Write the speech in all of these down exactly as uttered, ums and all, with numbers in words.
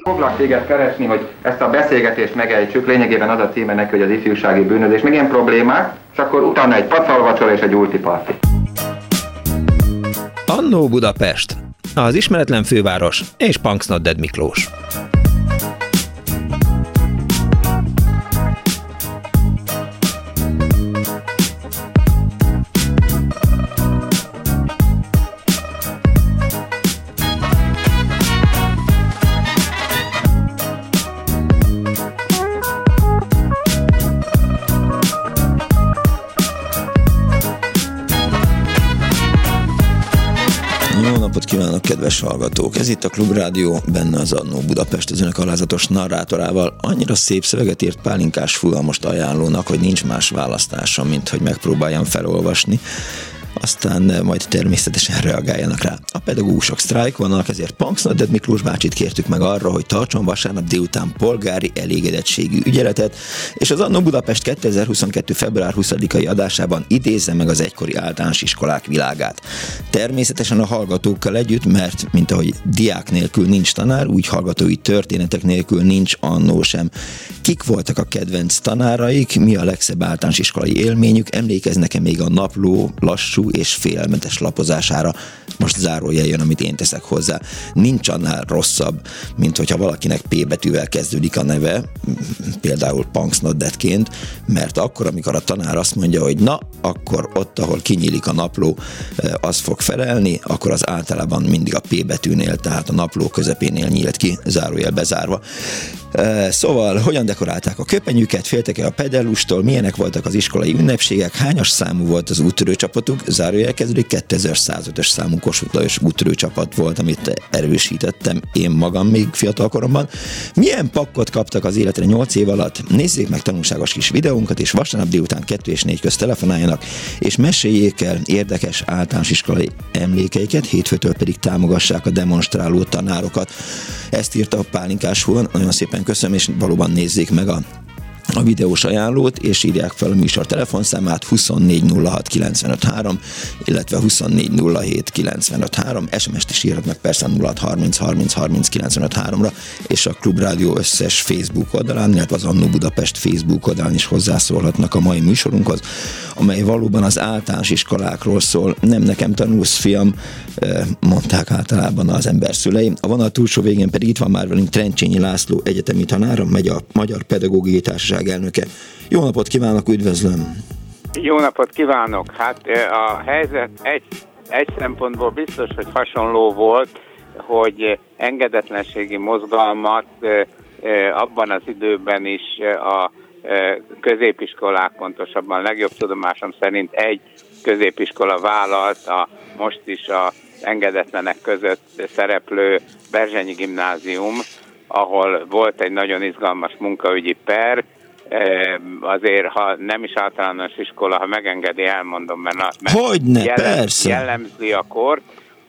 Foglak téged keresni, hogy ezt a beszélgetést megejtsük, lényegében az a címe neki, hogy az ifjúsági bűnözés, meg ilyen problémák, és akkor utána egy pacalvacsora és egy ultiparti. Annó Budapest, az ismeretlen főváros és Punks Not Dead Miklós. Kívánok, kedves hallgatók! Ez itt a Klubrádió, benne az Annó Budapest az önök alázatos narrátorával. Annyira szép szöveget írt Pálinkás Fula most ajánlónak, hogy nincs más választásom, mint hogy megpróbáljam felolvasni. Aztán majd természetesen reagáljanak rá. A pedagógusok sztrájkolnak, ezért Punks Not Dead Miklós bácsit kértük meg arra, hogy tartson vasárnap délután polgári elégedettségű ügyeletet, és az Annó Budapest kétezer-huszonkettő. február huszadikai adásában idézze meg az egykori általános iskolák világát. Természetesen a hallgatókkal együtt, mert mint ahogy diák nélkül nincs tanár, úgy hallgatói történetek nélkül nincs annó sem. Kik voltak a kedvenc tanáraik, mi a legszebb általános iskolai élményük, emlékeznek-e még a napló lassú és félelmetes lapozására? Most zárójel jön, amit én teszek hozzá. Nincs annál rosszabb, mint hogyha valakinek P betűvel kezdődik a neve, például Punks Not Deadként, mert akkor, amikor a tanár azt mondja, hogy na, akkor ott, ahol kinyílik a napló, az fog felelni, akkor az általában mindig a P betűnél, tehát a napló közepénél nyílt ki, zárójel bezárva. Szóval, hogyan dekorálták a köpenyüket, féltek-e a pedellustól, milyenek voltak az iskolai ünnepségek, hányas számú volt az úttörő csapatuk, zárójel kezdődik, kétezer-százötös számú Kossuth Lajos úttörő csapat volt, amit erősítettem én magam még fiatal koromban. Milyen pakkot kaptak az életre nyolc év alatt? Nézzék meg tanulságos kis videónkat, és vasárnap délután kettő és négy közt telefonáljanak, és meséljék el érdekes általános iskolai emlékeiket, hétfőtől pedig támogassák a demonstráló tanárokat. Ezt írta a Pálinkás Fula, nagyon szépen köszönöm, és valóban nézzék meg a a videós ajánlót, és írják fel a műsor telefonszámát huszonnégy nulla hat kilencvenöt három, illetve huszonnégy nulla hét kilencvenöt három, es em es-t is írhatnak persze nulla hat harminc harminc harminc kilencvenöt háromra, és a Klubrádió összes Facebook oldalán, illetve az Annó Budapest Facebook oldalán is hozzászólhatnak a mai műsorunkhoz, amely valóban az általános iskolákról szól. Nem nekem tanulsz, fiam, mondták általában az ember szüleim. A vonal túlsó végén pedig itt van már velünk Trencsényi László egyetemi tanára, megy a Magyar Pedagógiai Társaság elnöke. Jó napot kívánok, üdvözlöm! Jó napot kívánok! Hát a helyzet egy, egy szempontból biztos, hogy hasonló volt, hogy engedetlenségi mozgalmat abban az időben is a középiskolák, pontosabban legjobb tudomásom szerint egy középiskola vállalt a most is a engedetlenek között szereplő Berzsenyi Gimnázium, ahol volt egy nagyon izgalmas munkaügyi per. Azért, ha nem is általános iskola, ha megengedi, elmondom, mert, mert Hogyne, jellem, persze. jellemzi a kort.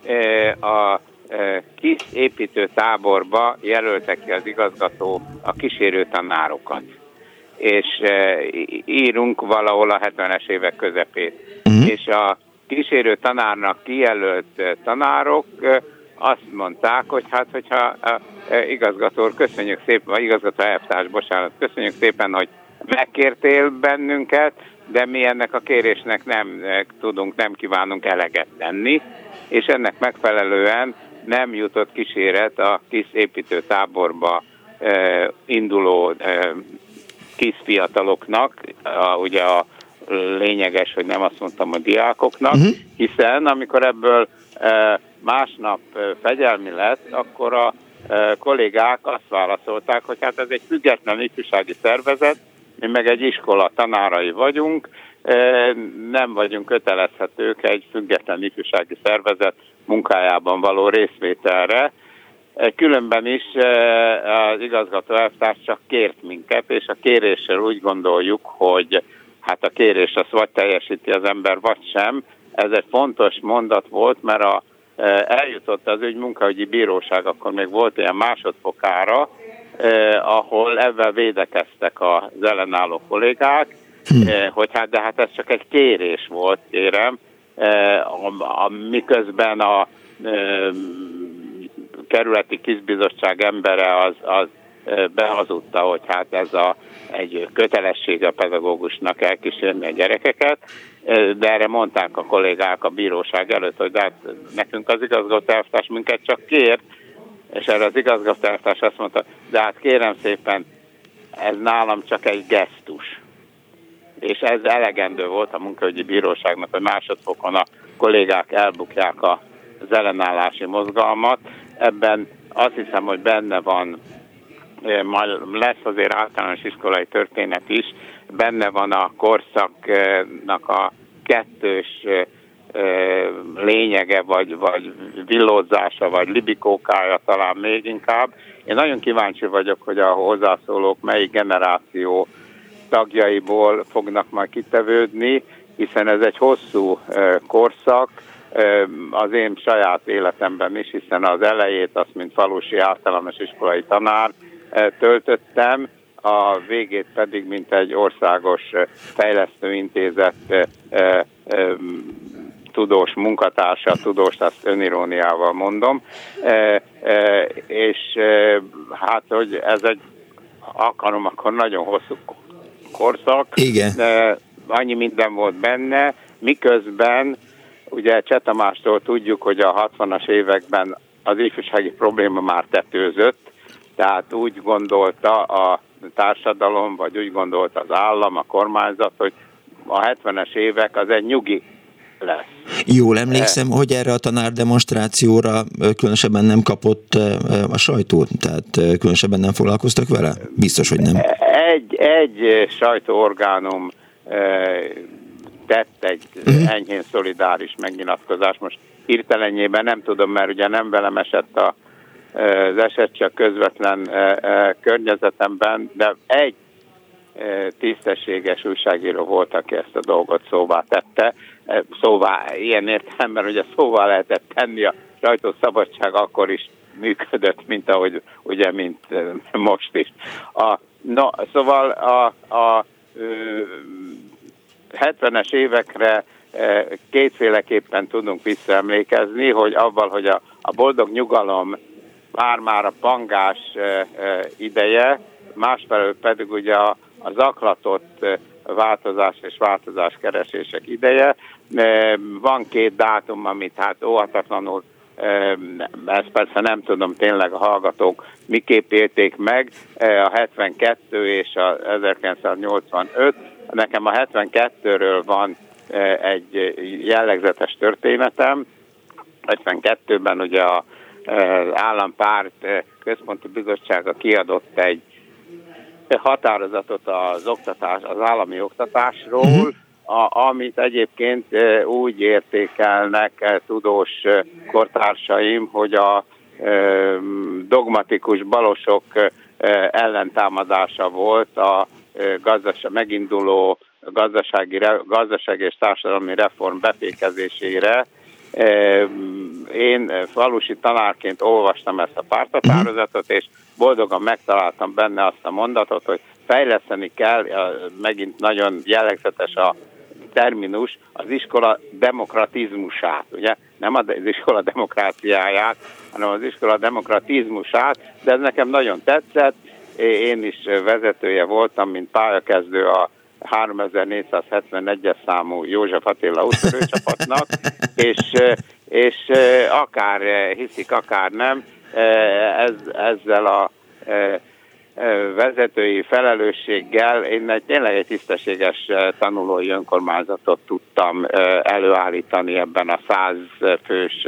A kis építő táborba jelöltek ki az igazgató a kísérő tanárokat. És írunk valahol a hetvenes évek közepét. Uh-huh. És a kísérő tanárnak kijelölt tanárok azt mondták, hogy hát, hogyha igazgató, köszönjük szépen, vagy igazgató elvtárs, bocsánat, köszönjük szépen, hogy megkértél bennünket, de mi ennek a kérésnek nem tudunk, nem kívánunk eleget tenni, és ennek megfelelően nem jutott kíséret a kis építőtáborba eh, induló eh, kis fiataloknak, a, ugye a lényeges, hogy nem azt mondtam, a diákoknak, uh-huh. hiszen amikor ebből eh, másnap eh, fegyelmi lett, akkor a eh, kollégák azt válaszolták, hogy hát ez egy független ifjúsági szervezet, mi meg egy iskola tanárai vagyunk, eh, nem vagyunk kötelezhetők egy független ifjúsági szervezet munkájában való részvételre. Különben is az igazgató elvtárs csak kért minket, és a kéréssel úgy gondoljuk, hogy hát a kérés az vagy teljesíti az ember, vagy sem. Ez egy fontos mondat volt, mert a, eljutott az ügy munkaügyi bíróság, akkor még volt ilyen másodfokára, eh, ahol ebben védekeztek az ellenálló kollégák, hm. eh, hogy hát, de hát ez csak egy kérés volt, kérem, eh, a, a, miközben a eh, kerületi kizbizottság embere az, az behazudta, hogy hát ez a, egy kötelesség a pedagógusnak elkísérni a gyerekeket, de erre mondták a kollégák a bíróság előtt, hogy de hát nekünk az igazgatóelvtárs minket csak kért, és erre az igazgatóelvtárs azt mondta, de hát kérem szépen, ez nálam csak egy gesztus. És ez elegendő volt a munkaügyi bíróságnak, hogy másodfokon a kollégák elbukják az ellenállási mozgalmat. Ebben azt hiszem, hogy benne van, majd lesz azért általános iskolai történet is, benne van a korszaknak a kettős lényege, vagy, vagy villózása, vagy libikókája talán még inkább. Én nagyon kíváncsi vagyok, hogy a hozzászólók melyik generáció tagjaiból fognak majd kitevődni, hiszen ez egy hosszú korszak, az én saját életemben is, hiszen az elejét azt, mint falusi általános iskolai tanár töltöttem, a végét pedig, mint egy országos fejlesztőintézet tudós munkatársa, tudós, azt öniróniával mondom, és hát, hogy ez egy akarom, akkor nagyon hosszú korszak. Igen. Annyi minden volt benne, miközben ugye Cseh Tamástól tudjuk, hogy a hatvanas években az ifjúsági probléma már tetőzött, tehát úgy gondolta a társadalom, vagy úgy gondolta az állam, a kormányzat, hogy a hetvenes évek az egy nyugi lesz. Jól emlékszem, hogy erre a tanárdemonstrációra különösebben nem kapott a sajtó, tehát különösebben nem foglalkoztak vele? Biztos, hogy nem. Egy, egy sajtóorgánum tett egy uh-huh. enyhén szolidáris megnyilatkozás. Most hirtelenjében nem tudom, mert ugye nem velem esett a, az eset, csak közvetlen környezetemben, de egy tisztességes újságíró volt, aki ezt a dolgot szóvá tette. Szóvá, ilyen értelemben, ugye szóvá lehetett tenni, a sajtószabadság akkor is működött, mint ahogy ugye, mint most is. A, no, szóval a, a hetvenes évekre kétféleképpen tudunk visszaemlékezni, hogy avval, hogy a, a boldog nyugalom már-már a pangás ideje, másfelől pedig ugye a, a zaklatott változás és változáskeresések ideje. Van két dátum, amit hát óhatatlanul, ezt persze nem tudom tényleg a hallgatók miképp élték meg, a hetvenkettő és a ezerkilencszáznyolcvanöt. Nekem a hetvenkettőről van egy jellegzetes történetem. hetvenkettőben ugye az Állampárt Központi Bizottsága kiadott egy határozatot az oktatás, az állami oktatásról, a, amit egyébként úgy értékelnek tudós kortársaim, hogy a dogmatikus balosok ellentámadása volt a gazdaság, meginduló gazdasági, gazdasági és társadalmi reform befékezésére. Én falusi tanárként olvastam ezt a párthatározatot, és boldogan megtaláltam benne azt a mondatot, hogy fejleszteni kell, megint nagyon jellegzetes a terminus, az iskola demokratizmusát, ugye? Nem az iskola demokráciáját, hanem az iskola demokratizmusát, de ez nekem nagyon tetszett. Én is vezetője voltam, mint pályakezdő a háromezer-négyszázhetvenegyes számú József Attila úttörőcsapatnak, és, és akár hiszik, akár nem, ez, ezzel a vezetői felelősséggel én egy, tényleg egy tisztességes tanulói önkormányzatot tudtam előállítani ebben a száz fős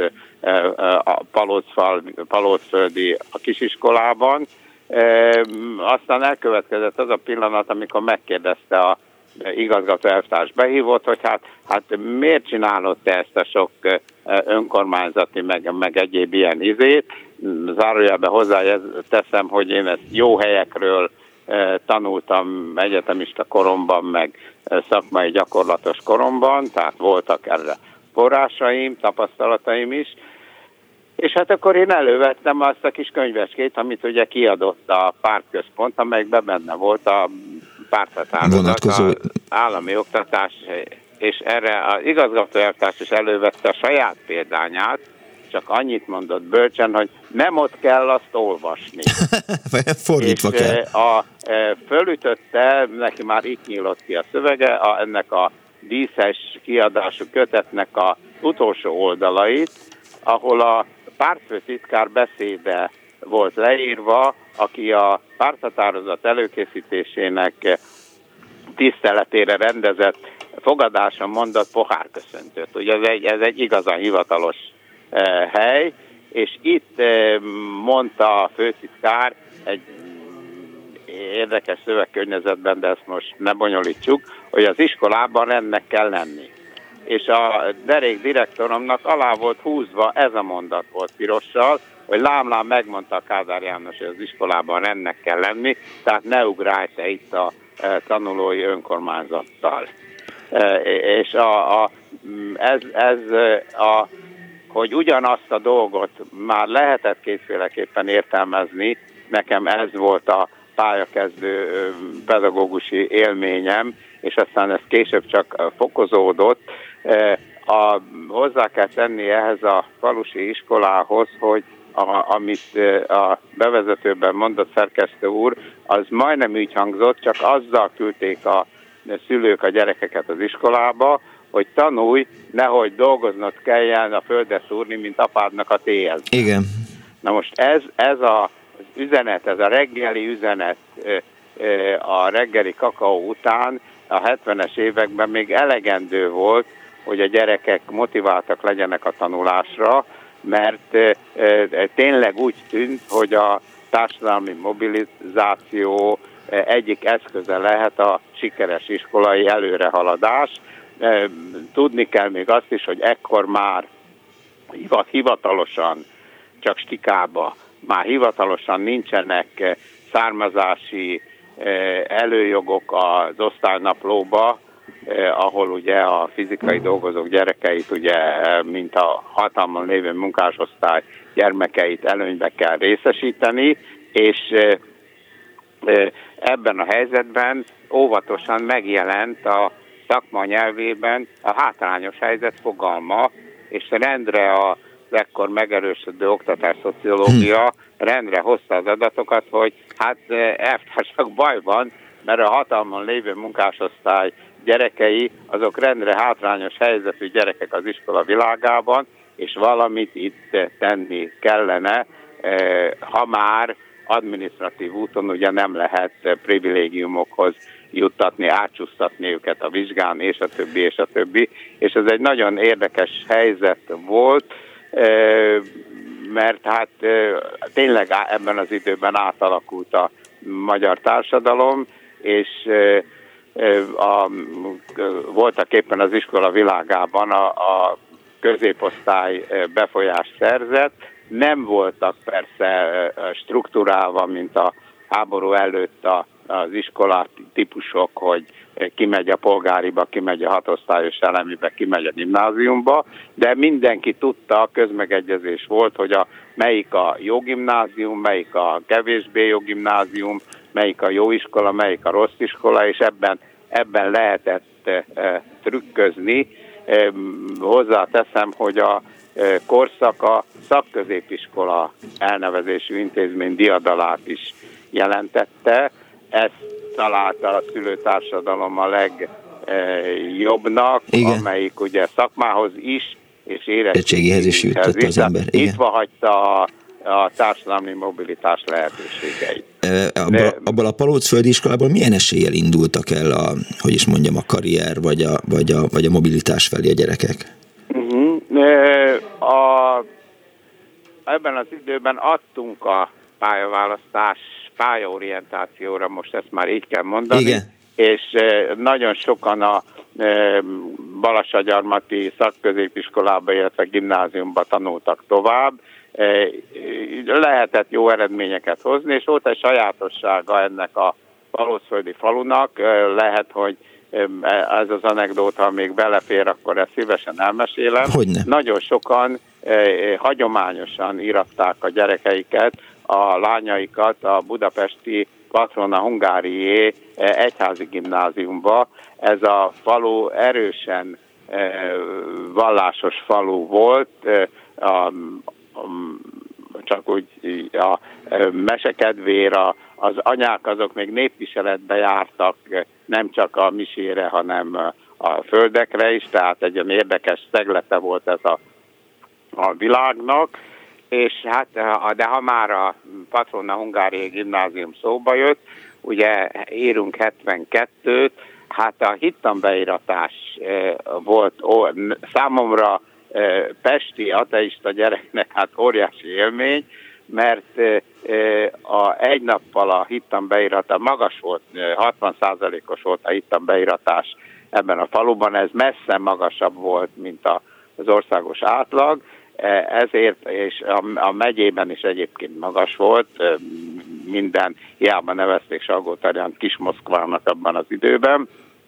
Palócföldi a kisiskolában. Aztán elkövetkezett az a pillanat, amikor megkérdezte a igazgató elvtárs behívott, hogy hát, hát miért csinálod te ezt a sok önkormányzati, meg, meg egyéb ilyen izét. Zárójelben hozzá teszem, hogy én ezt jó helyekről tanultam egyetemista koromban, meg szakmai gyakorlatos koromban, tehát voltak erre forrásaim, tapasztalataim is. És hát akkor én elővettem azt a kis könyvecskét, amit ugye kiadott a pártközpont, amelyikben benne volt a párthatározat, az állami oktatás, és erre az igazgató elvtárs is elővette a saját példányát, csak annyit mondott bölcsen, hogy nem ott kell azt olvasni. Fordítva és kell. A, fölütötte, neki már itt nyílott ki a szövege, a, ennek a díszes kiadású kötetnek a utolsó oldalait, ahol a pártfőtitkár beszéde volt leírva, aki a párthatározat előkészítésének tiszteletére rendezett fogadáson mondott pohárköszöntőt. Ugye ez egy, ez egy igazán hivatalos eh, hely, és itt eh, mondta a főtitkár egy érdekes szövegkörnyezetben, de ezt most ne bonyolítsuk, hogy az iskolában rendnek kell lenni. És a derék direktoromnak alá volt húzva, ez a mondat volt pirossal, hogy lám-lám megmondta a Kádár János, hogy az iskolában rendnek kell lenni, tehát ne ugrálj te itt a e, tanulói önkormányzattal. E, és a, a, ez, ez a, hogy ugyanazt a dolgot már lehetett kétféleképpen értelmezni, nekem ez volt a pályakezdő pedagógusi élményem, és aztán ez később csak fokozódott. A, hozzá kell tenni ehhez a falusi iskolához, hogy a, amit a bevezetőben mondott szerkesztő úr, az majdnem úgy hangzott, csak azzal küldték a szülők a gyerekeket az iskolába, hogy tanulj, nehogy dolgoznod kelljen a földet szúrni, mint apádnak a téhez. Igen. Na most ez, ez a üzenet, ez a reggeli üzenet a reggeli kakaó után a hetvenes években még elegendő volt, hogy a gyerekek motiváltak legyenek a tanulásra, mert tényleg úgy tűnt, hogy a társadalmi mobilizáció egyik eszköze lehet a sikeres iskolai előrehaladás. Tudni kell még azt is, hogy ekkor már hivatalosan, csak stikába, már hivatalosan nincsenek származási előjogok az osztálynaplóba, ahol ugye a fizikai dolgozók gyerekeit, ugye, mint a hatalmon lévő munkásosztály gyermekeit előnybe kell részesíteni, és ebben a helyzetben óvatosan megjelent a szakma nyelvében a hátrányos helyzet fogalma, és rendre a ekkor megerősödő oktatásszociológia rendre hozta az adatokat, hogy hát elvtársak baj van, mert a hatalmon lévő munkásosztály gyerekei, azok rendre hátrányos helyzetű gyerekek az iskola világában, és valamit itt tenni kellene, ha már adminisztratív úton ugye nem lehet privilégiumokhoz juttatni, átcsúsztatni őket a vizsgán, és a többi, és a többi. És ez egy nagyon érdekes helyzet volt, mert hát tényleg ebben az időben átalakult a magyar társadalom, és a, voltak éppen az iskola világában a, a középosztály befolyást szerzett. Nem voltak persze struktúrálva, mint a háború előtt a, az iskola típusok, hogy ki megy a polgáriba, ki megy a hatosztályos elemibe, ki megy a gimnáziumba, de mindenki tudta, közmegegyezés volt, hogy a, melyik a jó gimnázium, melyik a kevésbé jó gimnázium, melyik a jó iskola, melyik a rossz iskola, és ebben, ebben lehetett e, trükközni. E, hozzáteszem, hogy a e, korszak a szakközépiskola elnevezésű intézmény diadalát is jelentette. Ezt találta a szülőtársadalom a legjobbnak, e, amelyik ugye szakmához is, és érettségihez is jutott az ember. Nyitva hagyta a a társadalmi mobilitás lehetőségeit. Abból, abból a Palócföldi iskolából milyen eséllyel indultak el a, hogy is mondjam, a karrier, vagy a, vagy a, vagy a mobilitás felé a gyerekek? Uh-huh. A, ebben az időben adtunk a pályaválasztás, pályaorientációra, most ezt már így kell mondani, igen. És nagyon sokan a Balassagyarmati szakközépiskolába, illetve gimnáziumba tanultak tovább. Lehetett jó eredményeket hozni, és volt egy sajátossága ennek a Palócföldi falunak. Lehet, hogy ez az anekdóta, ha még belefér, akkor ezt szívesen elmesélem. Hogyne. Nagyon sokan eh, hagyományosan íratták a gyerekeiket, a lányaikat a budapesti Patrona Hungárié egyházi gimnáziumba. Ez a falu erősen eh, vallásos falu volt, eh, a A csak úgy a mesekedvér, a, az anyák azok még népviseletbe jártak, nem csak a misére, hanem a földekre is, tehát egy olyan érdekes szeglete volt ez a, a világnak, és hát, de ha már a Patrona Hungáriai Gimnázium szóba jött, ugye írunk hetvenkettőt, hát a hittanbeiratás volt számomra pesti ateista gyereknek hát óriási élmény, mert a egy nappal a hittanbeiratás magas volt, hatvan százalékos volt a hittanbeiratás ebben a faluban, ez messze magasabb volt, mint az országos átlag, ezért, és a, a megyében is egyébként magas volt, minden, hiába nevezték Salgótarjánt Kis-Moszkvának abban az időben,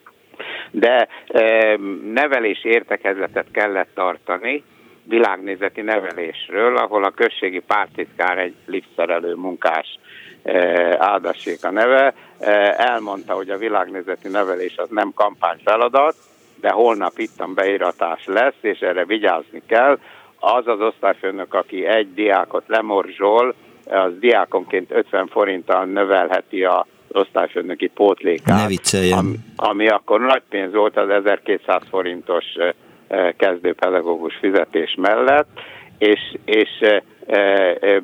de e, nevelés értekezletet kellett tartani, világnézeti nevelésről, ahol a községi pártitkár, egy liftszerelő munkás, e, Áldassék a neve, e, elmondta, hogy a világnézeti nevelés az nem kampányfeladat, de holnap ittan beiratás lesz, és erre vigyázni kell. Az az osztályfőnök, aki egy diákot lemorzsol, az diákonként ötven forinttal növelheti a osztályfőnöki pótlékát, ami, ami akkor nagy pénz volt az ezerkétszáz forintos kezdőpedagógus fizetés mellett, és, és e, e,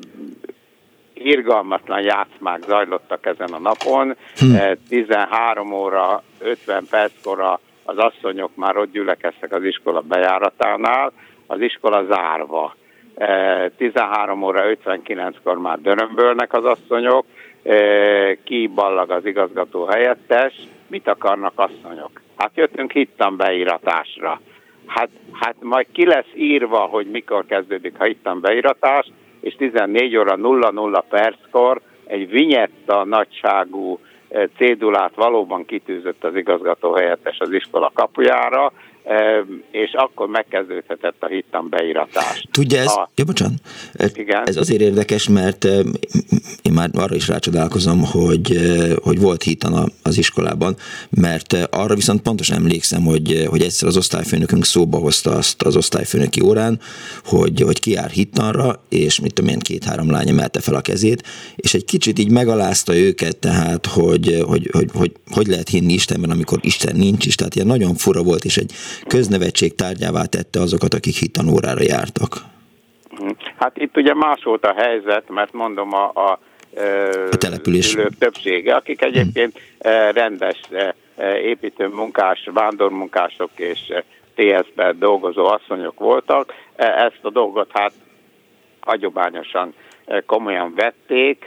irgalmatlan játszmák zajlottak ezen a napon. Hm. tizenhárom óra ötven perckor az asszonyok már ott gyülekeztek az iskola bejáratánál, az iskola zárva. tizenhárom óra ötvenkilenckor már dörömbölnek az asszonyok, kiballag az igazgató helyettes. Mit akarnak asszonyok? Hát jöttünk hittanbeiratásra. Hát, hát majd ki lesz írva, hogy mikor kezdődik a hittanbeiratás, és tizennégy óra nulla nulla perckor egy vinyetta nagyságú cédulát valóban kitűzött az igazgató helyettes az iskola kapujára, és akkor megkezdődhetett a hittanbeiratás. Tudja, ez, a... ja, bocsánat, Igen. Ez azért érdekes, mert én már arra is rácsodálkozom, hogy, hogy volt hittan az iskolában, mert arra viszont pontosan emlékszem, hogy, hogy egyszer az osztályfőnökünk szóba hozta azt az osztályfőnöki órán, hogy, hogy ki jár hittanra, és mit tudom én, két-három lány emelte fel a kezét, és egy kicsit így megalázta őket, tehát, hogy hogy, hogy, hogy, hogy lehet hinni Istenben, amikor Isten nincs is, tehát ilyen nagyon fura volt, és egy köznevetség tárgyává tette azokat, akik hittanórára jártak. Hát itt ugye más volt a helyzet, mert mondom a, a, a település többsége, akik egyébként hmm. rendes építőmunkás, vándormunkások és té es ben dolgozó asszonyok voltak. Ezt a dolgot hát hagyományosan komolyan vették.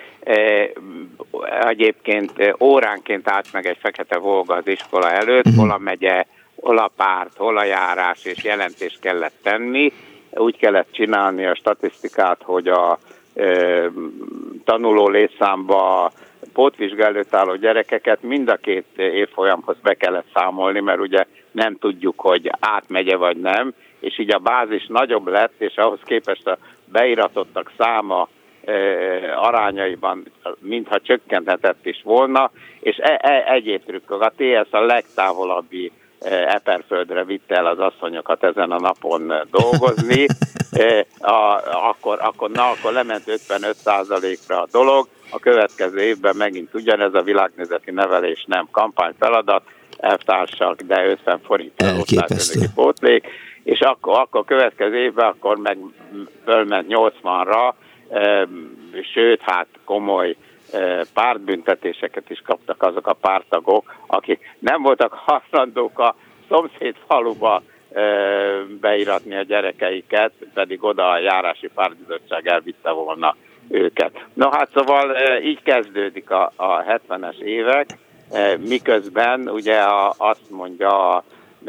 Egyébként óránként állt meg egy fekete Volga az iskola előtt, hmm. hol a megye, hol a párt, hol a járás, és jelentést kellett tenni. Úgy kellett csinálni a statisztikát, hogy a e, tanuló létszámba pótvizsga előtt álló gyerekeket mind a két évfolyamhoz be kellett számolni, mert ugye nem tudjuk, hogy átmegye vagy nem, és így a bázis nagyobb lett, és ahhoz képest a beiratottak száma e, arányaiban mintha csökkenthetett is volna, és e, e, egyéb trükkök. A té es a legtávolabbi Eperföldre vitte el az asszonyokat ezen a napon dolgozni, a, akkor, akkor, na, akkor lement ötvenöt százalékra a dolog, a következő évben megint ugyanez a világnézeti nevelés nem kampányfeladat, elvtársak, de ötven forint osztályfőnöki pótlék, és akkor, akkor következő évben akkor meg fölment nyolcvanra, sőt, hát komoly pártbüntetéseket is kaptak azok a párttagok, akik nem voltak hajlandók a szomszéd faluba beiratni a gyerekeiket, pedig oda a járási pártbizottság elvitte volna őket. No hát szóval így kezdődik a, a hetvenes évek, miközben ugye a, azt mondja a,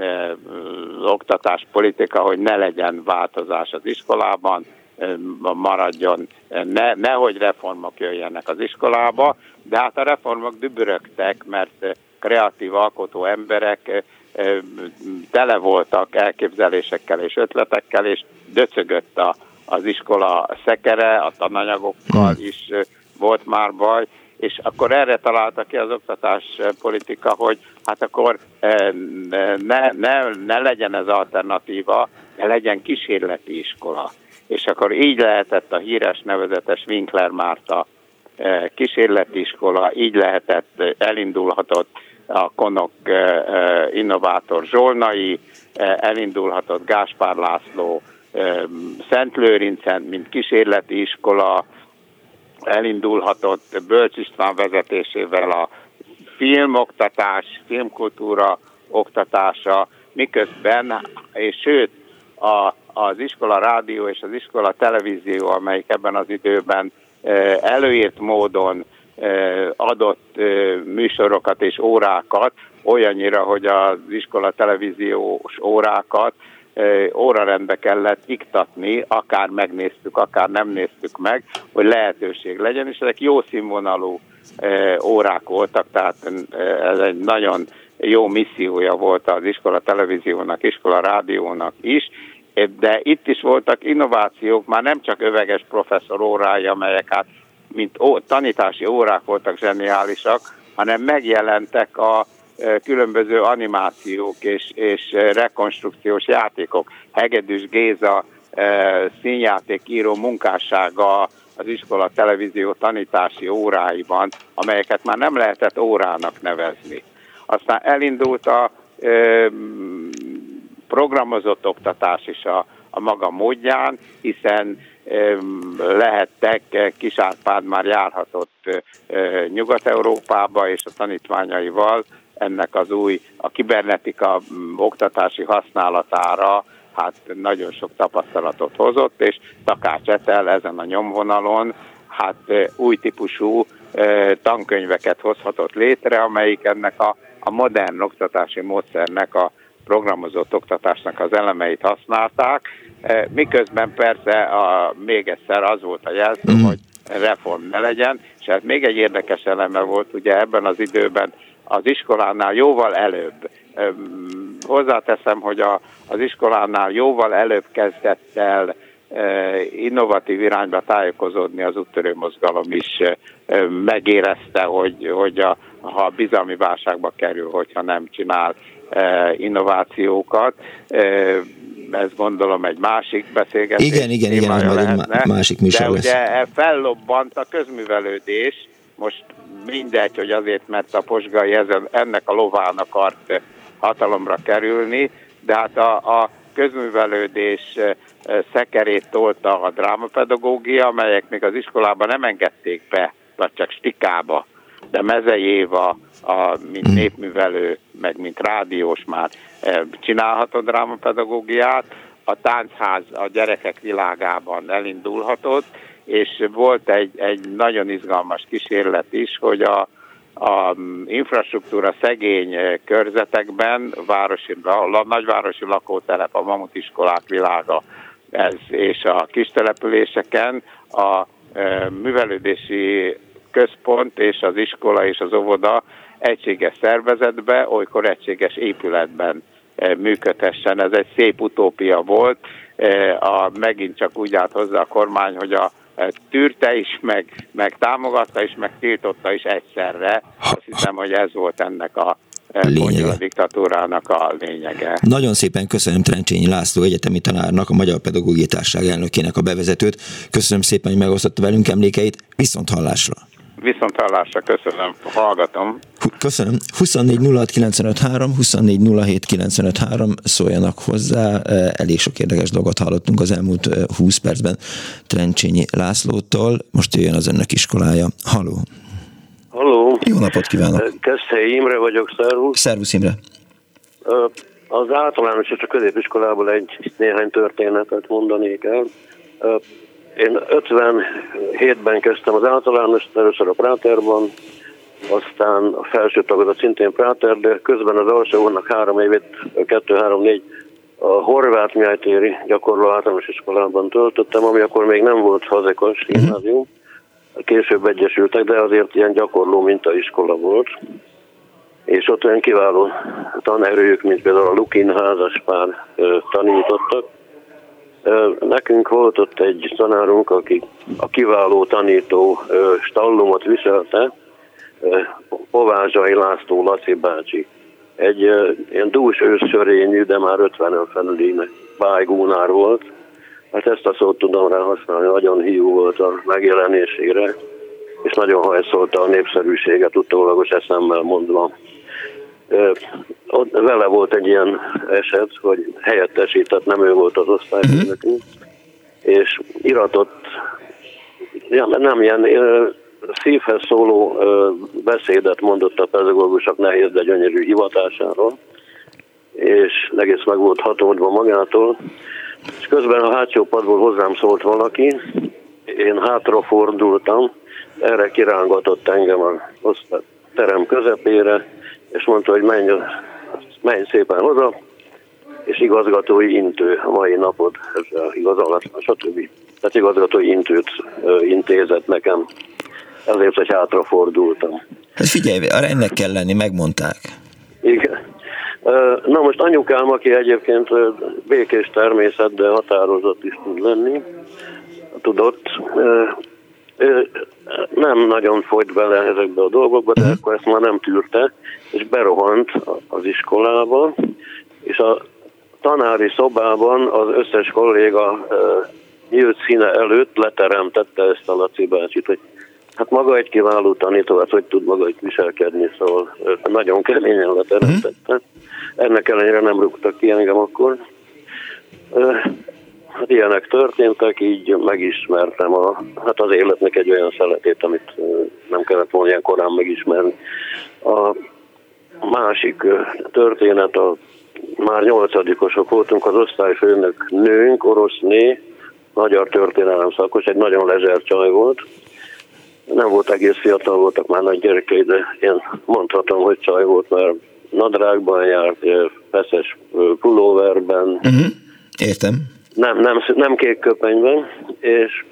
az oktatáspolitika, hogy ne legyen változás az iskolában, maradjon, ne, nehogy reformok jöjjenek az iskolába, de hát a reformok dübörögtek, mert kreatív, alkotó emberek tele voltak elképzelésekkel és ötletekkel, és döcögött a, az iskola szekere, a tananyagokkal is volt már baj, és akkor erre találta ki az oktatáspolitika, hogy hát akkor ne, ne, ne legyen ez alternatíva, de legyen kísérleti iskola. és akkor így lehetett a híres nevezetes Winkler Márta kísérletiskola, így lehetett, elindulhatott a Konok innovátor Zsolnai, elindulhatott Gáspár László Szentlőrincen, mint kísérleti iskola, elindulhatott Bölcs István vezetésével a filmoktatás, filmkultúra oktatása, miközben, és sőt, a, az iskola rádió és az iskola televízió, amelyik ebben az időben előírt módon adott műsorokat és órákat, olyannyira, hogy az iskola televíziós órákat órarendbe kellett iktatni, akár megnéztük, akár nem néztük meg, hogy lehetőség legyen, és ezek jó színvonalú órák voltak, tehát ez egy nagyon jó missziója volt az iskola televíziónak, iskola rádiónak is, de itt is voltak innovációk, már nem csak öveges professzor órái, amelyek hát mint ó, tanítási órák voltak zseniálisak, hanem megjelentek a e, különböző animációk és, és rekonstrukciós játékok. Hegedűs Géza e, színjátékíró munkássága az iskola televízió tanítási óráiban, amelyeket már nem lehetett órának nevezni. Aztán elindult a e, programozott oktatás is a, a maga módján, hiszen e, lehettek, Kis Árpád már járhatott e, Nyugat-Európába, és a tanítványaival ennek az új, a kibernetika oktatási használatára hát nagyon sok tapasztalatot hozott, és Takács Etel ezen a nyomvonalon hát e, új típusú e, tankönyveket hozhatott létre, amelyik ennek a, a modern oktatási módszernek, a programozott oktatásnak az elemeit használták, miközben persze a, még egyszer az volt a jelszó, mm. hogy reform ne legyen, és hát még egy érdekes eleme volt, ugye ebben az időben az iskolánál jóval előbb, hozzáteszem, hogy a, az iskolánál jóval előbb kezdett el innovatív irányba tájékozódni az úttörő mozgalom is, megérezte, hogy, hogy a, ha bizalmi válságba kerül, hogyha nem csinál innovációkat. Ez gondolom egy másik beszélgetés. Igen, igen, igen, ez majd egy másik műsor lesz. De ugye fellobbant a közművelődés, most mindegy, hogy azért, mert a Posgai ezen, ennek a lován akart hatalomra kerülni, de hát a, a közművelődés szekerét tolta a drámapedagógia, amelyek még az iskolában nem engedték be, vagy csak stikába, de Mezei Éva, a, mint népművelő, meg mint rádiós már csinálhatott drámapedagógiát, a táncház a gyerekek világában elindulhatott, és volt egy, egy nagyon izgalmas kísérlet is, hogy a, a infrastruktúra szegény körzetekben, városi, a nagyvárosi lakótelep, a mamutiskolák világa, ez, és a kistelepüléseken a e, művelődési központ és az iskola és az óvoda egységes szervezetbe, olykor egységes épületben e, működhessen. Ez egy szép utópia volt, e, a, megint csak úgy állt hozzá a kormány, hogy a e, tűrte is, meg, meg támogatta is, meg tiltotta is egyszerre. Azt hiszem, hogy ez volt ennek a a diktatúrának a lényege. Nagyon szépen köszönöm Trencsényi László egyetemi tanárnak, a Magyar Pedagógiai Társaság elnökének a bevezetőt. Köszönöm szépen, hogy megosztotta velünk emlékeit. Viszont hallásra! Viszont hallásra, köszönöm, hallgatom. Köszönöm. huszonnégy nulla hat kilencvenöt három, huszonnégy nulla hét kilencvenöt három, szóljanak hozzá. Elég sok érdekes dolgot hallottunk az elmúlt húsz percben Trencsényi Lászlótól. Most jöjjön az önök iskolája. Halló! Halló! Jó napot kívánok! Keszthelyi Imre vagyok, szervusz! Szervusz Imre! Az általános és a középiskolából egy néhány történetet mondanék el. Én ötvenhétben kezdtem az általános, először a Práterban, aztán a felső tagodat szintén Práter, de közben az alsónak három évét, kettő-három-négy a horvát miájtéri gyakorló általános iskolában töltöttem, ami akkor még nem volt Fazekas gimnázium. Később egyesültek, de azért ilyen gyakorló mintaiskola volt. És ott olyan kiváló tanerők, mint például a Lukin házaspár tanítottak. Nekünk volt ott egy tanárunk, aki a kiváló tanító stallumot viselte, Povázsai László Laci bácsi. Egy ilyen dús ősszörényű, de már ötvenen felüli bájgónár volt, Hát ezt a szót tudom rá használni, nagyon hiú volt a megjelenésére, és nagyon hajszolta a népszerűséget utólagos eszemmel mondva. Ott vele volt egy ilyen eset, hogy helyettesített, nem ő volt az osztályfőnökünk, és iratott, nem ilyen szívhez szóló beszédet mondott a pedagógusok nehéz, de gyönyörű hivatásáról, és egész meg volt hatódva magától, és közben a hátsó padból hozzám szólt valaki, én hátrafordultam, erre kirángatott engem a terem közepére, és mondta, hogy menj, menj szépen haza, és igazgatói intő a mai napod, ez igazolatlan, stb. Tehát igazgatói intőt intézett nekem, ezért, hogy hátrafordultam. Hát figyelj, arra ennek kell lenni, megmondták. Igen. Na most anyukám, aki egyébként békés természet, de határozott is tud lenni, tudott, nem nagyon folyt bele ezekbe a dolgokba, de uh-huh. akkor ezt már nem tűrte, és berohant az iskolába, és a tanári szobában az összes kolléga nyílt színe előtt leteremtette ezt a Laci bácsit, hogy hát maga egy kiváló tanító, hát hogy tud maga itt viselkedni, szóval nagyon keményen leteremtette. Ennek ellenére nem rúgtak ki engem akkor. Hát ilyenek történtek, így megismertem a, hát az életnek egy olyan szeletét, amit nem kellett volna ilyen korán megismerni. A másik történet, a, már nyolcadikosok voltunk, az osztályfőnök nőnk, oroszné, magyar történelem szakos, egy nagyon lezser csaj volt. Nem volt egész fiatal, voltak már nagy gyerekei, de én mondhatom, hogy csaj volt, mert nadrágban járt, feszes pulóverben. Uh-huh. Értem. Nem, nem, nem kék köpenyben, és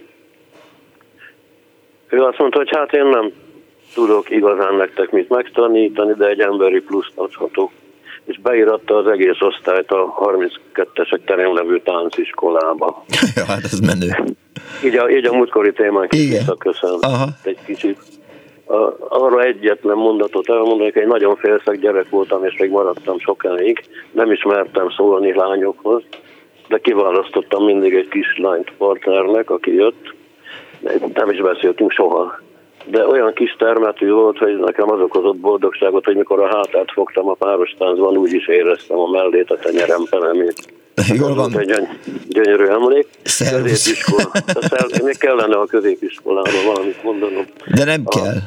ő azt mondta, hogy hát én nem tudok igazán nektek mit megtanítani, de egy emberi pluszt adhatok. És beíratta az egész osztályt a harminckettesek terén levő tánciskolába. Ja, hát ez menő. Így a, így a múltkori témánk is visszaköszön egy kicsit. A, arra egyetlen mondatot elmondanék, egy nagyon félszeg gyerek voltam, és még maradtam sokáig. Nem ismertem szólni lányokhoz, de kiválasztottam mindig egy kis lányt partnernek, aki jött. Nem is beszéltünk soha. De olyan kis termetű volt, hogy nekem az okozott boldogságot, hogy mikor a hátát fogtam a páros táncban, úgy is éreztem a mellét, a tenyerem pelemét. Jól van. Egy gyöny- gyönyörű emlék. Szervusz. Középiskola. Szer- még kellene a középiskolában valamit mondanom. De nem a, kell.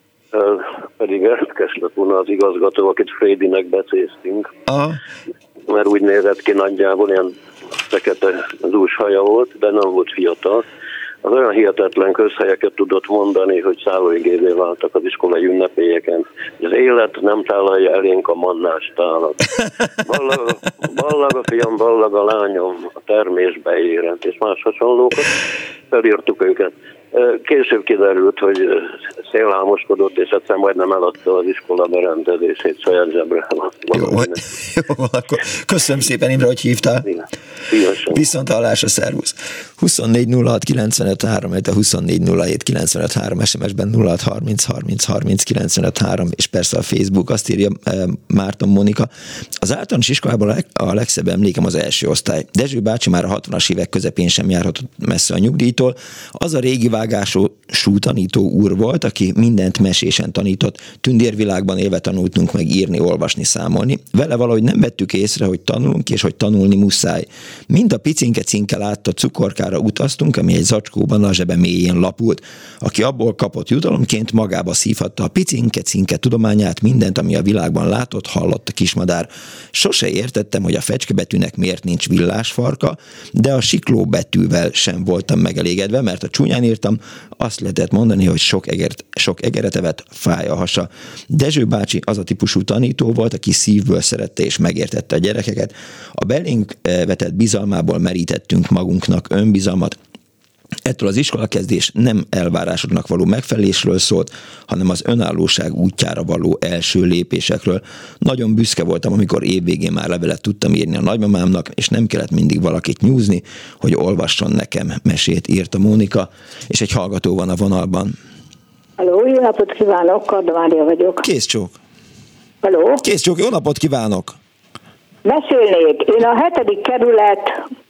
A, pedig érdekes lett volna az igazgató, akit Frédinek becéztünk. Aha. Mert úgy nézett ki nagyjából, ilyen fekete zús haja volt, de nem volt fiatal. Az olyan hihetetlen közhelyeket tudott mondani, hogy szállóigévé váltak az iskolai ünnepélyeken. Az élet nem tálalja elénk a mannás tálat. Ballag, ballag a fiam, ballag a lányom, a termésbe érett, és más hasonlókat. Felírtuk őket. Később kiderült, hogy szélálmoskodott, és egyszer majdnem eladta az iskola berendezését saját zsebre. Jó, jó, akkor köszönöm szépen, Imre, hogy hívtál. Szívesen. Viszont hallásra, szervusz. huszonnégy nulla hat kilencvenöt három, a huszonnégy nulla hét kilencvenöt három, es em es-ben nulla hat harminc harminc harminc kilencvenöt három, és persze a Facebook, azt írja e, Márton Monika. Az általános iskolában a, leg, a legszebb emlékem az első osztály. Dezső bácsi már a hatvanas évek közepén sem járhatott messze a nyugdíjtól. Az a régi vágású tanító úr volt, aki mindent mesésen tanított, tündérvilágban élve tanultunk meg írni, olvasni, számolni. Vele valahogy nem vettük észre, hogy tanulunk, és hogy tanulni muszáj. Mind a picinke-cinke látta cukorkára utaztunk, ami egy zacskóban a zsebe mélyén lapult. Aki abból kapott jutalomként, magába szívhatta a picinke-cinke tudományát, mindent, ami a világban látott, hallott a kismadár. Sose értettem, hogy a fecskebetűnek miért nincs villásfarka, de a sikló betűvel sem voltam megelégedve, mert a csúnyán írtam, azt lehetett mondani, hogy sok, egeret, sok egeret evett, fáj a hasa. Dezső bácsi az a típusú tanító volt, aki szívből szerette és megértette a gyerekeket. A belénk vetett bizalmából merítettünk magunknak önbizalmat. Ettől az iskolakezdés nem elvárásoknak való megfelelésről szólt, hanem az önállóság útjára való első lépésekről. Nagyon büszke voltam, amikor évvégén már levelet tudtam írni a nagymamámnak, és nem kellett mindig valakit nyúzni, hogy olvasson nekem, mesét, írta Mónika, és egy hallgató van a vonalban. Halló, jó napot kívánok, Karda Mária vagyok. Kész csók. Halló? Kész csók, jó napot kívánok. Mesélnék, én a hetedik kerület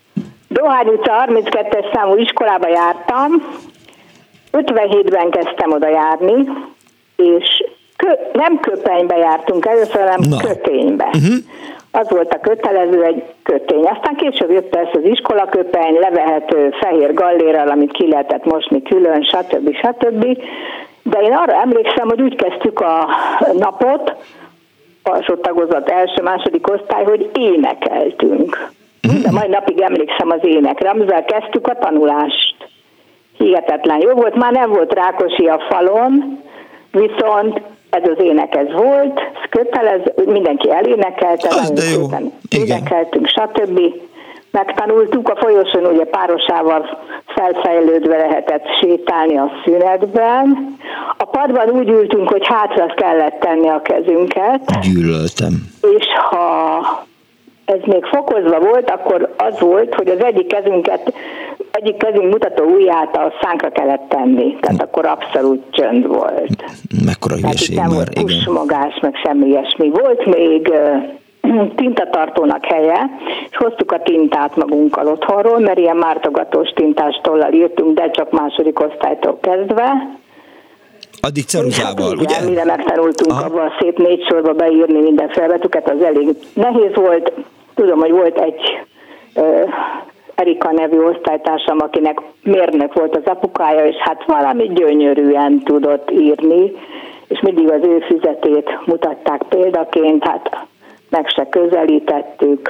Dohány utca harminckettes számú iskolába jártam, ötvenhétben kezdtem oda járni, és kö- nem köpenybe jártunk először, hanem Na. köténybe. Uh-huh. Az volt a kötelező, egy kötény. Aztán később jött persze az iskolaköpeny, levehető fehér gallérral, amit ki lehetett mosni külön, stb. stb. De én arra emlékszem, hogy úgy kezdtük a napot, alsó tagozat első-második osztály, hogy énekeltünk. De mai napig emlékszem az énekre, amivel kezdtük a tanulást. Hihetetlen jó volt, már nem volt Rákosi a falon, viszont ez az ének ez volt, ez kötelező, mindenki elénekelte, Az de jó. énekeltünk, stb. Megtanultuk, a folyosón ugye párosával felfejlődve lehetett sétálni a szünetben. A padban úgy ültünk, hogy hátra kellett tenni a kezünket. Gyűlöltem. És ha ez még fokozva volt, akkor az volt, hogy az egyik kezünket, egyik kezünk mutató ujját a szánkra kellett tenni. Tehát akkor abszolút csönd volt. Mekkora hülyeség nem már, volt igen. pusmogás, meg semmi ilyesmi. Volt még uh, tintatartónak helye, és hoztuk a tintát magunkkal otthonról, mert ilyen mártogatós tintás tollal írtunk, de csak második osztálytól kezdve. Addig ceruzával, hát, ugye? igen, mire megtanultunk Aha. abban a szép négy sorba beírni minden felvetüket, az elég nehéz volt. Tudom, hogy volt egy uh, Erika nevű osztálytársam, akinek mérnök volt az apukája, és hát valami gyönyörűen tudott írni, és mindig az ő füzetét mutatták példaként, hát meg se közelítettük.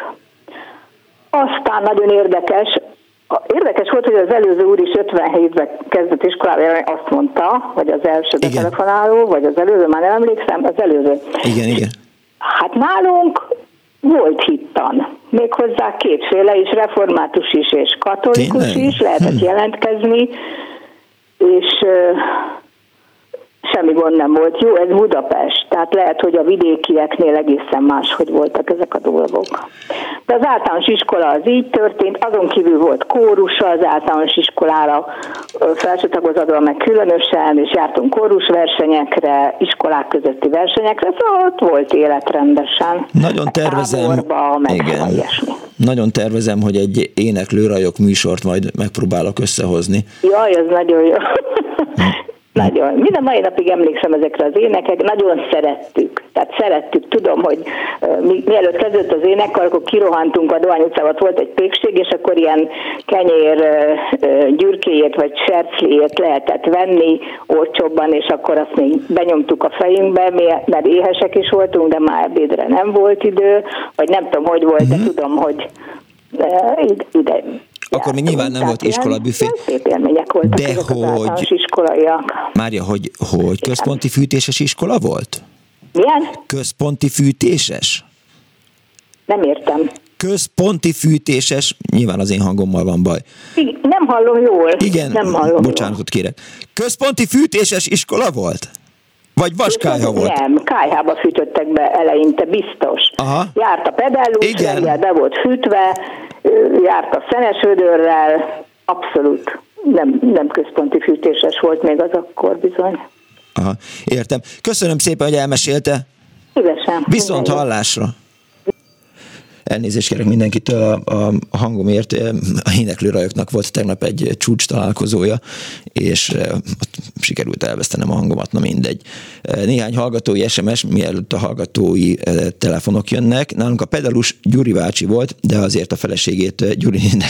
Aztán nagyon érdekes, Érdekes volt, hogy az előző úr is ötvenhétben kezdett iskolába, azt mondta, vagy az első betelefonáló, vagy az előző, már nem emlékszem, az előző. Igen, igen. Hát nálunk volt hittan. Méghozzá kétféle is, református is és katolikus Tényleg? is, lehetett hm. jelentkezni, és uh, semmi gond nem volt. Jó, ez Budapest, tehát lehet, hogy a vidékieknél egészen máshogy voltak ezek a dolgok. De az általános iskola az így történt, azon kívül volt kórusa az általános iskolára, felső tagozatban meg különösen, és jártunk kórusversenyekre, iskolák közötti versenyekre, szóval ott volt élet rendesen. Nagyon tervezem, táborba, meg igen, ilyesmi. nagyon tervezem, hogy egy éneklőrajok műsort majd megpróbálok összehozni. Jaj, ez nagyon jó. Nagyon. Minden mai napig emlékszem ezekre az énekek, nagyon szerettük. Tehát szerettük, tudom, hogy uh, mi, mielőtt kezdődött az énekkal, akkor kirohantunk a Dohány utcába, volt egy pékség, és akkor ilyen kenyér uh, uh, gyürkéjét vagy sercléjét lehetett venni olcsóbban, és akkor azt még benyomtuk a fejünkbe, mert éhesek is voltunk, de már ebédre nem volt idő, vagy nem tudom, hogy volt, uh-huh. de tudom, hogy uh, ide, ide akkor még nyilván nem volt iskolabüfé. Szép élmények voltak de ezek hogy... az általános iskolaiak. Mária, hogy, hogy központi fűtéses iskola volt? Milyen? Központi fűtéses? Nem értem. Központi fűtéses, nyilván az én hangommal van baj. Igen, nem hallom jól. Igen, nem hallom bocsánatot kérek. Központi fűtéses iskola volt? Vagy vaskályha volt? Nem, kályhába fűtöttek be eleinte, biztos. Aha. Járt a pedellus, reggel be volt fűtve, járt a szenesvödörrel, abszolút nem, nem központi fűtéses volt még az akkor bizony. Aha, értem. Köszönöm szépen, hogy elmesélte. Szívesen. Viszont hallásra. Elnézést kérek mindenkitől a, a hangomért. A éneklőrajoknak volt tegnap egy csúcs találkozója, és ott sikerült elvesztenem a hangomat, na mindegy. Néhány hallgatói es em es, mielőtt a hallgatói telefonok jönnek. Nálunk a pedalus Gyuri bácsi volt, de azért a feleségét Gyurinének.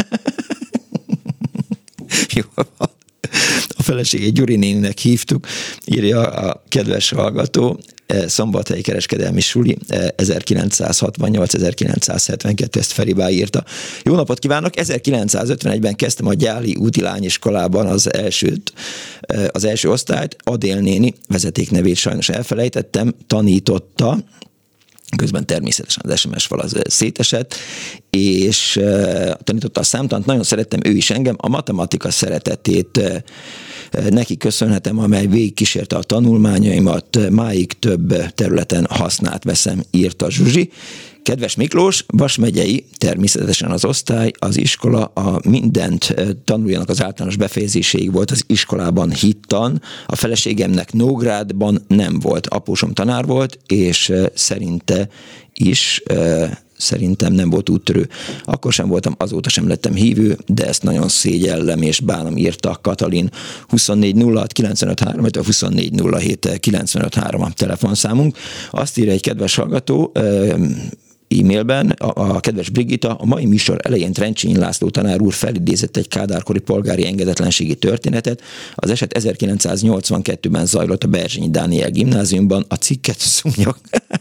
Jó, a feleségét Gyuri néninek hívtuk, írja a kedves hallgató. Szombathelyi kereskedelmi suli ezerkilencszázhatvannyolc ezerkilencszázhetvenkettő, ezt Feribá írta. Jó napot kívánok! ezerkilencszázötvenegyben kezdtem a Gyáli úti lányiskolában az elsőt, az első osztályt. Adél néni, vezetéknevét sajnos elfelejtettem, tanította, közben természetesen az es em es fal az szétesett, és uh, tanította a számtant, nagyon szerettem ő is engem, a matematika szeretetét uh, neki köszönhetem, amely végigkísérte a tanulmányaimat, máig több területen hasznát veszem, írta Zsuzsi. Kedves Miklós, Vas megyei, természetesen az osztály, az iskola, a mindent tanuljanak az általános befejezéséig volt az iskolában hittan. A feleségemnek Nógrádban nem volt, apósom tanár volt, és szerinte is szerintem nem volt úttörő. Akkor sem voltam, azóta sem lettem hívő, de ezt nagyon szégyellem és bánom, írta Katalin. huszonnégy nulla hat kilencvenöt három, vagy huszonnégy nulla hét kilencvenöt három a telefonszámunk. Azt írja egy kedves hallgató, e-mailben, a, a kedves Brigitta, a mai műsor elején Trencsényi László tanár úr felidézett egy kádárkori polgári engedetlenségi történetet. Az eset ezerkilencszáznyolcvankettőben zajlott a Berzsenyi Dániel gimnáziumban, a cikket Szúnyog.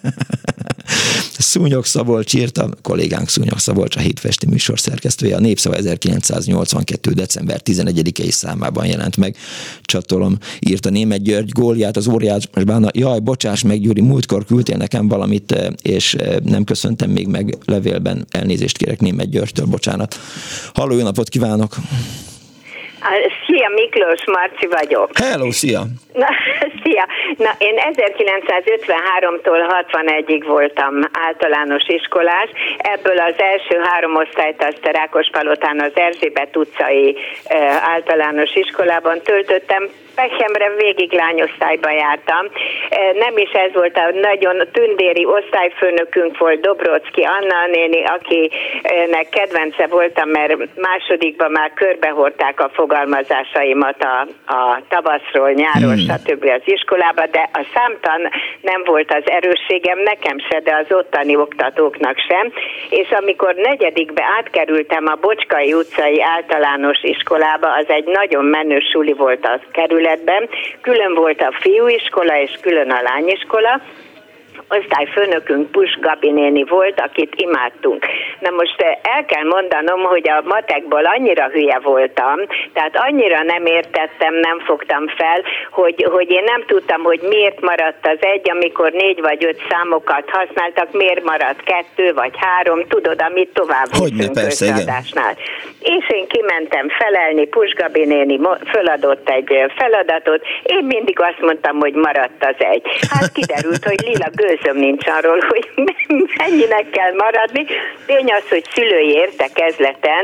Szúnyog Szabolcs írta, kollégánk Szúnyog Szabolcs, a hétfesti műsor szerkesztője, a Népszava ezerkilencszáznyolcvankettő. december tizenegyedikei számában jelent meg. Csatolom, írta Németh György, gólját az óriásban. Jaj, bocsáss meg, Gyuri, múltkor küldtél nekem valamit, és nem köszöntem még meg levélben. Elnézést kérek Németh Györgytől, bocsánat. Halló, jó napot kívánok! Szia, Miklós, Marci vagyok. Hello, szia! Na, szia! Na, én ezerkilencszázötvenháromtól hatvanegyig voltam általános iskolás. Ebből az első három osztályt azt a Rákospalotán az Erzsébet utcai e, általános iskolában töltöttem. Pekemre végig lányosztályba jártam. Nem is ez volt, a nagyon tündéri osztályfőnökünk volt, Dobrocki Anna néni, akinek kedvence voltam, mert másodikban már körbehordták a fogalmazásaimat a, a tavaszról, nyáról, hmm. stb. Az iskolába, de a számtan nem volt az erősségem, nekem se, de az ottani oktatóknak sem. És amikor negyedikbe átkerültem a Bocskai utcai általános iskolába, az egy nagyon menő suli volt a kerület, külön volt a fiúiskola és külön a lányiskola. Osztályfőnökünk Pus Gabi néni volt, akit imádtunk. Na most el kell mondanom, hogy a matekból annyira hülye voltam, tehát annyira nem értettem, nem fogtam fel, hogy, hogy én nem tudtam, hogy miért maradt az egy, amikor négy vagy öt számokat használtak, miért maradt kettő vagy három, tudod, amit tovább viszünk összeadásnál. És én kimentem felelni, Pus Gabi néni föladott egy feladatot, én mindig azt mondtam, hogy maradt az egy. Hát kiderült, hogy lila gőzöm nincs arról, hogy mennyinek kell maradni. Tény az, hogy szülői értekezleten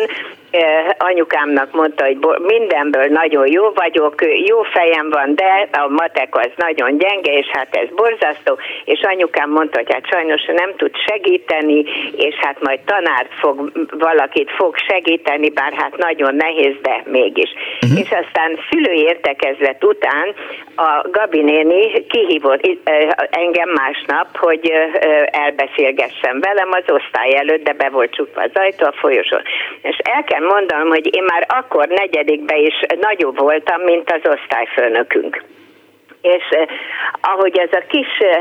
anyukámnak mondta, hogy mindenből nagyon jó vagyok, jó fejem van, de a matek az nagyon gyenge, és hát ez borzasztó, és anyukám mondta, hogy hát sajnos nem tud segíteni, és hát majd tanárt fog, valakit fog segíteni, bár hát nagyon nehéz, de mégis. Uh-huh. És aztán szülői értekezlet után a Gabi néni kihívott engem másnap, hogy elbeszélgessem velem az osztály előtt, de be volt csukva az ajtó a folyosón. És el kell mondanom, hogy én már akkor negyedikben is nagyobb voltam, mint az osztályfőnökünk. És eh, ahogy ez a kis eh,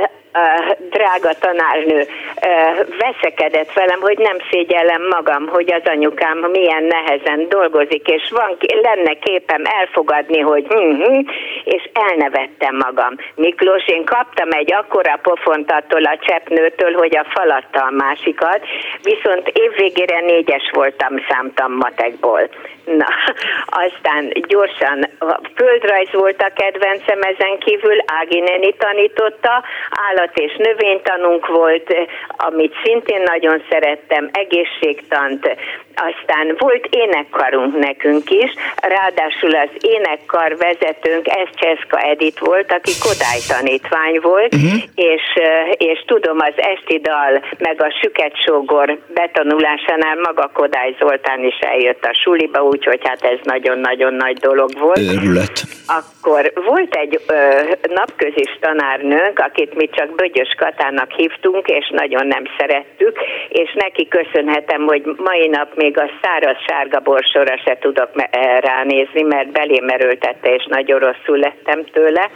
drága tanárnő eh, veszekedett velem, hogy nem szégyellem magam, hogy az anyukám milyen nehezen dolgozik, és van, lenne képem elfogadni, hogy hm-hm, és elnevettem magam. Miklós, én kaptam egy akkora pofont attól a cseppnőtől, hogy a falatta a másikat, viszont évvégére négyes voltam számtan matekból. Na, aztán gyorsan a földrajz volt a kedvencem, ezen kívül Ági néni tanította, állat- és növénytanunk volt, amit szintén nagyon szerettem, egészségtant, aztán volt énekkarunk nekünk is, ráadásul az énekkar vezetőnk Eszcseszka Edith volt, aki Kodály tanítvány volt, uh-huh. és, és tudom, az esti dal, meg a süketsógor betanulásánál maga Kodály Zoltán is eljött a suliba, úgyhogy hát ez nagyon-nagyon nagy dolog volt. Őrület. Akkor volt egy ö, napközis tanárnőnk, akit mi csak Bögyös Katának hívtunk, és nagyon nem szerettük, és neki köszönhetem, hogy mai nap még a száraz sárga borsorra se tudok ránézni, mert belém erőltette, és nagyon rosszul lettem tőle.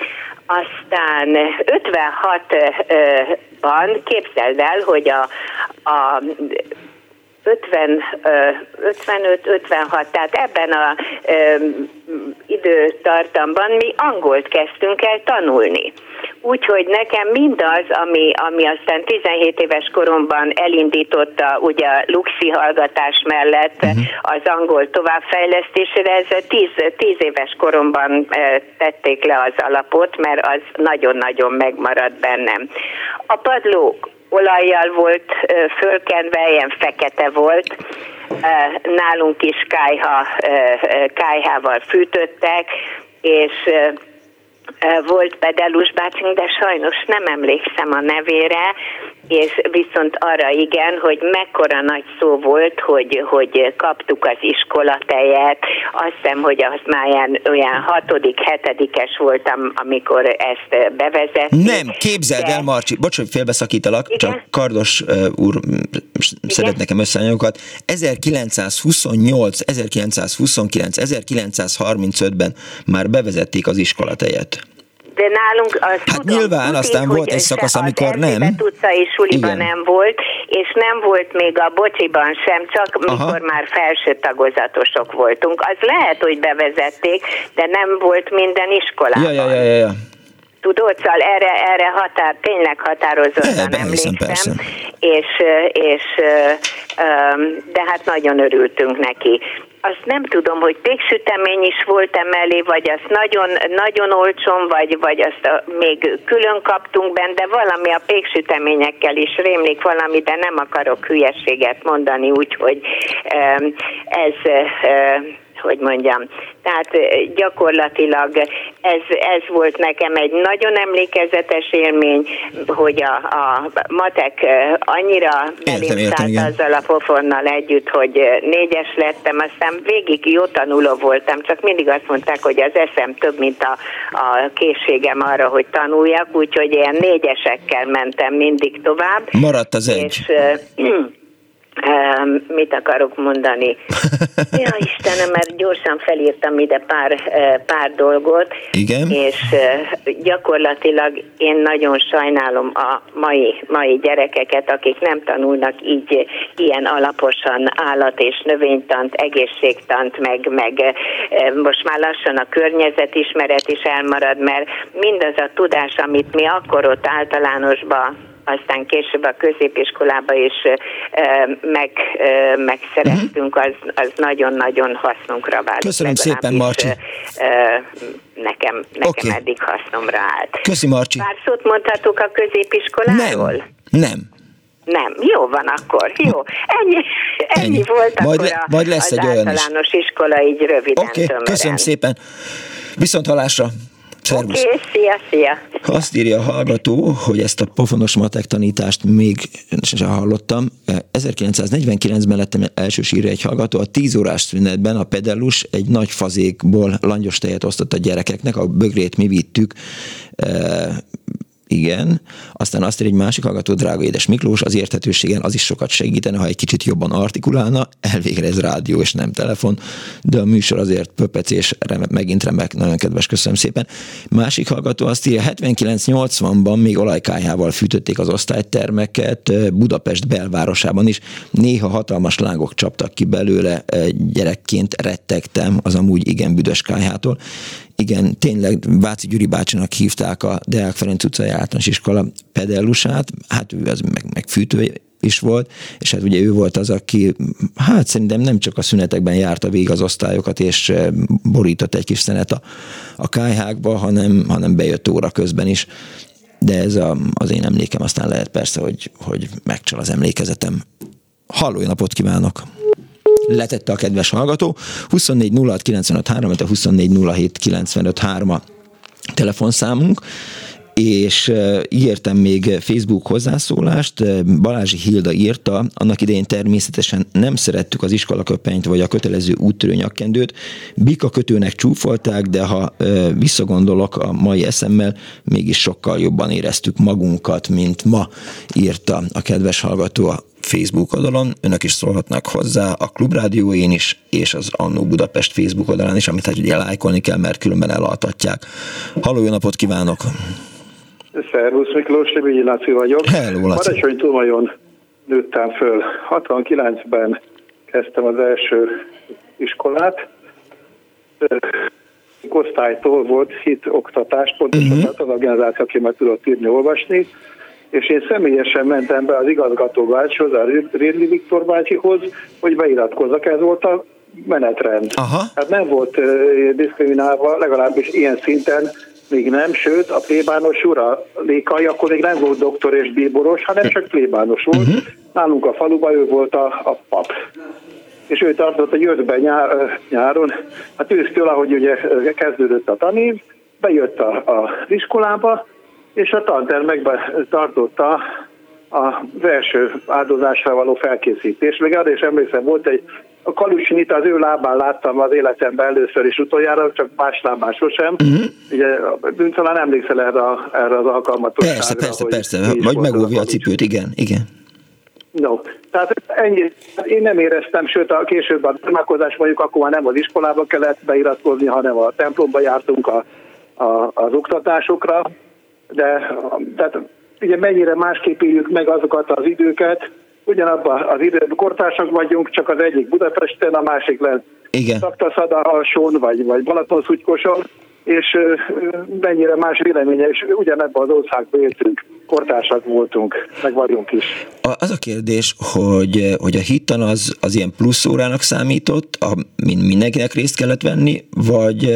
Aztán ötvenhatban képzeld el, hogy a, a ötven, ötvenöt ötvenhat, tehát ebben az időtartamban mi angolt kezdtünk el tanulni. Úgyhogy nekem mindaz, ami, ami aztán tizenhét éves koromban elindította ugye a luxi hallgatás mellett uh-huh. az angol továbbfejlesztésére, ez tíz, tíz éves koromban tették le az alapot, mert az nagyon-nagyon megmaradt bennem. A padlók olajjal volt fölkenve, ilyen fekete volt, nálunk is kályha, kályhával fűtöttek, és volt Pedellus bácsink, de sajnos nem emlékszem a nevére, és viszont arra igen, hogy mekkora nagy szó volt, hogy, hogy kaptuk az iskolatejet. Azt hiszem, hogy az már ilyen, olyan hatodik, hetedikes voltam, amikor ezt bevezettük. Nem, képzeld de... el, Marcsi, bocs, hogy félbeszakítalak, igen? Csak Kardos uh, úr szedett nekem összeanyagokat. ezerkilencszázhuszonnyolc, ezerkilencszázhuszonkilenc, ezerkilencszázharmincötben már bevezették az iskolatejet. De nálunk az hát tudom, nyilván, tudik, aztán volt egy szakasz, amikor nem. Az Erzsébet utcai suliban igen. nem volt, és nem volt még a bocsiban sem, csak Aha. mikor már felső tagozatosok voltunk. Az lehet, hogy bevezették, de nem volt minden iskolában. Ja, ja, ja, ja, ja. Tudod, szóval erre, erre határ, tényleg határozottan emlékszem, persze. és, és de hát nagyon örültünk neki. Azt nem tudom, hogy péksütemény is volt emellé, vagy azt nagyon, nagyon olcsón, vagy, vagy azt a, még külön kaptunk benne, de valami a péksüteményekkel is rémlik valami, de nem akarok hülyeséget mondani, úgyhogy ez... hogy mondjam. Tehát gyakorlatilag ez, ez volt nekem egy nagyon emlékezetes élmény, hogy a, a matek annyira belém szállt azzal a pofonnal együtt, hogy négyes lettem, aztán végig jó tanuló voltam, csak mindig azt mondták, hogy az eszem több, mint a, a készségem arra, hogy tanuljak, úgyhogy ilyen négyesekkel mentem mindig tovább. Maradt az egy. És, Um, mit akarok mondani? Ja, Istenem, mert gyorsan felírtam ide pár, uh, pár dolgot. Igen. És uh, gyakorlatilag én nagyon sajnálom a mai, mai gyerekeket, akik nem tanulnak így uh, ilyen alaposan állat- és növénytant, egészségtant, meg, meg uh, most már lassan a környezetismeret is elmarad, mert mindaz a tudás, amit mi akkor ott általánosban, aztán később a középiskolába is uh, meg, uh, megszereztünk, az, az nagyon-nagyon hasznunkra válik. Köszönöm szépen, Marcsi. Uh, nekem nekem okay. eddig hasznomra állt. Köszi, Marcsi. Pár szót mondhatok a középiskoláról? Nem, nem. Nem, jó van akkor, jó. Ennyi, ennyi, ennyi. volt majd akkor le, majd lesz az egy olyan általános is. Iskola így röviden Oké, okay, köszönöm szépen. Viszont hallásra. Oké, okay, szia, szia. Azt írja a hallgató, hogy ezt a pofonos matek tanítást még sem hallottam. ezerkilencszáznegyvenkilencben lettem elsős, írja egy hallgató, a tíz órás szünetben a pedellus egy nagy fazékból langyos tejet osztott a gyerekeknek, a bögrét mi vittük, igen. Aztán azt írja egy másik hallgató, drága édes Miklós, az érthetőségen az is sokat segítene, ha egy kicsit jobban artikulálna, elvégre ez rádió és nem telefon, de a műsor azért pöpec és remek, megint remek, nagyon kedves, köszönöm szépen. Másik hallgató azt írja, hetvenkilenc nyolcvanban még olajkályhával fűtötték az osztálytermeket, Budapest belvárosában is, néha hatalmas lángok csaptak ki belőle, gyerekként rettegtem az amúgy igen büdös kályhától. Igen, tényleg Váci Gyuri bácsinak hívták a Deák Ferenc utcai általános iskola pedellusát, hát ő az meg, meg fűtő is volt, és hát ugye ő volt az, aki hát szerintem nem csak a szünetekben járta végig az osztályokat, és borított egy kis szenet a, a kályhákba, hanem, hanem bejött óra közben is. De ez a, az én emlékem, aztán lehet persze, hogy, hogy megcsal az emlékezetem. Halló, napot kívánok! Letette a kedves hallgató. huszonnégy nulla hat kilencvenöt három, a huszonnégy nulla hét kilencvenöt három a telefonszámunk, és írtam még Facebook hozzászólást, Balázsi Hilda írta, annak idején természetesen nem szerettük az iskolaköpenyt vagy a kötelező úttörő nyakkendőt, bika kötőnek csúfolták, de ha visszagondolok a mai eszemmel, mégis sokkal jobban éreztük magunkat, mint ma, írta a kedves hallgató a Facebook oldalon. Önök is szólhatnak hozzá a Klubrádióén is, és az Annó Budapest Facebook oldalán is, amit hát ugye lájkolni kell, mert különben elaltatják. Halló, jó napot kívánok! Szervusz, Miklós, Libigyi Laci vagyok. Hello, Laci. Badacsony Tómajon nőttem föl. hatvankilencben kezdtem az első iskolát. Osztálytól volt hit oktatás, pontosan uh-huh. az a generáció, aki meg tudott írni, olvasni, és én személyesen mentem be az igazgató bácsihoz, a Rédli Viktor bácsihoz, hogy beiratkozzak, ez volt a menetrend. Aha. Hát nem volt uh, diszkriminálva, legalábbis ilyen szinten még nem, sőt, a plébános úr, a Lékai, akkor még nem volt doktor és bíboros, hanem csak plébános volt. Uh-huh. Nálunk a faluban ő volt a, a pap. És ő tartott, hogy jött be nyár, nyáron, hát ősztől, ahogy ugye kezdődött a tanév, bejött a, a, az iskolába, és a tantermekben tartotta az első áldozásra való felkészítést. Még arra is emlékszem, volt egy, a kalucsinit az ő lábán láttam az életemben először is utoljára, csak más lábán sosem. Uh-huh. Ugye, talán emlékszel erre, erre az alkalmatosságra. Persze, persze, persze, vagy megóvja a cipőt, igen, igen. No, tehát ennyi, én nem éreztem, sőt a később a találkozás mondjuk akkor már nem az iskolába kellett beiratkozni, hanem a templomba jártunk a, a, az oktatásokra, de tehát ugye mennyire másképp éljük meg azokat az időket, ugyanabban az időben kortársak vagyunk, csak az egyik Budapesten, a másik lesz Szakta-Szadalson, vagy, vagy Balatonszúgykoson, és mennyire más véleménye, és ugyanebben az országban éltünk, kortársak voltunk, meg vagyunk is. Az a kérdés, hogy, hogy a hittan az, az ilyen plusz órának számított, a, mindenkinek részt kellett venni, vagy,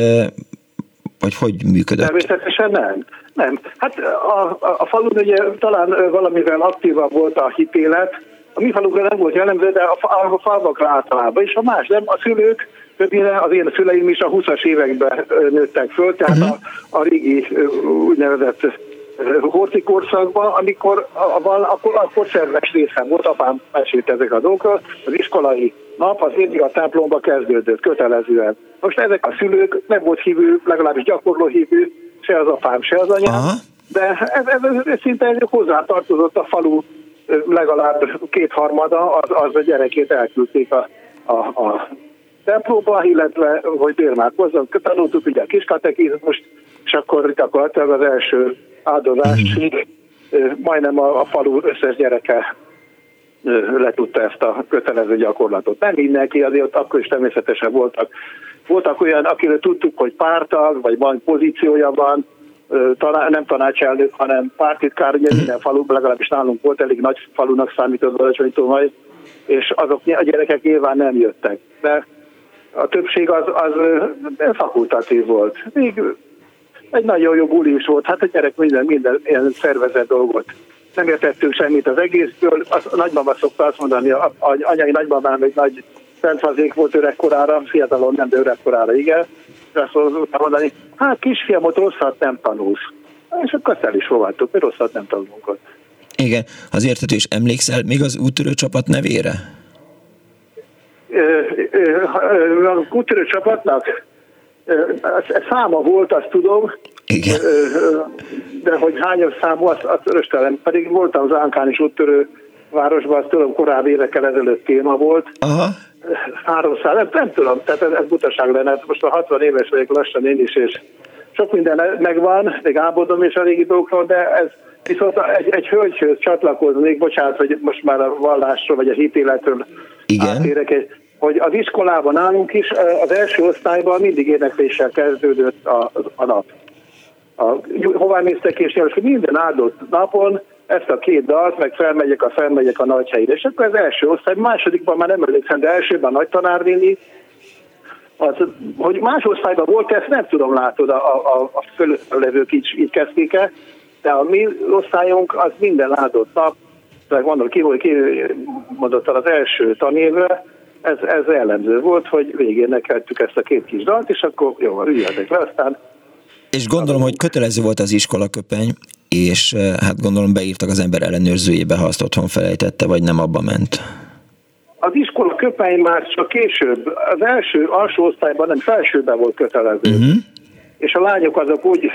vagy hogy működött? Természetesen nem. Nem. Hát a, a, a falun ugye talán valamivel aktívabb volt a hitélet, a mi falunkra nem volt jellemző, de a, a falvakra általában, és a más nem, a szülők, többnyire az én szüleim is a huszas években nőttek föl, tehát uh-huh. a, a régi úgynevezett horti korszakban, amikor a, a, akkor, akkor szerves részem volt, apám mesélt ezek a dolgok, az iskolai nap az mindig a templomba kezdődött, kötelezően. Most ezek a szülők nem volt hívő, legalábbis gyakorló hívő, se az apám, se az anyám, uh-huh. de ez, ez, ez szinte hozzátartozott a falu legalább kétharmada, az, az a gyerekét elküldték a, a, a templomba, illetve hogy bérmálkozzon. Tanultuk ugye a kiskatekizmust, és akkor gyakorlatilag az első áldozásig majdnem a, a falu összes gyereke letudta ezt a kötelező gyakorlatot. Nem mindenki, azért ott akkor is természetesen voltak. Voltak olyan, akiről tudtuk, hogy pártag, vagy van pozíciója van, taná, nem tanácselnök, hanem pártitkár, ugye minden faluban, legalábbis nálunk volt, elég nagy falunak számított Balacsony-Tómaj, és azok a gyerekek nyilván nem jöttek. De a többség az, az fakultatív volt. Még egy nagyon jó buli is volt, hát a gyerek minden, minden ilyen szervezett dolgot. Nem értettünk semmit az egészből. Az, a nagymama szokta azt mondani, a, a anyai nagymamám egy nagy szentfazék volt öregkorára, fiatalon nem, de öregkorára, igen. És azt szokta mondani, hát kisfiam, ott rosszat nem tanulsz. És akkor ezt el is fogadtuk, hogy rosszat nem tanulunk ott. Igen, az értető, emlékszel még az úttörő csapat nevére? A úttörő csapatnak száma volt, azt tudom, igen. De hogy hányos számú, azt, azt öröstelem. Pedig voltam Zánkán is úttörő városban, azt tudom, korábbi évekkel ezelőtt téma volt. Aha. háromszáz, nem, nem tudom, tehát ez, ez butaság lenne. Most a hatvan éves vagyok lassan én is, és sok minden megvan, még álmodom is a régi dolgokról, de ez viszont egy, egy hölgyhöz csatlakoznék, bocsánat, hogy most már a vallásról, vagy a hitéletről átérek, hogy az iskolában nálunk is az első osztályban mindig énekléssel kezdődött a, a nap. A, hová néztek és nyilván, hogy minden áldott napon ezt a két dalt, meg felmegyek a felmegyek a Nagyhelyre. És akkor az első osztály, másodikban már nem emlékszem, de elsőben a nagy tanárnéni, az, hogy más osztályban volt, ezt nem tudom, látod, a, a, a fölövők így, így kezdték el, de a mi osztályunk az minden áldott nap, mondom ki, hogy ki mondott az első tanévre, ez, ez jellemző volt, hogy végén nekeltük ezt a két kis dalt, és akkor jó, ügyeltek le, aztán... És gondolom, hogy kötelező volt az iskolaköpeny, és hát gondolom beírtak az ember ellenőrzőjébe, ha azt otthon felejtette, vagy nem abba ment. Az iskola köpeny már csak később, az első, alsó osztályban, nem felsőben volt kötelező. Uh-huh. És a lányok azok úgy,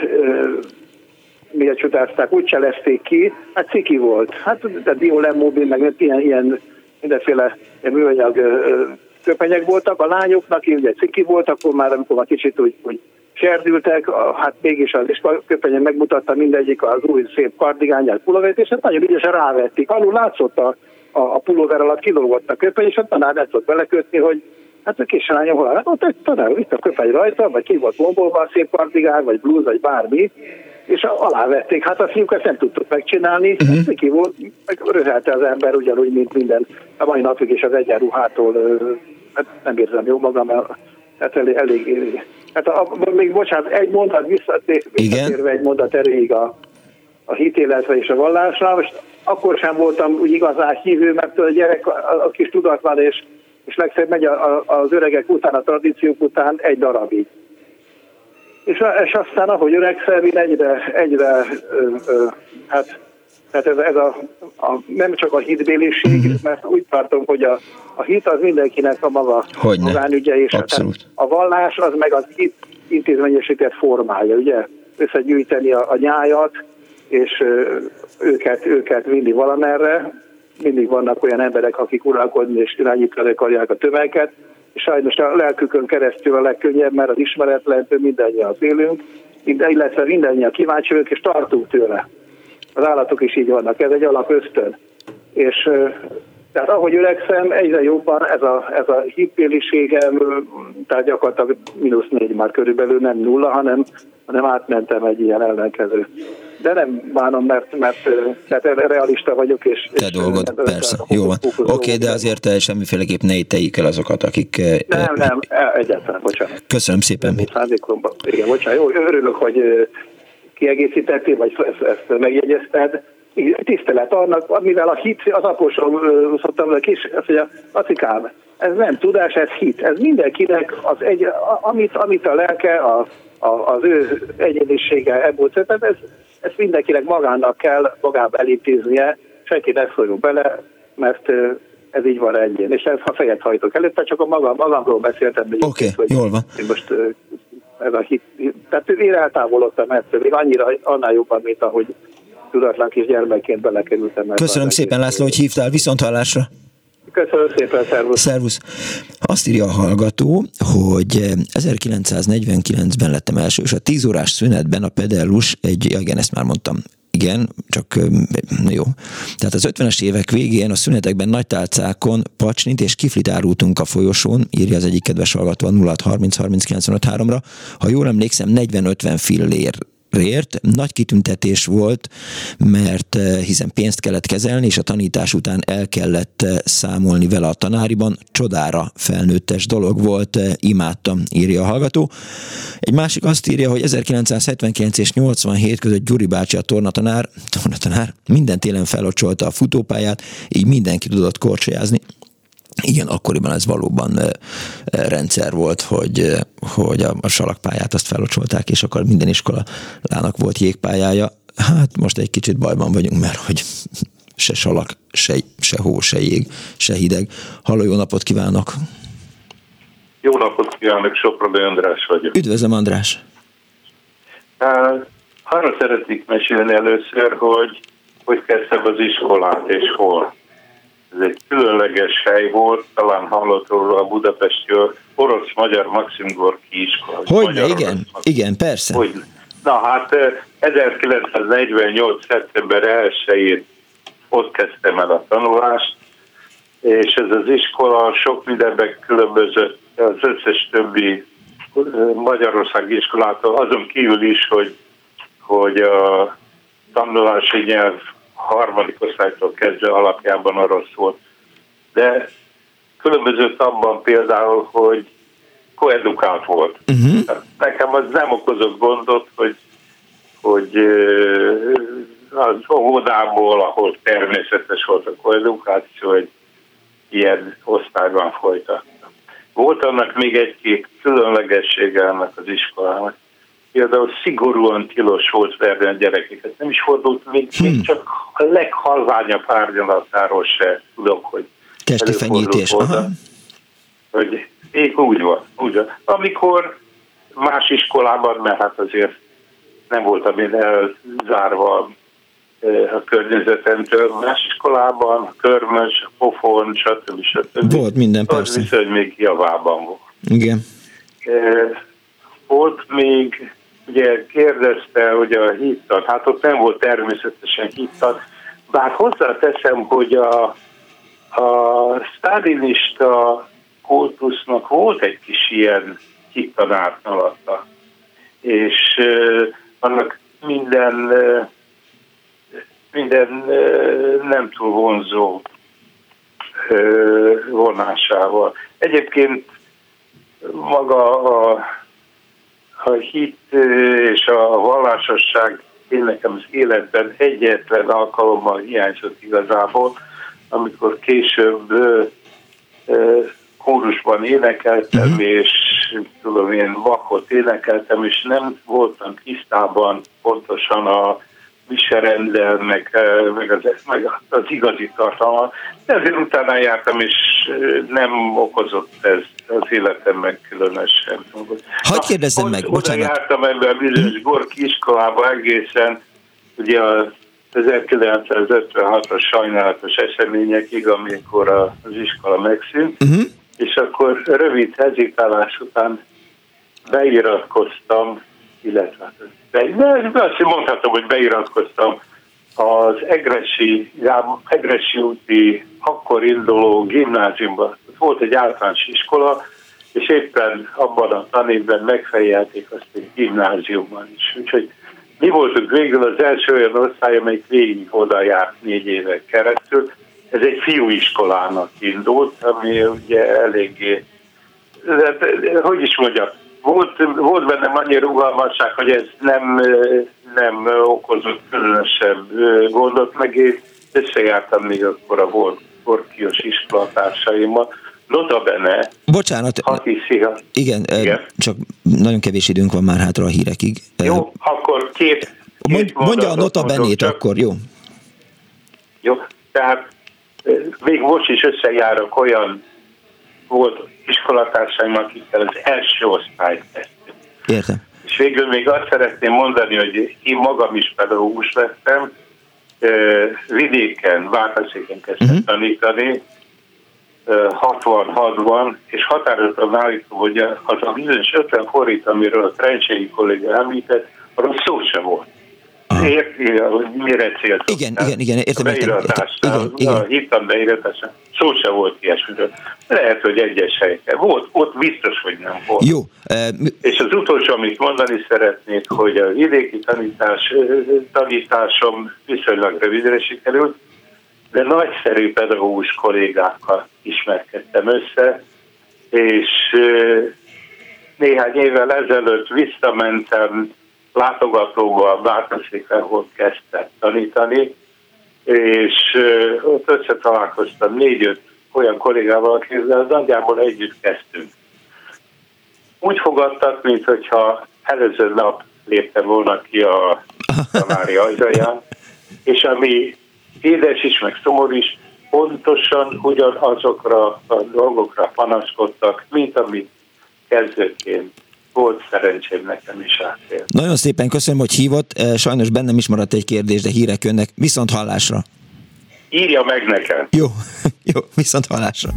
miért csodázták, úgy cselezték ki, hát ciki volt. Hát a diolemmobil, meg ilyen, ilyen mindenféle műanyag köpenyek voltak. A lányoknak ugye ciki volt, akkor már amikor már kicsit úgy, úgy serdültek, hát mégis az iskola köpenyen megmutatta mindegyik az új szép kardigányát, pulóvert, és hát nagyon ügyesen rávették. Alul látszott a a, a pulóver alatt kilógott a köpeny, és a tanár nem tudott belekötni, hogy hát a kis lányom hol áll. Ott egy tanár, itt a köpeny rajta, vagy ki volt lombolva a szép kardigán, vagy blúz, vagy bármi, és alávették. Hát a fiúk ezt nem tudtuk megcsinálni, uh-huh. ki volt, meg röhelte az ember ugyanúgy, mint minden. A mai napig is az egyenruhától, hát nem érzem jó magam, hát elég, elég hát a, még bocsánat, egy mondat visszatérve egy mondat erőig a, a hitéletre és a vallásra, most akkor sem voltam úgy igazán hívő, mert a gyerek a, a kis tudatlan, és, és legfeljebb megy a, a, az öregek után, a tradíciók után egy darabig. És, és aztán, ahogy öregszem, én egyre, egyre ö, ö, hát, tehát ez, ez a, a, nem csak a hitbéliség, uh-huh. mert úgy tartom, hogy a, a hit az mindenkinek a maga Hogyne. magánügye, és a, a vallás az meg az hit intézményesített formája, ugye? Összegyűjteni a, a nyájat, és ö, őket, őket vinni valamerre. Mindig vannak olyan emberek, akik uralkodni és irányítani akarják a tömeget, és sajnos a lelkükön keresztül a legkönnyebb, mert az ismeretlentől mindannyian félünk, illetve mindannyian kíváncsi vagyunk, és tartunk tőle. Az állatok is így vannak, ez egy alapösztön. És tehát ahogy öregszem, egyre jobban ez a, ez a hitbéliségem, tehát gyakorlatilag mínusz négy már körülbelül, nem nulla, hanem, hanem átmentem egy ilyen ellenkező. De nem bánom, mert, mert tehát realista vagyok. És, Te és dolgod, persze. Jó van. Oké, okay, de azért te semmiféleképp ne ítéljük el azokat, akik... Nem, nem, egyáltalán, bocsánat. Köszönöm szépen. Igen, bocsánat. Jó, örülök, hogy kiegészítettél, vagy ezt, ezt megjegyezted. Tisztelet annak, mivel a hit, az apóstol szoktam a kis, azt mondja, Acikám, ez nem tudás, ez hit. Ez mindenkinek az egy, amit, amit a lelke, a, a, az ő egyénisége ebből szedett, ez, ezt mindenkinek magának kell magába elintéznie, senki ne szóljon bele, mert ez így van ennyien. És ez, ha fejet hajtok előtte, csak a magam, magamról beszéltem. Oké, okay, jól van. Most ez a hit, tehát én eltávolodtam ettől, még annyira, annál jobban, mint ahogy tudatlan kis gyermekként belekerültem. Köszönöm szépen, László, hogy hívtál, viszont hallásra. Köszönöm szépen, szervusz. Szervusz. Azt írja a hallgató, hogy ezerkilencszáznegyvenkilencben lettem első, és a tíz órás szünetben a pedellus egy, ja, igen, ezt már mondtam, igen, csak jó. Tehát az ötvenes évek végén a szünetekben nagy tálcákon pacsnit és kiflit árultunk a folyosón, írja az egyik kedves hallgató a nulla hat harminc harminc kilencvenöt-háromra. Ha jól emlékszem, negyven-ötven fillér ért. Nagy kitüntetés volt, mert hiszen pénzt kellett kezelni, és a tanítás után el kellett számolni vele a tanáriban. Csodára felnőttes dolog volt, imádtam, írja a hallgató. Egy másik azt írja, hogy ezerkilencszázhetvenkilenc és nyolcvanhét között Gyuri bácsi a tornatanár, tornatanár minden télen felocsolta a futópályát, így mindenki tudott korcsolyázni. Igen, akkoriban ez valóban rendszer volt, hogy, hogy a, a salakpályát azt felocsolták, és akkor minden iskolának volt jégpályája. Hát most egy kicsit bajban vagyunk, mert hogy se salak, se, se hó, se jég, se hideg. Halló, jó napot kívánok! Jó napot kívánok, Soproni András vagyok. Üdvözlöm, András! Uh, arra szeretnék mesélni először, hogy hogy kezdtem az iskolát, és hol. Ez egy különleges hely volt, talán hallott róla a budapesti orosz-magyar Maxim Gorki iskola. Hogyne, igen, igen, persze. Hogy, na hát ezerkilencszáznegyvennyolc. szeptember elsején ott kezdtem el a tanulást, és ez az iskola sok mindenben különbözött az összes többi magyarországi iskolától, azon kívül is, hogy, hogy a tanulási nyelv harmadik osztálytól kezdve alapjában orosz volt. De különbözött abban például, hogy koedukált volt. Uh-huh. Nekem az nem okozott gondot, hogy, hogy az óvodából, ahol természetes volt a koedukáció, egy ilyen osztályban folytattam. Volt annak még egy-két különlegessége ennek az iskolának. Például szigorúan tilos volt verni a gyerekeket. Nem is fordult még, hmm. még csak a leghalványabb árnyalatáról se tudok, hogy testi fenyítés. Hogy én úgy van, úgy van. Amikor más iskolában, mert hát azért nem voltam én elzárva a környezetemtől, más iskolában, a körmös, a pofon, stb. stb. Volt minden, persze. Az viszont még javában volt. Igen. Volt még, ugye kérdezte, hogy a hittan, hát ott nem volt természetesen hittan, bár hozzáteszem, hogy a, a sztálinista kultusznak volt egy kis ilyen hittan árnyalata, és uh, annak minden, uh, minden uh, nem túl vonzó uh, vonásával. Egyébként maga a a hit és a vallásosság én nekem az életben egyetlen alkalommal hiányzott igazából, amikor később kórusban énekeltem, uh-huh. és tudom én vakot énekeltem, és nem voltam tisztában pontosan a viserenddel, meg, meg, az, meg az igazi tartalma. De ezért utána jártam, és nem okozott ez az életemben különösen. Hadd kérdezzem Na, meg, oda bocsánat. Oda jártam ebben a bizonyos Gorki iskolába egészen, ugye a ezerkilencszázötvenhatos sajnálatos eseményekig, amikor az iskola megszűnt, uh-huh. és akkor rövid hezitálás után beiratkoztam, illetve de azt mondhatom, hogy beiratkoztam az Egressy, Egressy úti akkor induló gimnáziumban. Volt egy általános iskola, és éppen abban a tanévben megfejelték azt egy gimnáziumban is. Úgyhogy mi voltunk végül az első olyan osztály, amelyik végig oda járt négy évek keresztül. Ez egy fiúiskolának indult, ami ugye eléggé, de, de, hogy is mondjam, volt, volt bennem annyi rugalmasság, hogy ez nem, nem okozott különösebb gondot, meg én összejártam még akkor a Gorkios iskolatársaimmal. Notabene, Bocsánat, ha hiszi, ha... Igen, igen, csak nagyon kevés időnk van már hátra a hírekig. Jó, akkor két... Mond, mondja a notabenét akkor, jó? Jó, tehát még most is összejárok olyan volt iskolatársaim, akikkel az első osztályt kezdtük. Értem. És végül még azt szeretném mondani, hogy én magam is pedagógus lettem, vidéken, Vártaszéken kezdtem uh-huh. tanítani, hatvanhatban, és határozottan állítom, hogy az a bizonyos ötven forint, amiről a Trencsei kolléga említett, arról szó sem volt. Érti, hogy mire célzott. Igen, igen, igen, értem, a értem, értem, igen, a hittam beíratása, szó sem volt ilyesmiről. Lehet, hogy egyes helyeken volt, ott biztos, hogy nem volt. Jó. Uh, mi... És az utolsó, amit mondani szeretnék, hogy a vidéki tanítás, tanításom viszonylag rövidre sikerült, de nagyszerű pedagógus kollégákkal ismerkedtem össze, és néhány évvel ezelőtt visszamentem látogatóval Vártaszéken, hol kezdtem tanítani, és ott összetalálkoztam négy-öt olyan kollégával, akikkel nagyjából együtt kezdtünk. Úgy fogadtak, mintha előző nap léptem volna ki a tanári ajtaján, és ami édes is, meg szomorú is, pontosan ugyanazokra a dolgokra panaszkodtak, mint amit kezdőként volt szerencsém nekem is átélni. Nagyon szépen köszönöm, hogy hívott. Sajnos bennem is maradt egy kérdés, de hírek jönnek. Viszont hallásra. Írja meg nekem. Jó, jó, viszont hallásra.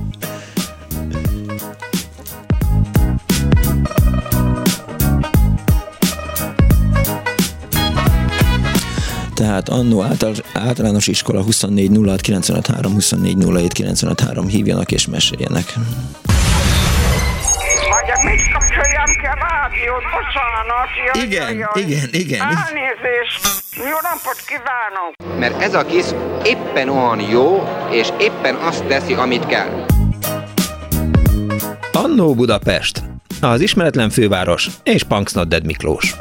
Tehát annó általános iskola huszonnégy nulla hat kilencvenöt három, huszonnégy nulla hét kilencvenöt három, hívjanak és meséljenek. Vagy mit kapcsoljam ki a rádiót, bocsánat. Jaj, igen, jaj, igen, igen. Elnézést, jó napot kívánok. Mert ez a kis éppen olyan jó, és éppen azt teszi, amit kell. Annó Budapest, az ismeretlen főváros és Punksnodded Miklós.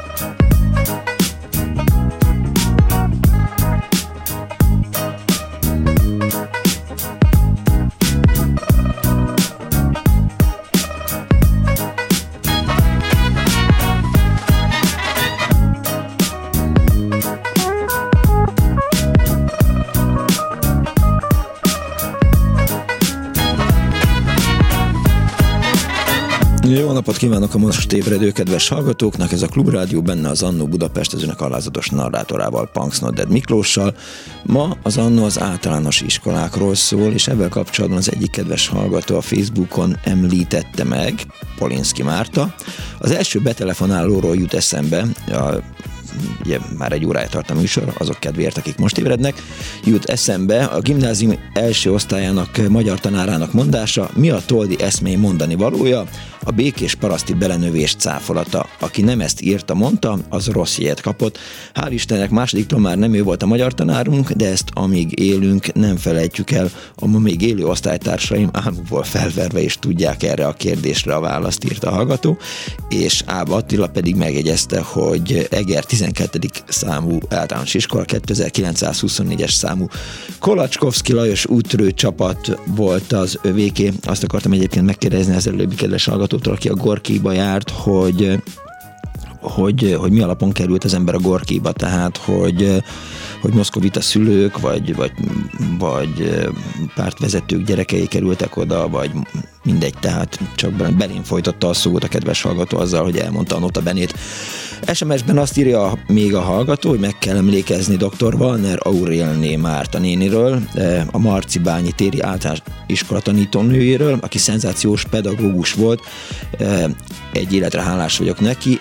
Jó napot kívánok a most ébredő kedves hallgatóknak, ez a Klubrádió, benne az Annó Budapest, az önök alázatos narrátorával, Punksnodded Miklóssal. Ma az Annó az általános iskolákról szól, és ebben kapcsolatban az egyik kedves hallgató a Facebookon említette meg, Polinszki Márta. Az első betelefonálóról jut eszembe, a ugye már egy órája tart a műsor, azok kedvéért, akik most ébrednek, jut eszembe a gimnázium első osztályának magyar tanárának mondása, mi a toldi eszmény mondani valója, a békés paraszti belenövés cáfolata. Aki nem ezt írta, mondta, az rossz jelet kapott. Hál' Istennek másodiktól már nem ő volt a magyar tanárunk, de ezt amíg élünk, nem felejtjük el. A ma még élő osztálytársaim álmukból felverve is tudják erre a kérdésre a választ, írta a hallgató, és Ába Attila pedig megjegyezte, hogy Eger tizenkettedik számú általános iskola kétezer-kilencszázhuszonnégyes számú Kolacskovszki Lajos úttörő csapat volt az övéké. Azt akartam egyébként megkérdezni az előbbi kedves hallgatótól, aki a Gorkiba járt, hogy, hogy, hogy mi alapon került az ember a Gorkiba, tehát hogy, hogy moszkovita szülők, vagy, vagy, vagy pártvezetők gyerekei kerültek oda, vagy mindegy, tehát csak belén folytatta a szót a kedves hallgató azzal, hogy elmondta a nota benét. es em es-ben azt írja még a hallgató, hogy meg kell emlékezni dr. Wallner Aurélné Márta néniről, a Marcibányi téri általános iskola tanítónőjéről, aki szenzációs pedagógus volt. Egy életre hálás vagyok neki,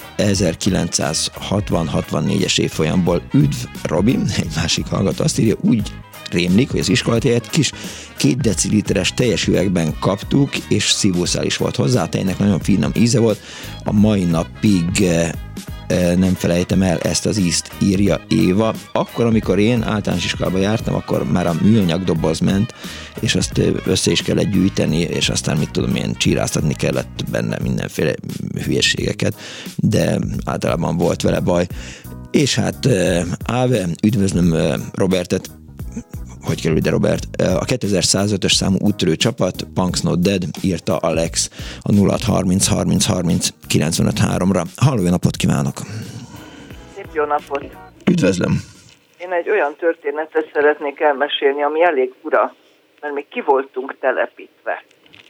ezerkilencszázhatvan-hatvannégyes évfolyamból. Üdv, Robi, egy másik hallgató azt írja, úgy rémlik, hogy az iskolatejet kis két deciliteres teljes üvegben kaptuk, és szívószál is volt hozzá, a tejnek nagyon finom íze volt. A mai napig nem felejtem el ezt az ízt, írja Éva. Akkor, amikor én általános iskolába jártam, akkor már a műanyag doboz ment, és azt össze is kellett gyűjteni, és aztán mit tudom én, csíráztatni kellett benne mindenféle hülyeségeket, de általában volt vele baj. És hát Áve, üdvözlöm Robertet, hogy kerül ide Robert? A kétezer-százötös számú úttörő csapat, Punks Not Dead, írta Alex a nulla hat harminc harminc harminc kilencvenöt háromra. Halló, jó napot kívánok! Szép jó napot! Üdvözlöm! Én egy olyan történetet szeretnék elmesélni, ami elég fura, mert még ki voltunk telepítve.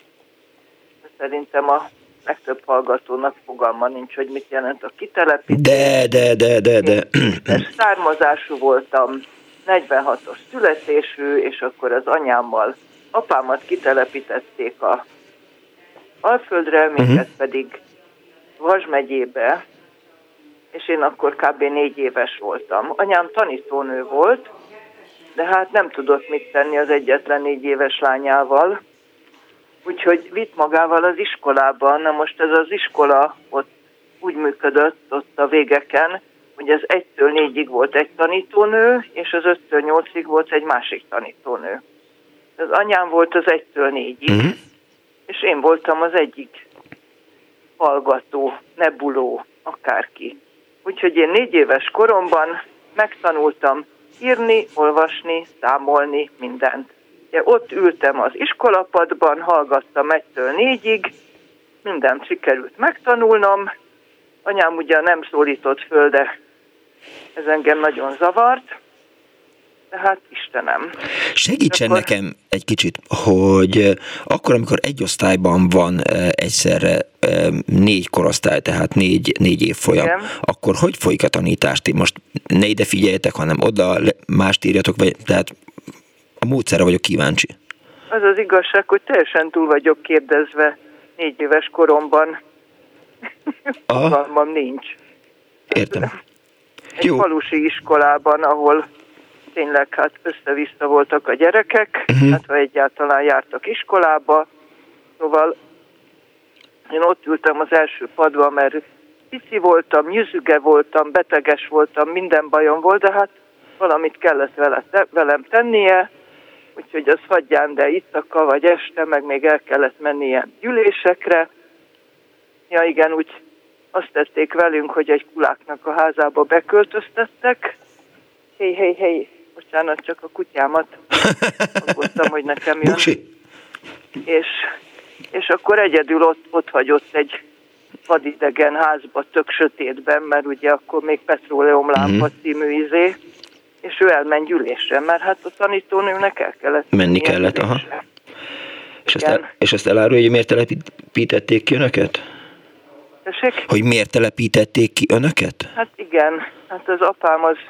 Szerintem a legtöbb hallgatónak fogalma nincs, hogy mit jelent a kitelepítés. De, de, de, de, de. Én származású voltam, negyvenhatos születésű, és akkor az anyámmal apámat kitelepítették a Alföldre, minket uh-huh. pedig Vas megyébe, és én akkor kb. négy éves voltam. Anyám tanítónő volt, de hát nem tudott mit tenni az egyetlen négy éves lányával, úgyhogy vitt magával az iskolában. Na most ez az iskola ott úgy működött, ott a végeken, hogy az egytől négyig volt egy tanítónő, és az öttől nyolcig volt egy másik tanítónő. Az anyám volt az egytől négyig, uh-huh. és én voltam az egyik hallgató, nebuló, akárki. Úgyhogy én négy éves koromban megtanultam írni, olvasni, számolni, mindent. Ugye ott ültem az iskolapadban, hallgattam egytől négyig, mindent sikerült megtanulnom. Anyám ugye nem szólított föl, de ez engem nagyon zavart, de hát Istenem. Segítsen akkor... nekem egy kicsit, hogy akkor, amikor egy osztályban van egyszerre négy korosztály, tehát négy, négy évfolyam, igen. Akkor hogy folyik a tanítást? Ti most ne ide figyeljetek, hanem oda mást írjatok, vagy, tehát a módszerre vagyok kíváncsi. Az az igazság, hogy teljesen túl vagyok kérdezve négy éves koromban. Fogalmam nincs. Értem. Egy Jó. falusi iskolában, ahol tényleg hát össze-vissza voltak a gyerekek, uh-huh. hát ha egyáltalán jártak iskolába. Szóval én ott ültem az első padban, mert pici voltam, nyüzüge voltam, beteges voltam, minden bajom volt, de hát valamit kellett vele, velem tennie, úgyhogy az hagyján, de ittaka vagy este, meg még el kellett menni ilyen gyűlésekre. Ja igen, úgy azt tették velünk, hogy egy kuláknak a házába beköltöztettek. Hé, hé, hé, bocsánat, csak a kutyámat aggódtam, hogy nekem jön. És, és akkor egyedül ott, ott hagyott egy vadidegen házba, tök sötétben, mert ugye akkor még petróleumlámpa mm-hmm. című izé, és ő elment gyűlésre, mert hát a tanítónőnek el kellett menni kellett, aha. És ezt, el, és ezt elárulja, hogy miért telepítették ki önöket? Tessék? Hogy miért telepítették ki önöket? Hát igen, hát az apám az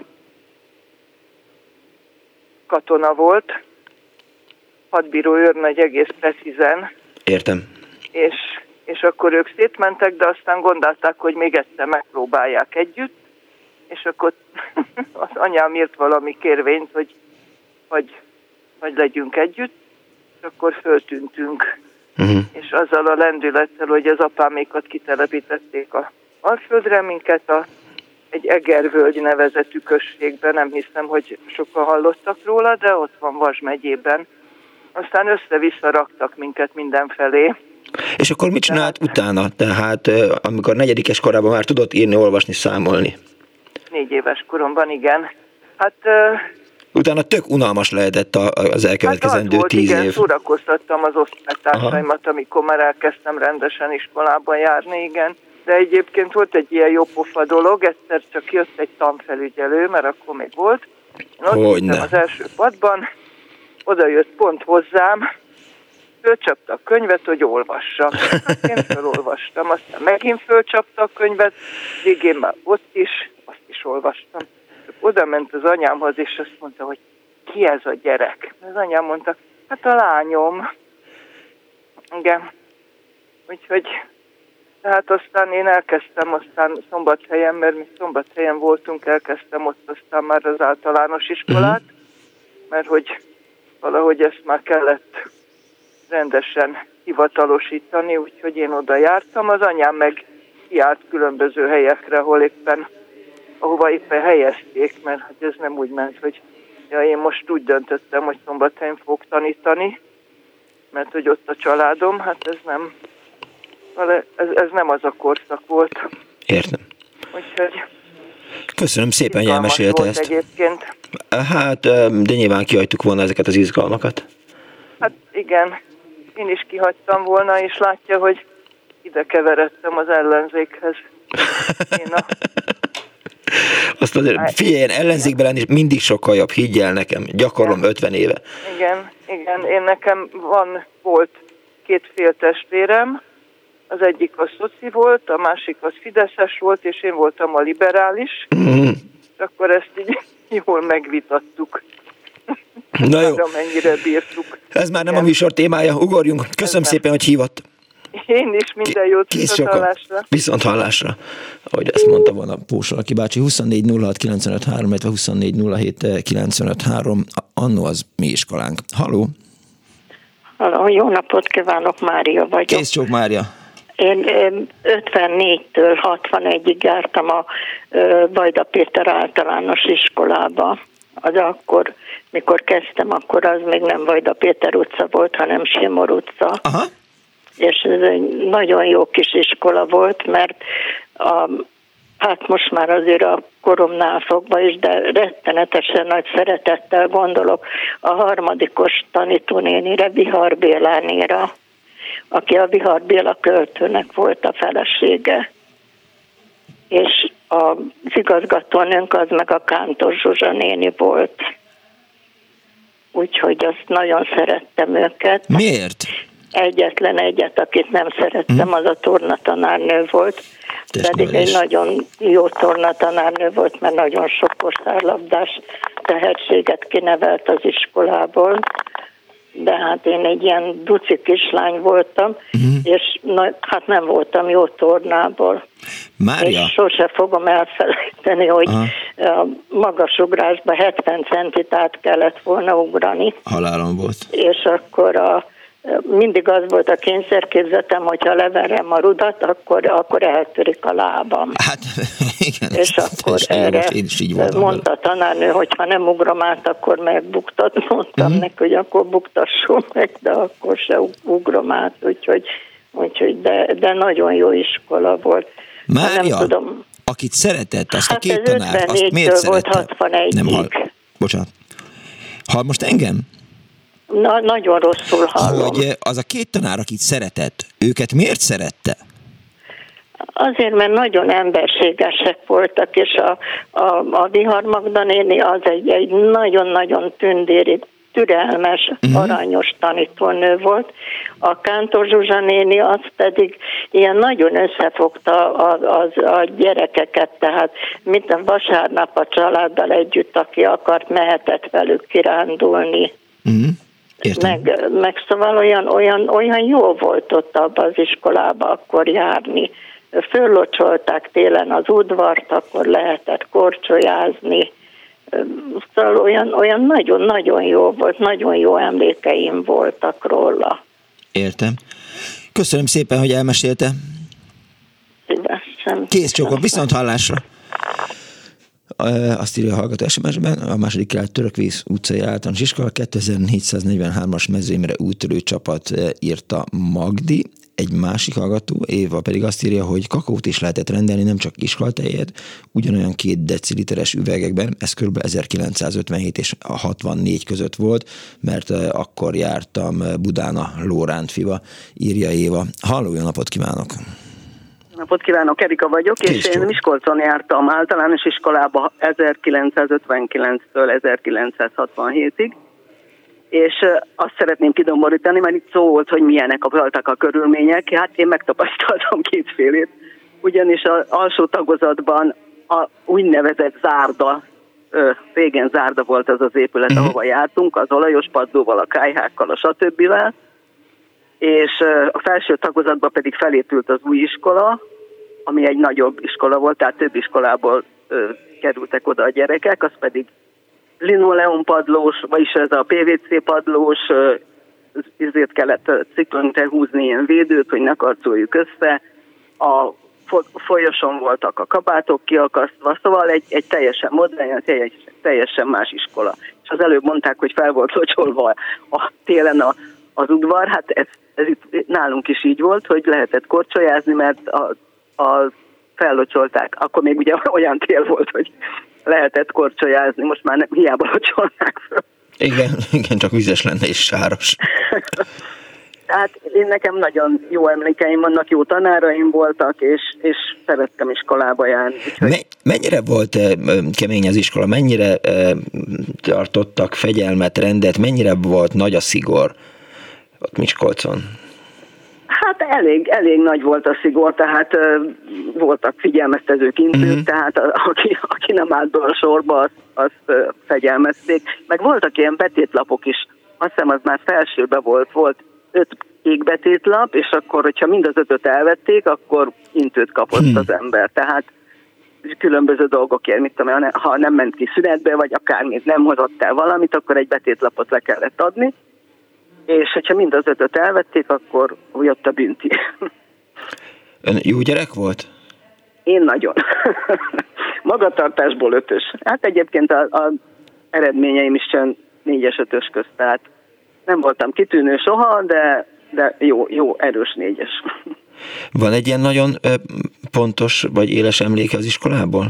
katona volt, hadbíró őrnagy egész precízen. Értem. És, és akkor ők szétmentek, de aztán gondolták, hogy még egyszer megpróbálják együtt, és akkor az anyám írt valami kérvényt, hogy vagy, vagy legyünk együtt, és akkor föltűntünk uh-huh. és azzal a lendülettel, hogy az apámékat kitelepítették a Alföldre, minket a, egy Egervölgy nevezetű községben, nem hiszem, hogy sokan hallottak róla, de ott van Vas megyében. Aztán össze-vissza raktak minket mindenfelé. És akkor mit csinált Tehát, utána? Tehát amikor negyedikes korában már tudott írni, olvasni, számolni? Négy éves koromban, igen. Hát... Utána tök unalmas lehetett az elkövetkezendő hát az volt, tíz igen, év. Szórakoztattam az osztálytársaimat, amikor már elkezdtem rendesen iskolában járni, igen. De egyébként volt egy ilyen jópofa dolog, egyszer csak jött egy tanfelügyelő, mert akkor még volt. Én ott ültem az első padban, oda jött pont hozzám, fölcsapta a könyvet, hogy olvassam. Hát én felolvastam, aztán megint fölcsapta a könyvet, végén már ott is, azt is olvastam. Oda ment az anyámhoz, és azt mondta, hogy ki ez a gyerek? Az anyám mondta, hát a lányom. Igen. Úgyhogy, tehát aztán én elkezdtem, aztán Szombathelyen, mert mi Szombathelyen voltunk, elkezdtem ott aztán már az általános iskolát, mert hogy valahogy ezt már kellett rendesen hivatalosítani, úgyhogy én oda jártam. Az anyám meg járt különböző helyekre, ahol éppen ahova éppen helyezték, mert hát ez nem úgy ment, hogy ja, én most úgy döntöttem, hogy Szombathelyen fogok tanítani, mert hogy ott a családom, hát ez nem, ez, ez nem az a korszak volt. Értem. Úgyhogy köszönöm szépen, hogy elmesélte ezt. Egyébként. Hát, de nyilván kihagytuk volna ezeket az izgalmakat. Hát igen, én is kihagytam volna, és látja, hogy ide keveredtem az ellenzékhez. Én a Azt azért, figyeljen, ellenzékben lenni mindig sokkal jobb, higgyel nekem, gyakorlom igen. ötven éve. Igen, igen, én nekem van, volt két féltestvérem, az egyik az szoci volt, a másik az fideszes volt, és én voltam a liberális, mm. és akkor ezt így jól megvitattuk. Na jó. Amennyire bírtuk. Ez már nem igen. a műsor témája, ugorjunk. Köszönöm Ez szépen, nem. hogy hívott. Én is minden jót, viszont hallásra. Viszont hallásra. Ahogy ezt mondta volna Pósolaki bácsi, huszonnégy nulla hat kilencvenöt három, illetve huszonnégy nulla hét kilencvenöt három, annó az mi iskolánk. Halló! Halló, jó napot kívánok, Mária vagyok. Kész csók, Mária. Én ötvennégytől hatvanegyig jártam a Vajda Péter általános iskolába. Az akkor, mikor kezdtem, akkor az még nem Vajda Péter utca volt, hanem Simor utca. Aha. És ez egy nagyon jó kis iskola volt, mert a, hát most már azért a koromnál fogva is, de rettenetesen nagy szeretettel gondolok a harmadikos tanítónénire, Vihar Bélánéra, aki a Vihar Béla költőnek volt a felesége. És az igazgatónőnk az meg a Kántor Zsuzsa néni volt. Úgyhogy azt nagyon szerettem őket. Miért? Egyetlen egyet, akit nem szerettem, az a tornatanárnő volt. Pedig egy nagyon jó tornatanárnő volt, mert nagyon sok kosárlabdás tehetséget kinevelt az iskolából. De hát én egy ilyen duci kislány voltam, uh-huh. és na, hát nem voltam jó tornából. Mária? És sose fogom elfelejteni, hogy Aha. a magasugrásba hetven centit át kellett volna ugrani. Halálom volt. És akkor a mindig az volt a kényszerképzetem, hogyha leverem a rudat, akkor, akkor eltörik a lábam. Hát igen. És akkor erre mondta a tanárnő, hogy ha nem ugrom át, akkor megbuktat. Mondtam uh-huh. neki, hogy akkor buktasson meg, de akkor se ugrom át. Úgyhogy, úgyhogy de, de nagyon jó iskola volt. Mária, nem tudom. akit szeretett, azt hát a két tanárt, azt miért szerette? Volt hatvanegyig. Nem hall. Bocsánat. Hall most engem? Na, nagyon rosszul hallom. Hogy az a két tanár, akit szeretett, őket miért szerette? Azért, mert nagyon emberségesek voltak, és a, a, a Vihar Magda néni az egy, egy nagyon-nagyon tündéri, türelmes, uh-huh. aranyos tanítónő volt. A Kántor Zsuzsa néni az pedig ilyen nagyon összefogta a, a, a gyerekeket, tehát mint a vasárnap a családdal együtt, aki akart, mehetett velük kirándulni. Uh-huh. Meg, meg szóval olyan, olyan, olyan jó volt ott abban az iskolába akkor járni. Föllocsolták télen az udvart, akkor lehetett korcsolyázni. Szóval olyan, olyan nagyon-nagyon jó volt, nagyon jó emlékeim voltak róla. Értem. Köszönöm szépen, hogy elmesélte. Kész csókok, viszont hallásra. Azt írja a hallgató es em es-ben, a második kelet Törökvíz utcai általános iskola kétezer-négyszáznegyvenhármas Mezőimre úttörő csapat, írta Magdi. Egy másik hallgató, Éva pedig azt írja, hogy kakaót is lehetett rendelni, nem csak iskolatejet, ugyanolyan két deciliteres üvegekben, ez kb. ezerkilencszázötvenhét és hatvannégy között volt, mert akkor jártam Budán a Lórántfiba, írja Éva. Halló, jó napot kívánok! Napot kívánok, Erika vagyok, Kész és én Miskolcon jártam általános iskolába ezerkilencszázötvenkilenctől ezerkilencszázhatvanhétig, és azt szeretném kidomborítani, mert itt szó volt, hogy milyenek voltak a körülmények. Hát én megtapasztaltam kétfélét, ugyanis az alsó tagozatban a úgynevezett zárda, régen zárda volt az az épület, uh-huh. ahova jártunk, az olajos padlóval, a kályhákkal, a stb. És a felső tagozatban pedig felépült az új iskola, ami egy nagyobb iskola volt, tehát több iskolából kerültek oda a gyerekek, az pedig linoleum padlós, vagyis ez a pé vé cé padlós, ezért kellett ciklonkre húzni ilyen védőt, hogy ne karcoljuk össze. A folyoson voltak a kabátok kiakasztva, szóval egy, egy teljesen modern, egy teljesen más iskola. És az előbb mondták, hogy fel volt locsolva a télen a, az udvar, hát ez, ez itt nálunk is így volt, hogy lehetett korcsolyázni, mert a, a fellocsolták. Akkor még ugye olyan tél volt, hogy lehetett korcsolyázni, most már nem, hiába locsolnák föl. Igen, igen, csak vizes lenne és sáros. Tehát én nekem nagyon jó emlékeim vannak, jó tanáraim voltak, és, és szerettem iskolába járni. Me- mennyire volt e, kemény az iskola, mennyire e, tartottak fegyelmet, rendet, mennyire volt nagy a szigor ott Miskolcon? Hát elég, elég nagy volt a szigor, tehát uh, voltak figyelmeztető intők, uh-huh. tehát a, aki, aki nem állt be a sorba, azt, azt uh, fegyelmezték. Meg voltak ilyen betétlapok is, azt hiszem az már felsőben volt, volt öt kék betétlap, és akkor, hogyha mind az ötöt elvették, akkor intőt kapott hmm. az ember. Tehát különböző dolgokért, mit tudom, ha nem ment ki szünetbe, vagy akármit nem hozott el valamit, akkor egy betétlapot le kellett adni, és hogyha mind az ötöt elvették, akkor jött a bünti. Ön jó gyerek volt? Én nagyon. Magatartásból ötös. Hát egyébként az eredményeim is csak négyes ötös közt, tehát nem voltam kitűnő soha, de, de jó, jó, erős négyes. Van egy ilyen nagyon ö, pontos vagy éles emléke az iskolából?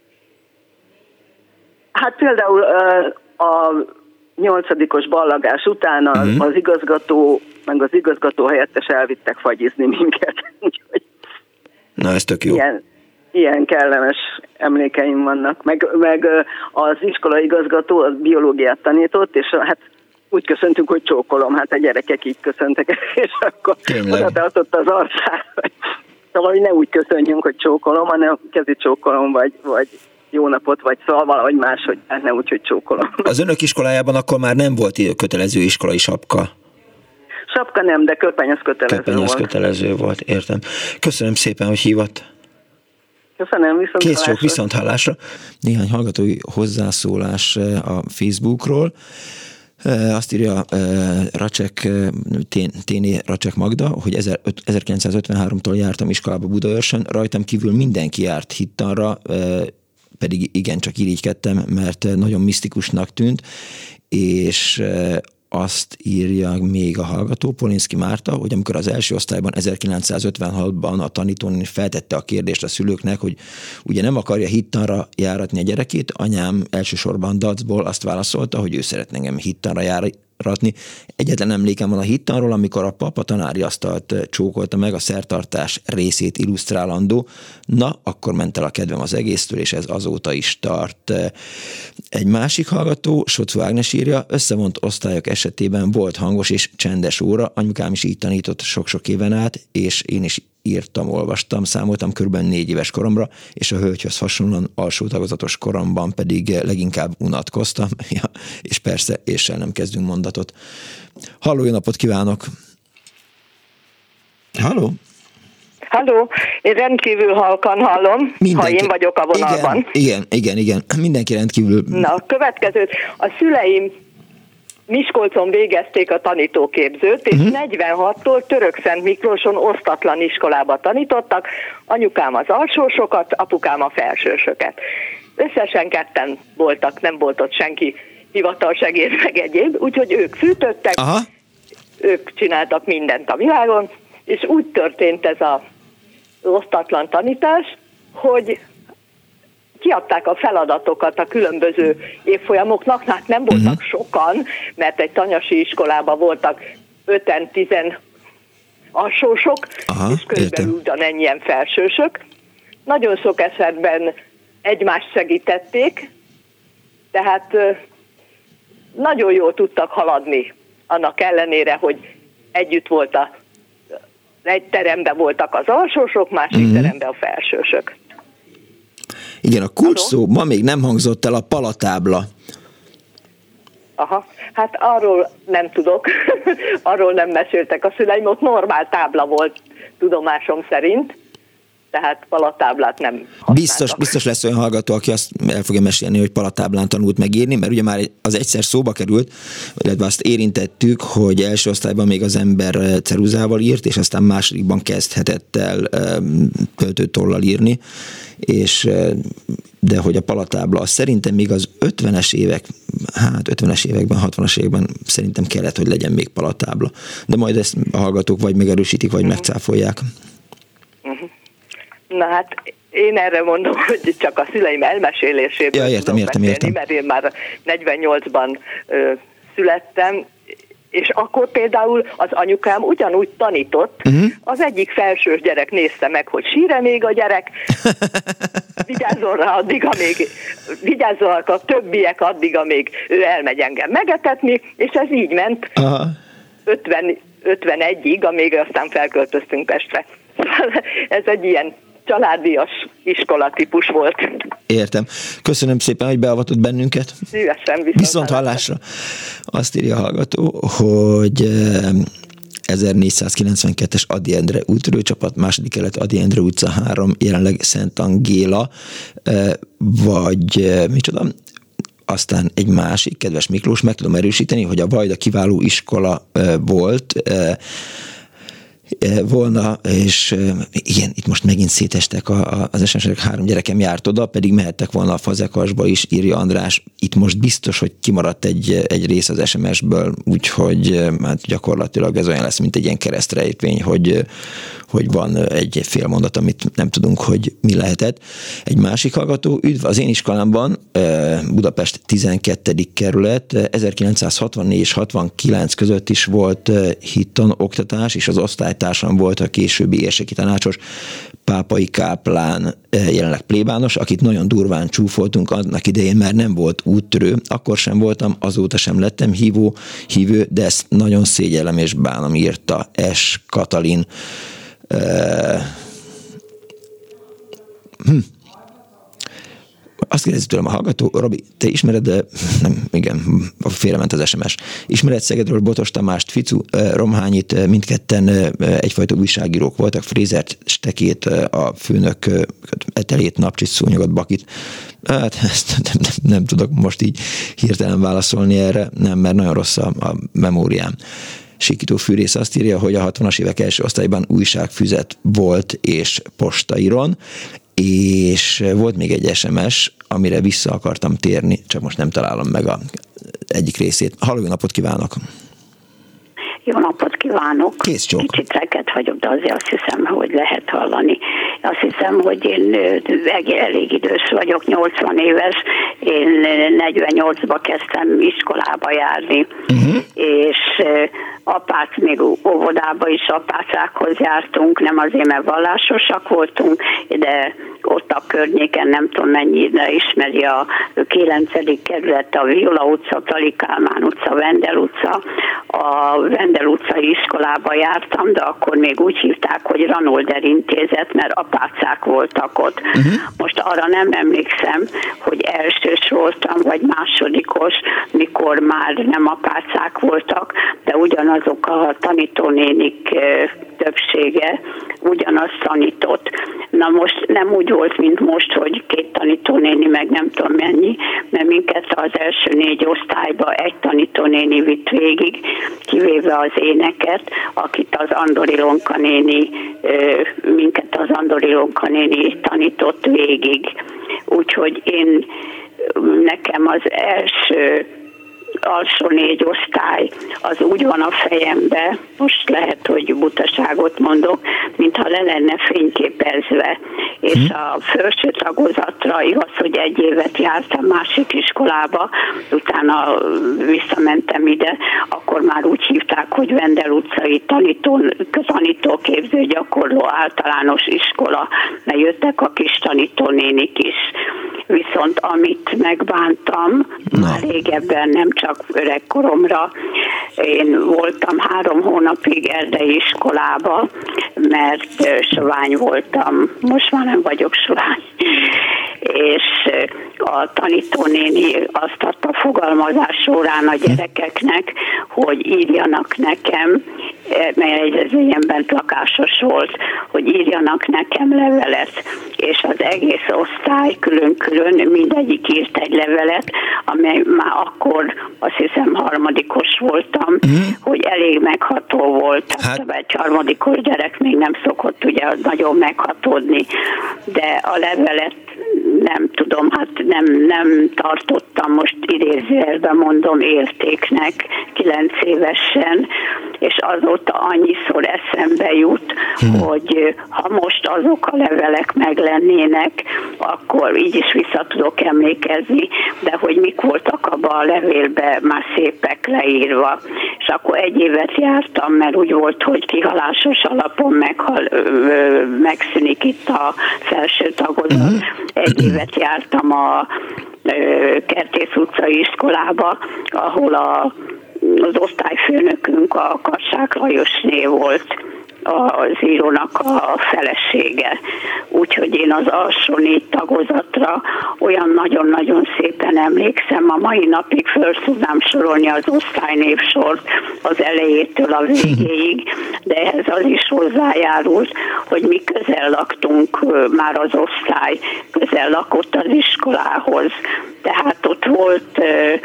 Hát például ö, a nyolcadikos ballagás után az, uh-huh. az igazgató, meg az igazgató helyettes elvittek fagyizni minket. Úgyhogy na, ez tök jó. Ilyen, ilyen kellemes emlékeim vannak. Meg, meg az iskola igazgató az biológiát tanított, és hát úgy köszöntünk, hogy csókolom, hát a gyerekek így köszöntek, és akkor oda tartott az arcát. Szóval, hogy ne úgy köszönjünk, hogy csókolom, hanem kezi csókolom, vagy, vagy jó napot, vagy szóval valahogy máshogy, hát ne úgy, hogy csókolom. Az önök iskolájában akkor már nem volt kötelező iskolai sapka? Sapka nem, de köpeny az kötelező köpeny az volt. kötelező volt, értem. Köszönöm szépen, hogy hívott. Köszönöm, viszont Kész sok, viszont hallásra. Néhány hallgatói hozzászólás a Facebookról. Azt írja Racsek, Téné Racsek Magda, hogy ezerkilencszázötvenháromtól jártam iskolába Budaörsön, rajtam kívül mindenki járt hittanra, pedig igencsak irigykedtem, mert nagyon misztikusnak tűnt, és azt írja még a hallgató, Polinszki Márta, hogy amikor az első osztályban ezerkilencszázötvenhatban a tanítónő feltette a kérdést a szülőknek, hogy ugye nem akarja hittanra járatni a gyerekét, anyám elsősorban dacból azt válaszolta, hogy ő szeretne engem hittanra járatni. Egyetlen emlékem van a hittanról, amikor a papa tanári asztalt csókolta meg a szertartás részét illusztrálandó. Na, akkor ment el a kedvem az egésztől, és ez azóta is tart. Egy másik hallgató, Socó Ágnes írja, összevont osztályok esetében volt hangos és csendes óra, anyukám is így tanított sok-sok éven át, és én is írtam, olvastam, számoltam körülbelül négy éves koromra, és a hölgyhöz hasonlóan alsó tagozatos koromban pedig leginkább unatkoztam, ja, és persze éssel nem kezdünk mondatot. Halló, jó napot kívánok! Halló! Halló, én rendkívül halkan hallom, mindenki, ha én vagyok a vonalban. Igen, igen, igen, igen. Mindenki rendkívül... Na, a következőt, a szüleim Miskolcon végezték a tanítóképzőt, és uh-huh. negyvenhattól Törökszent Miklóson osztatlan iskolába tanítottak, anyukám az alsósokat, apukám a felsősöket. Összesen ketten voltak, nem volt ott senki hivatalsegéd meg egyéb, úgyhogy ők fűtöttek, aha. ők csináltak mindent a világon, és úgy történt ez az osztatlan tanítás, hogy kiadták a feladatokat a különböző évfolyamoknak, hát nem voltak uh-huh. sokan, mert egy tanyasi iskolában voltak öten, tizen alsósok, aha, és körülbelül ugyanennyien felsősök. Nagyon sok esetben egymást segítették, tehát nagyon jól tudtak haladni, annak ellenére, hogy együtt volt a, egy teremben voltak az alsósok, másik uh-huh. teremben a felsősök. Igen, a kulcs szó ma még nem hangzott el, a palatábla. Aha, hát arról nem tudok, arról nem meséltek a szüleim, ott normál tábla volt tudomásom szerint, tehát palatáblát nem használtak. Biztos, biztos lesz olyan hallgató, aki azt el fogja mesélni, hogy palatáblán tanult megírni, mert ugye már az egyszer szóba került, illetve azt érintettük, hogy első osztályban még az ember ceruzával írt, és aztán másodikban kezdhetett el töltőtollal írni, és de hogy a palatábla, az szerintem még az ötvenes évek, hát ötvenes években, hatvanas években szerintem kellett, hogy legyen még palatábla. De majd ezt a hallgatók vagy megerősítik, vagy uh-huh. megcáfolják. Uh-huh. Na hát én erre mondom, hogy csak a szüleim elmeséléséből ja, értem, tudom értem, beszélni, értem. mert én már negyvennyolcban ö, születtem, és akkor például az anyukám ugyanúgy tanított, uh-huh. az egyik felsős gyerek nézte meg, hogy sír-e még a gyerek, vigyázzon rá addig, amíg, vigyázzanak a többiek addig, amíg ő elmegy engem megetetni, és ez így ment ötven, ötvenegyig, amíg aztán felköltöztünk Pestre. Ez egy ilyen családias iskolatípus volt. Értem. Köszönöm szépen, hogy beavatott bennünket. Szívesen, viszont, viszont hallásra. Azt írja a hallgató, hogy ezernégyszázkilencvenkettes Ady Endre úttörőcsapat, második kelet Ady Endre utca három, jelenleg Szent Angéla, vagy micsoda? Aztán egy másik, kedves Miklós, meg tudom erősíteni, hogy a Vajda kiváló iskola volt, volna, és igen, itt most megint szétestek a, a, az es em es-ek, három gyerekem járt oda, pedig mehettek volna a Fazekasba is, írja András. Itt most biztos, hogy kimaradt egy, egy rész az es em es-ből, úgyhogy hát gyakorlatilag ez olyan lesz, mint egy ilyen keresztrejtvény, hogy, hogy van egy fél mondat, amit nem tudunk, hogy mi lehetett. Egy másik hallgató, üdv, az én iskolámban, Budapest tizenkettedik kerület, ezerkilencszázhatvannégy és hatvankilenc között is volt hittan oktatás, és az osztálytársam volt a későbbi érseki tanácsos Pápai Káplán, jelenleg plébános, akit nagyon durván csúfoltunk annak idején, mert nem volt úttörő, akkor sem voltam, azóta sem lettem hívó, hívő, de ezt nagyon szégyellem és bánom, írta S. Katalin. Uh, hm. Azt kérdezi tőlem a hallgató, Robi, te ismered, de nem, igen, félrement az es em es. Ismered Szegedről Botos Tamást, Ficu, Romhányit, mindketten egyfajta újságírók voltak, Frézert, Stekét, a főnök, Etelét, Napcsit, Szúnyogot, Bakit. Hát ezt nem, nem, nem tudok most így hirtelen válaszolni erre, nem, mert nagyon rossz a, a memóriám. Sikító Fűrész azt írja, hogy a hatvanas évek első osztályban újságfüzet volt és postairon, és volt még egy es em es, amire vissza akartam térni, csak most nem találom meg a egyik részét. Halló, jó napot kívánok! Jó napot kívánok! Kész csók. Kicsit reked vagyok, de azért azt hiszem, hogy lehet hallani. Azt hiszem, hogy én elég idős vagyok, nyolcvan éves, én negyvennyolcban kezdtem iskolába járni, uh-huh. és apác, még óvodába is apácákhoz jártunk, nem azért, mert vallásosak voltunk, de ott a környéken nem tudom mennyire ismeri a kilencedik kerület, a Viola utca, Tali Kálmán utca, Vendel utca. A Vendel utcai iskolába jártam, de akkor még úgy hívták, hogy Ranolder intézet, mert apácák voltak ott. Uh-huh. Most arra nem emlékszem, hogy elsős voltam, vagy másodikos, mikor már nem apácák voltak, de ugyanazok a tanítónénik többsége ugyanazt tanított. Na most nem úgy volt, mint most, hogy két tanítónéni, meg nem tudom mennyi, mert minket az első négy osztályba egy tanítónéni vitt végig, kivéve az éneket, akit az Andor Ilonka néni, minket az Andor Ilonka néni tanított végig. Úgyhogy én, nekem az első alsó négy osztály, az úgy van a fejembe, most lehet, hogy butaságot mondok, mintha le lenne fényképezve. És hmm. a felső tagozatra igaz, hogy egy évet jártam másik iskolába, utána visszamentem ide, akkor már úgy hívták, hogy Vendel utcai tanító, tanítóképző gyakorló általános iskola, mert jöttek a kis tanítónénik is. Viszont amit megbántam, már régebben, nem csak öregkoromra, én voltam három hónapig erdei iskolába, mert sovány voltam, most már nem vagyok sovány. És a tanítónéni azt adta fogalmazás során a gyerekeknek, hogy írjanak nekem, mert ez ilyen bent lakásos volt, hogy írjanak nekem levelet, és az egész osztály külön-külön mindegyik írt egy levelet, amely már akkor azt hiszem harmadikos voltam, mm. hogy elég megható volt. Hát egy harmadikos gyerek még nem szokott ugye nagyon meghatódni, de a levelet nem tudom, hát nem, nem tartottam, most idézőjelben mondom, értéknek kilenc évesen, és azóta annyiszor eszembe jut, hmm. hogy ha most azok a levelek meglennének, akkor így is vissza tudok emlékezni, de hogy mik voltak abban a levélben már szépek leírva. És akkor egy évet jártam, mert úgy volt, hogy kihalásos alapon meghal, ö, megszűnik itt a felső tagozat. Hmm. Egy évet jártam a ö, Kertész utcai iskolába, ahol a az osztályfőnökünk a Kassák Lajosné volt, az írónak a felesége. Úgyhogy én az alsó négy tagozatra olyan nagyon-nagyon szépen emlékszem, a mai napig föl tudnám sorolni az osztálynévsort az elejétől a végéig, de ehhez az is hozzájárult, hogy mi közel laktunk, már az osztály közel lakott az iskolához. Tehát ott volt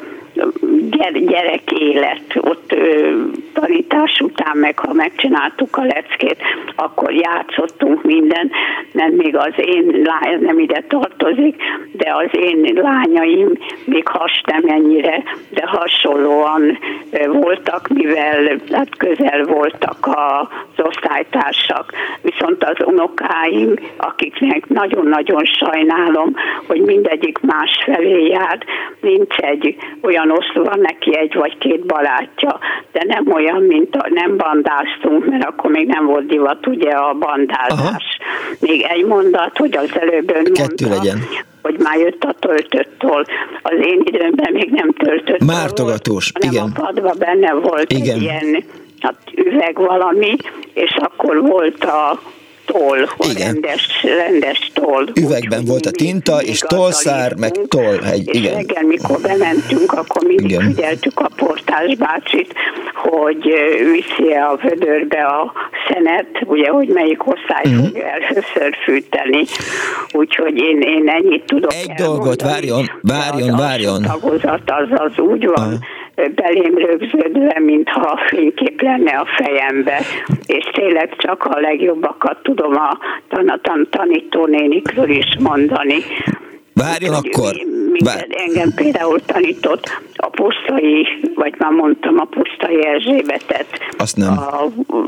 gyerek élet, ott ö, tanítás után meg, ha megcsináltuk a leckét, akkor játszottunk minden, mert még az én lány nem ide tartozik, de az én lányaim még has nem ennyire, de hasonlóan ö, voltak, mivel hát közel voltak az osztálytársak. Viszont az unokáim, akiknek nagyon-nagyon sajnálom, hogy mindegyik másfelé jár, nincs egy olyan oszló, van neki egy vagy két barátja, de nem olyan, mint a, nem bandáztunk, mert akkor még nem volt divat ugye a bandázás. Aha. Még egy mondat, hogy az előbb ön Kettő mondta, legyen. hogy már jött a töltött-toll. Az én időmben még nem töltött. Mártogatós, volt, igen. A padba benne volt igen. egy ilyen hát, üveg valami, és akkor volt a toll, rendes, rendes toll. Üvegben úgy, volt a tinta, és tollszár, meg tollhegy. És igen. reggel, mikor bementünk, akkor mindig igen. figyeltük a portás bácsit, hogy viszi a vödörbe a szenet, ugye, hogy melyik osztály mm. fogja először fűteni. Úgyhogy én, én ennyit tudok Egy elmondani. dolgot, várjon, várjon, várjon. A tagozat az, az úgy van, uh. belém rögződve, mintha a fénykép lenne a fejembe, és tényleg csak a legjobbakat tudom a tan- tan- tanítónénikről is mondani. Várjon úgy, akkor! Vár. Engem például tanított a Pusztai, vagy már mondtam, a Pusztai Erzsébetet. Azt nem. A,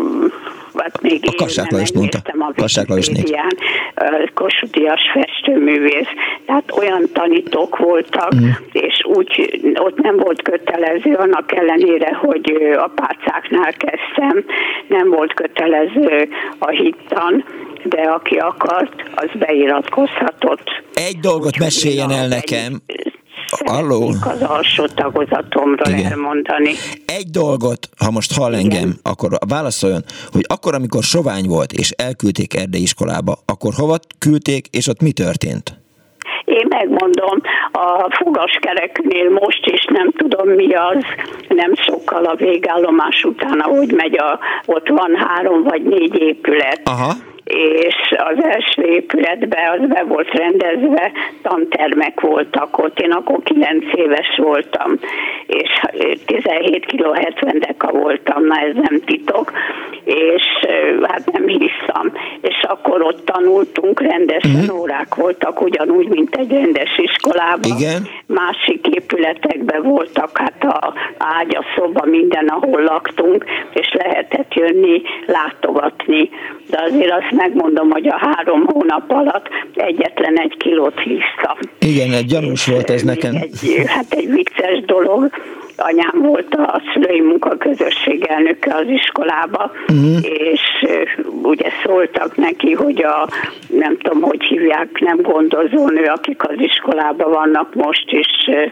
hát még a Kassák Lajos mondta. A Wikipédián, Kossuth-díjas festőművész. Tehát olyan tanítók voltak, mm. és úgy ott nem volt kötelező, annak ellenére, hogy a pálcáknál kezdtem, nem volt kötelező a hittan, de aki akart, az beiratkozhatott. Egy dolgot úgy, meséljen el nekem. Halló? Az alsó tagozatomról igen. elmondani. Egy dolgot, ha most hall engem, igen. akkor válaszoljon, hogy akkor, amikor sovány volt, és elküldték erdei iskolába, akkor hova küldték, és ott mi történt? Én megmondom, a fogaskereknél most is nem tudom mi az, nem sokkal a végállomás után, ahogy megy, a, ott van három vagy négy épület. Aha. És az első épületben az be volt rendezve, tantermek voltak ott, én akkor kilenc éves voltam, és tizenhét kiló hetven deka voltam, na ez nem titok, és hát nem hiszem. És akkor ott tanultunk, rendesen uh-huh. órák voltak, ugyanúgy, mint egy rendes iskolában. Igen. Másik épületekben voltak, hát a ágy, a szoba, minden, ahol laktunk, és lehetett jönni, látogatni. De azért azt megmondom, hogy a három hónap alatt egyetlen egy kilót híztam. Igen, egy gyanús volt ez nekem. Egy, hát egy vicces dolog. Anyám volt a szülői munkaközösség elnöke az iskolába, uh-huh. és ugye szóltak neki, hogy a, nem tudom, hogy hívják, nem gondozónő, akik az iskolában vannak most is,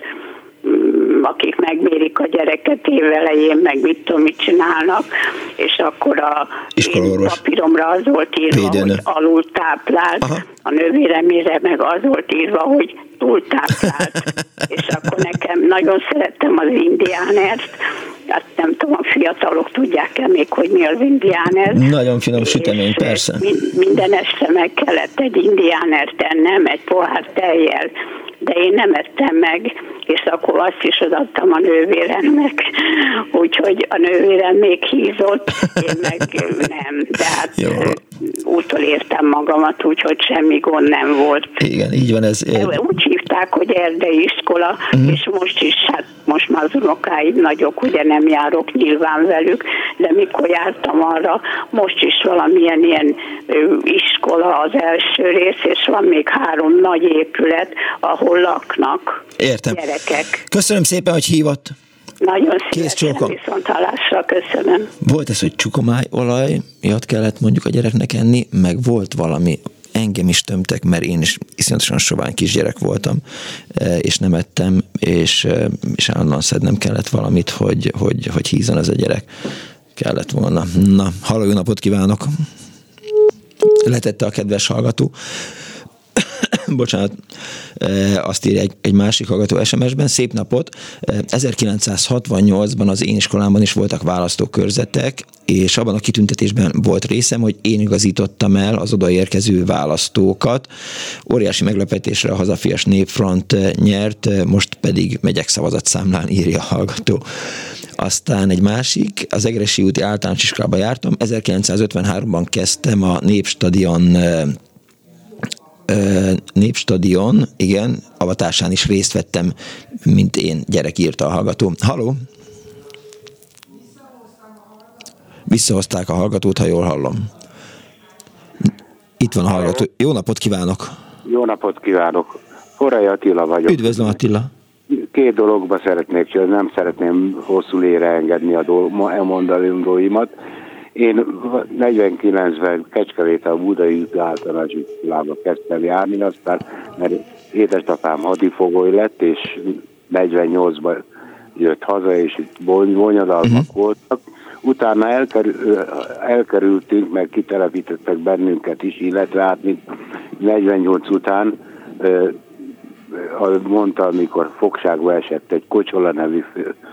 akik megmérik a gyereket évelején, meg mit tudom, mit csinálnak, és akkor a papíromra az volt írva, Védőnő. hogy alultáplált, Aha. a nővéremére meg az volt írva, hogy túltáplált. És akkor nekem nagyon szerettem az indiánert, hát nem tudom, a fiatalok tudják-e még, hogy mi az indiáner. Nagyon finom sütemény, persze. Minden este meg kellett egy indiánert ennem, egy pohár tejjel, de én nem ettem meg, és akkor azt is odaadtam a nővéremnek, úgyhogy a nővérem még hízott, én meg nem, de hát Jó. utolértem magamat, úgyhogy semmi gond nem volt. Igen, így van ez. De úgy hívták, hogy erdei iskola, uh-huh. és most is, hát most már az unokáim nagyok, ugye nem járok nyilván velük, de mikor jártam arra, most is valamilyen ilyen ö, iskola az első rész, és van még három nagy épület, ahol laknak Értem. gyerekek. Köszönöm szépen, hogy hívott. Nagyon szívesen, viszont hallásra, köszönöm. Volt ez, hogy csukomájolajat kellett mondjuk a gyereknek enni, meg volt valami, engem is tömtek, mert én is iszonyatosan sovány kisgyerek voltam, és nem ettem, és, és állandóan szednem kellett valamit, hogy, hogy, hogy hízon ez a gyerek. Kellett volna. Na, halló, jó napot kívánok! Letette a kedves hallgató. Bocsánat, azt írja egy, egy másik hallgató es em es-ben, szép napot. ezerkilencszázhatvannyolcban az én iskolámban is voltak választókörzetek, és abban a kitüntetésben volt részem, hogy én igazítottam el az odaérkező választókat. Óriási meglepetésre a Hazafias Népfront nyert, most pedig megyek szavazatszámlán, írja a hallgató. Aztán egy másik, az Egressy úti általános iskolába jártam, ezerkilencszázötvenháromban kezdtem a Népstadion Népstadion, igen, avatásán is részt vettem, mint én, gyerek, írta a hallgató. Halló? Visszahozták a hallgatót, ha jól hallom. Itt van a hallgató. Jó napot kívánok! Jó napot kívánok! Forrai Attila vagyok. Üdvözlöm, Attila! Két dologba szeretnék, hogy nem szeretném hosszú ére engedni a mondandóimat. Én negyvenkilencben Kecskeméten a Budai általános iskolába kezdtem járni, aztán mert édesapám hadifogoly lett, és negyvennyolcban jött haza, és bonyodalmak uh-huh. voltak. Utána elkerül, elkerültünk, meg kitelepítettek bennünket is, illetve hát mint negyvennyolc után mondta, amikor fogságba esett egy Kocsola nevű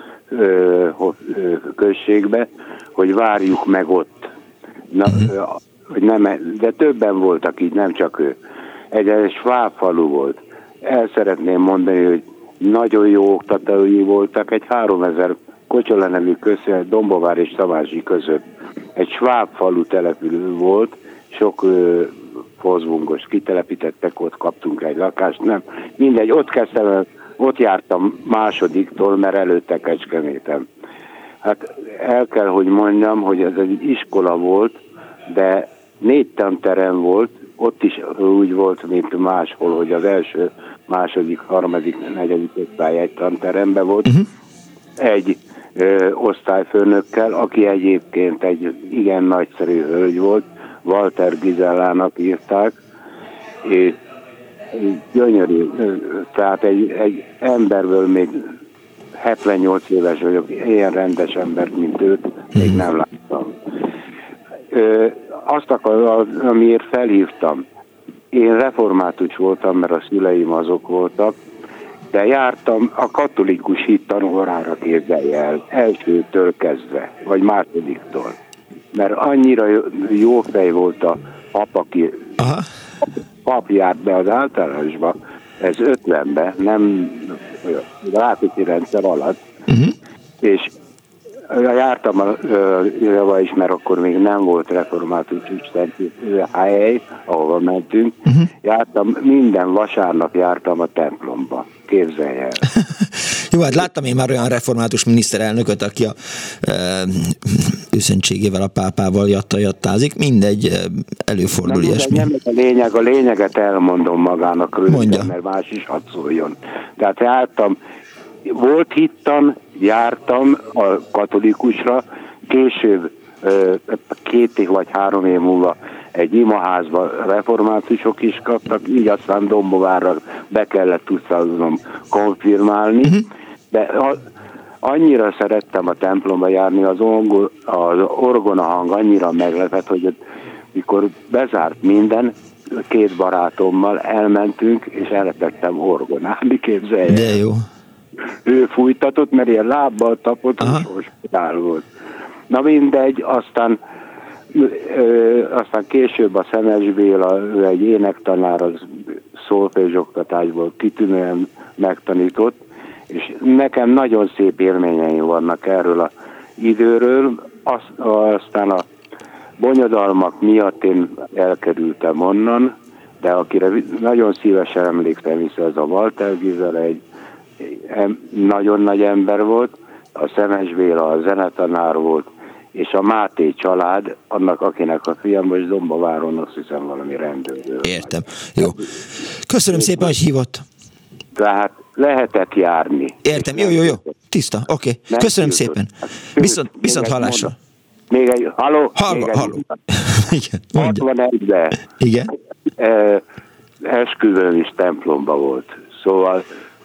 községbe, hogy várjuk meg ott. Na, hogy nem, de többen voltak így, nem csak ő. Egy, egy sváb falu volt. El szeretném mondani, hogy nagyon jó oktatói voltak, egy háromezer Kocsola nevű közszél, Dombovár és Szamázsi között. Egy sváb falu települő volt, sok ö, fozbungos kitelepítettek, ott kaptunk egy lakást, nem. Mindegy, ott kezdtem, ott jártam másodiktól, mert előtte Kecskeméten. Hát el kell, hogy mondjam, hogy ez egy iskola volt, de négy tanterem volt, ott is úgy volt, mint máshol, hogy az első, második, harmadik, negyedik osztály egy tanteremben volt. Uh-huh. Egy ö, osztályfőnökkel, aki egyébként egy igen nagyszerű hölgy volt, Walter Gizellának írták, és gyönyörű, tehát egy, egy emberből még hetvennyolc éves vagyok, ilyen rendes embert, mint őt, még nem láttam. Ö, azt akar, amiért felhívtam, én református voltam, mert a szüleim azok voltak, de jártam a katolikus hit tanórára, képzelj el, elsőtől kezdve, vagy másodiktól. Mert annyira jó fej volt a pap, aki Aha. pap járt be az általánosba, ez ötvenben, nem Rákóczi rendszer alatt, uh-huh. és jártam a Java is, mert akkor még nem volt református hely, ahova mentünk. Uh-huh. Jártam, minden vasárnap jártam a templomba. Képzelj el. Jó, hát láttam én már olyan református miniszterelnököt, aki a e, őszentségével, a pápával jatta-jattázik. Mindegy, előfordul nem, ilyesmi. Nem a lényeg, a lényeget elmondom magának röviden, mert más is hadd szóljon. Tehát jártam, volt hittan, jártam a katolikusra, később két év vagy három év múlva egy imaházba reformátusok is kaptak, így aztán Dombovárra be kellett tudnom konfirmálni, uh-huh. de a, annyira szerettem a templomba járni, az, ongol, az orgona hang annyira meglepett, hogy mikor bezárt minden, két barátommal elmentünk, és elkezdtem orgonálni, képzelj. De jó. Ő fújtatott, mert ilyen lábbal tapott, hospitál volt. Na mindegy, aztán ö, aztán később a Szemes Béla, ő egy énektanár, az szolfézsoktatásból kitűnően megtanított, és nekem nagyon szép élményeim vannak erről az időről, Azt, aztán a bonyodalmak miatt én elkerültem onnan, de akire nagyon szívesen emlékszem, hisz ez a Walter Gizela egy nagyon nagy ember volt, a Szemes Béla a zenetanár volt, és a Máté család, annak, akinek a fia most Dombováron, azt hiszem valami rendőr. Értem. Jó. Köszönöm szépen, hogy hívott. Tehát lehetett járni. Értem. Jó, jó, jó. Tiszta. Oké. Okay. Köszönöm szépen. Viszont, viszont hallásra. Még egy, halló? Halló, még halló. Egy, Igen, hatvanegyben Igen. Eh, esküvőn is templomba volt. Szóval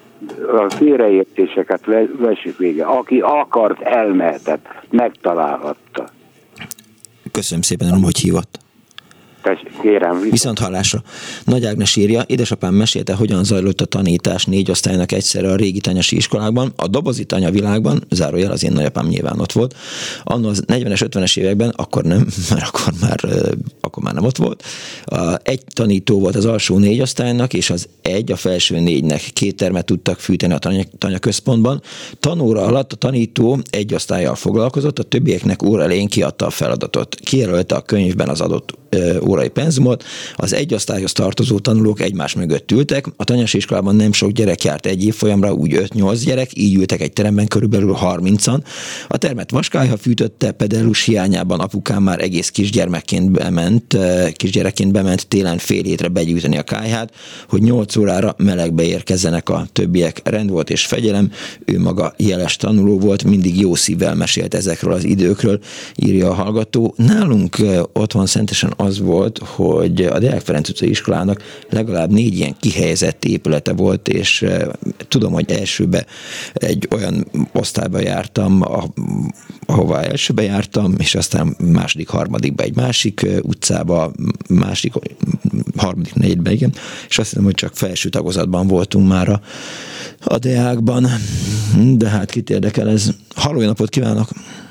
a félreértéseket vessük vége. Aki akart, elmehetett, megtalálhatta. Köszönöm szépen, hogy hívott. Tessék, kérem. Viszont. viszont hallásra. Nagy Ágnes írja, édesapám mesélte, hogyan zajlott a tanítás négy osztálynak egyszerre a régi tanyasi iskolákban. A dobozi tanya világban, zárójel, az én nagyapám nyilván ott volt, anno az negyvenes, ötvenes években, akkor nem, mert akkor már, akkor már nem ott volt. Egy tanító volt az alsó négy osztálynak, és az egy a felső négynek. Két termet tudtak fűteni a tanya, tanya központban. Tanóra alatt a tanító egy osztállyal foglalkozott, a többieknek óra elején kiadta a feladatot. Kijelölte a könyvben az adott órai penzumot, az egy osztályhoz tartozó tanulók egymás mögött ültek, a tanyasi iskolában nem sok gyerek járt egy évfolyamra, úgy öt-nyolc gyerek, így ültek egy teremben körülbelül harmincan. A termet vaskályha fűtötte, pedellus hiányában apukám már egész kisgyermekként bement, kisgyerekként bement télen fél hétre begyűjteni a kályhát, hogy nyolc órára melegbe érkezzenek a többiek. Rend volt és fegyelem, ő maga jeles tanuló volt, mindig jó szívvel mesélt ezekről az időkről, írja a hallgató. Nálunk otthon Szentesen az volt, hogy a Deák Ferenc utcai iskolának legalább négy ilyen kihelyezett épülete volt, és uh, tudom, hogy elsőbe egy olyan osztályba jártam, ahová elsőbe jártam, és aztán második, harmadikba egy másik uh, utcába, másik, harmadik, negyedben, igen, és azt hiszem, hogy csak felső tagozatban voltunk már a, a Deákban, de hát kit érdekel ez. Halló, jó napot kívánok!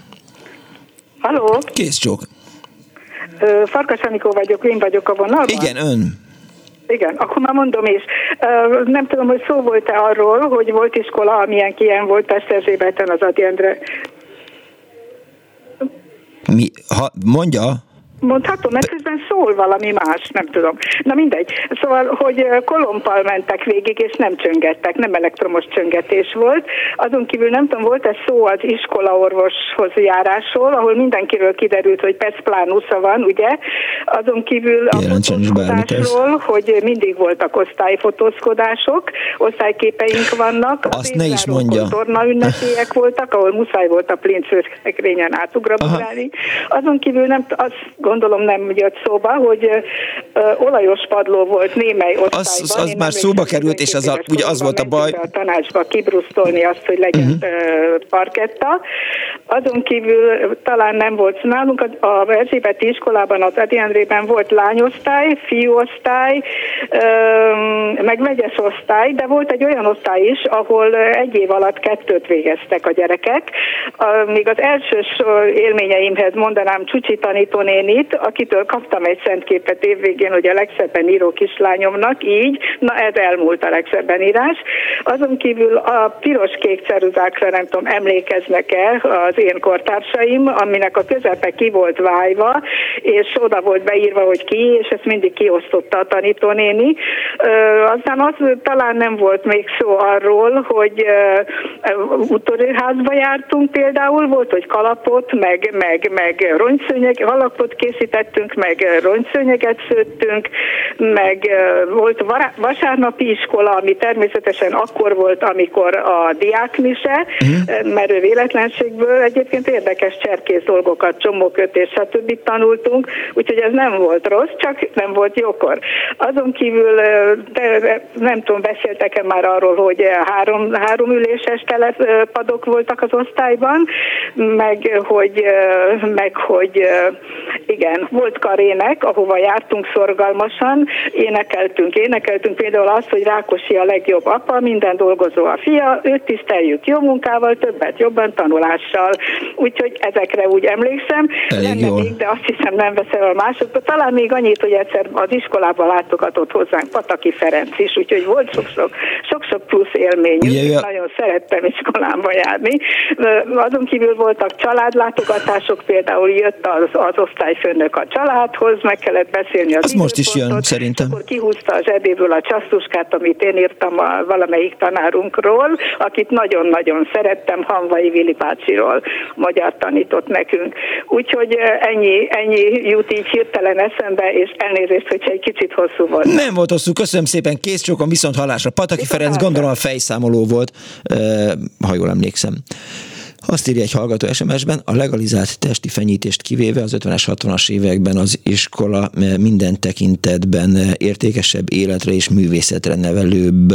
Halló! Kész csók! Farkas Anikó vagyok, én vagyok a vonalban. Igen, ön. Igen, akkor már mondom is. Nem tudom, hogy szó volt-e arról, hogy volt iskola, amilyen kilyen volt Pesterzsébeten az Ady Endre. Mi? Ha, mondja? Mondhatom, mert közben szól valami más, nem tudom. Na mindegy. Szóval, hogy kolompal mentek végig, és nem csöngettek, nem elektromos csöngetés volt. Azon kívül nem tudom, volt-e szó az iskolaorvoshoz járásról, ahol mindenkiről kiderült, hogy peszplánusza van, ugye? Azon kívül a fotózkodásról, hogy mindig voltak osztályfotózkodások, osztályképeink vannak. Azt ne is mondja. Torna ünnepélyek voltak, ahol muszáj volt a plincőszekrényen átugrabálni. Azon kívül nem azt gondolom nem jött szóba, hogy ö, olajos padló volt némely osztályban. Az, az már szóba került, és az, a, ugye az volt a baj. A tanácsba kibrusztolni azt, hogy legyen uh-huh. parketta. Azon kívül talán nem volt nálunk, a Erzsébeti iskolában, az Edi Endrében volt lányosztály, fiúosztály, meg vegyes osztály, de volt egy olyan osztály is, ahol egy év alatt kettőt végeztek a gyerekek. Még az elsős élményeimhez mondanám Csúcsi tanítónénit, akitől kaptam egy szentképet évvégén, hogy a legszebben író kislányomnak, így, na ez elmúlt a legszebben írás. Azon kívül a piros-kék ceruzákra, nem tudom, emlékeznek-e az én kortársaim, aminek a közepe ki volt vájva, és oda volt beírva, hogy ki, és ezt mindig kiosztotta a tanítónéni. Aztán az talán nem volt még szó arról, hogy utórházba jártunk például, volt, hogy kalapot, meg, meg, meg rongyszőnyeg, kalapot készítettünk, meg rongyszőnyeget szőttünk, meg volt vasárnapi iskola, ami természetesen akkor volt, amikor a diákmise, uh-huh. mert ő véletlenségből egyébként érdekes cserkész dolgokat, csomókötés, stb. Tanultunk, úgyhogy ez nem volt rossz, csak nem volt jókor. Azon kívül de nem tudom, beszéltek-e már arról, hogy három, három üléses telepadok voltak az osztályban, meg hogy, meg hogy igen, volt karének, ahova jártunk szorgalmasan, énekeltünk, énekeltünk például azt, hogy Rákosi a legjobb apa, minden dolgozó a fia, őt tiszteljük jó munkával, többet jobban tanulással. Úgyhogy ezekre úgy emlékszem. Lenne még, de azt hiszem nem veszel a másokba. Talán még annyit, hogy egyszer az iskolában látogatott hozzánk Pataki Ferenc is, úgyhogy volt sok-sok, sok-sok plusz élményünk. Ugye, nagyon szerettem iskolába járni. Azon kívül voltak családlátogatások, például jött az, az osztályfőnök a családhoz, meg kellett beszélni az az most is jön, szerintem. Akkor kihúzta a zsebéből a csasztuskát, amit én írtam a valamelyik tanárunkról, akit nagyon-nagyon szerettem, Hanvai Vili bácsiról, magyar tanított nekünk. Úgyhogy ennyi, ennyi jut így hirtelen eszembe, és elnézést, hogyha egy kicsit hosszú volt. Nem volt hosszú, köszönöm szépen, kész csókom, viszont hallásra. Pataki viszont Ferenc, hallásra. Gondolom a fejszámoló volt, ha jól emlékszem. Azt írja egy hallgató es em es-ben, a legalizált testi fenyítést kivéve az ötvenes, hatvanas években az iskola minden tekintetben értékesebb, életre és művészetre nevelőbb,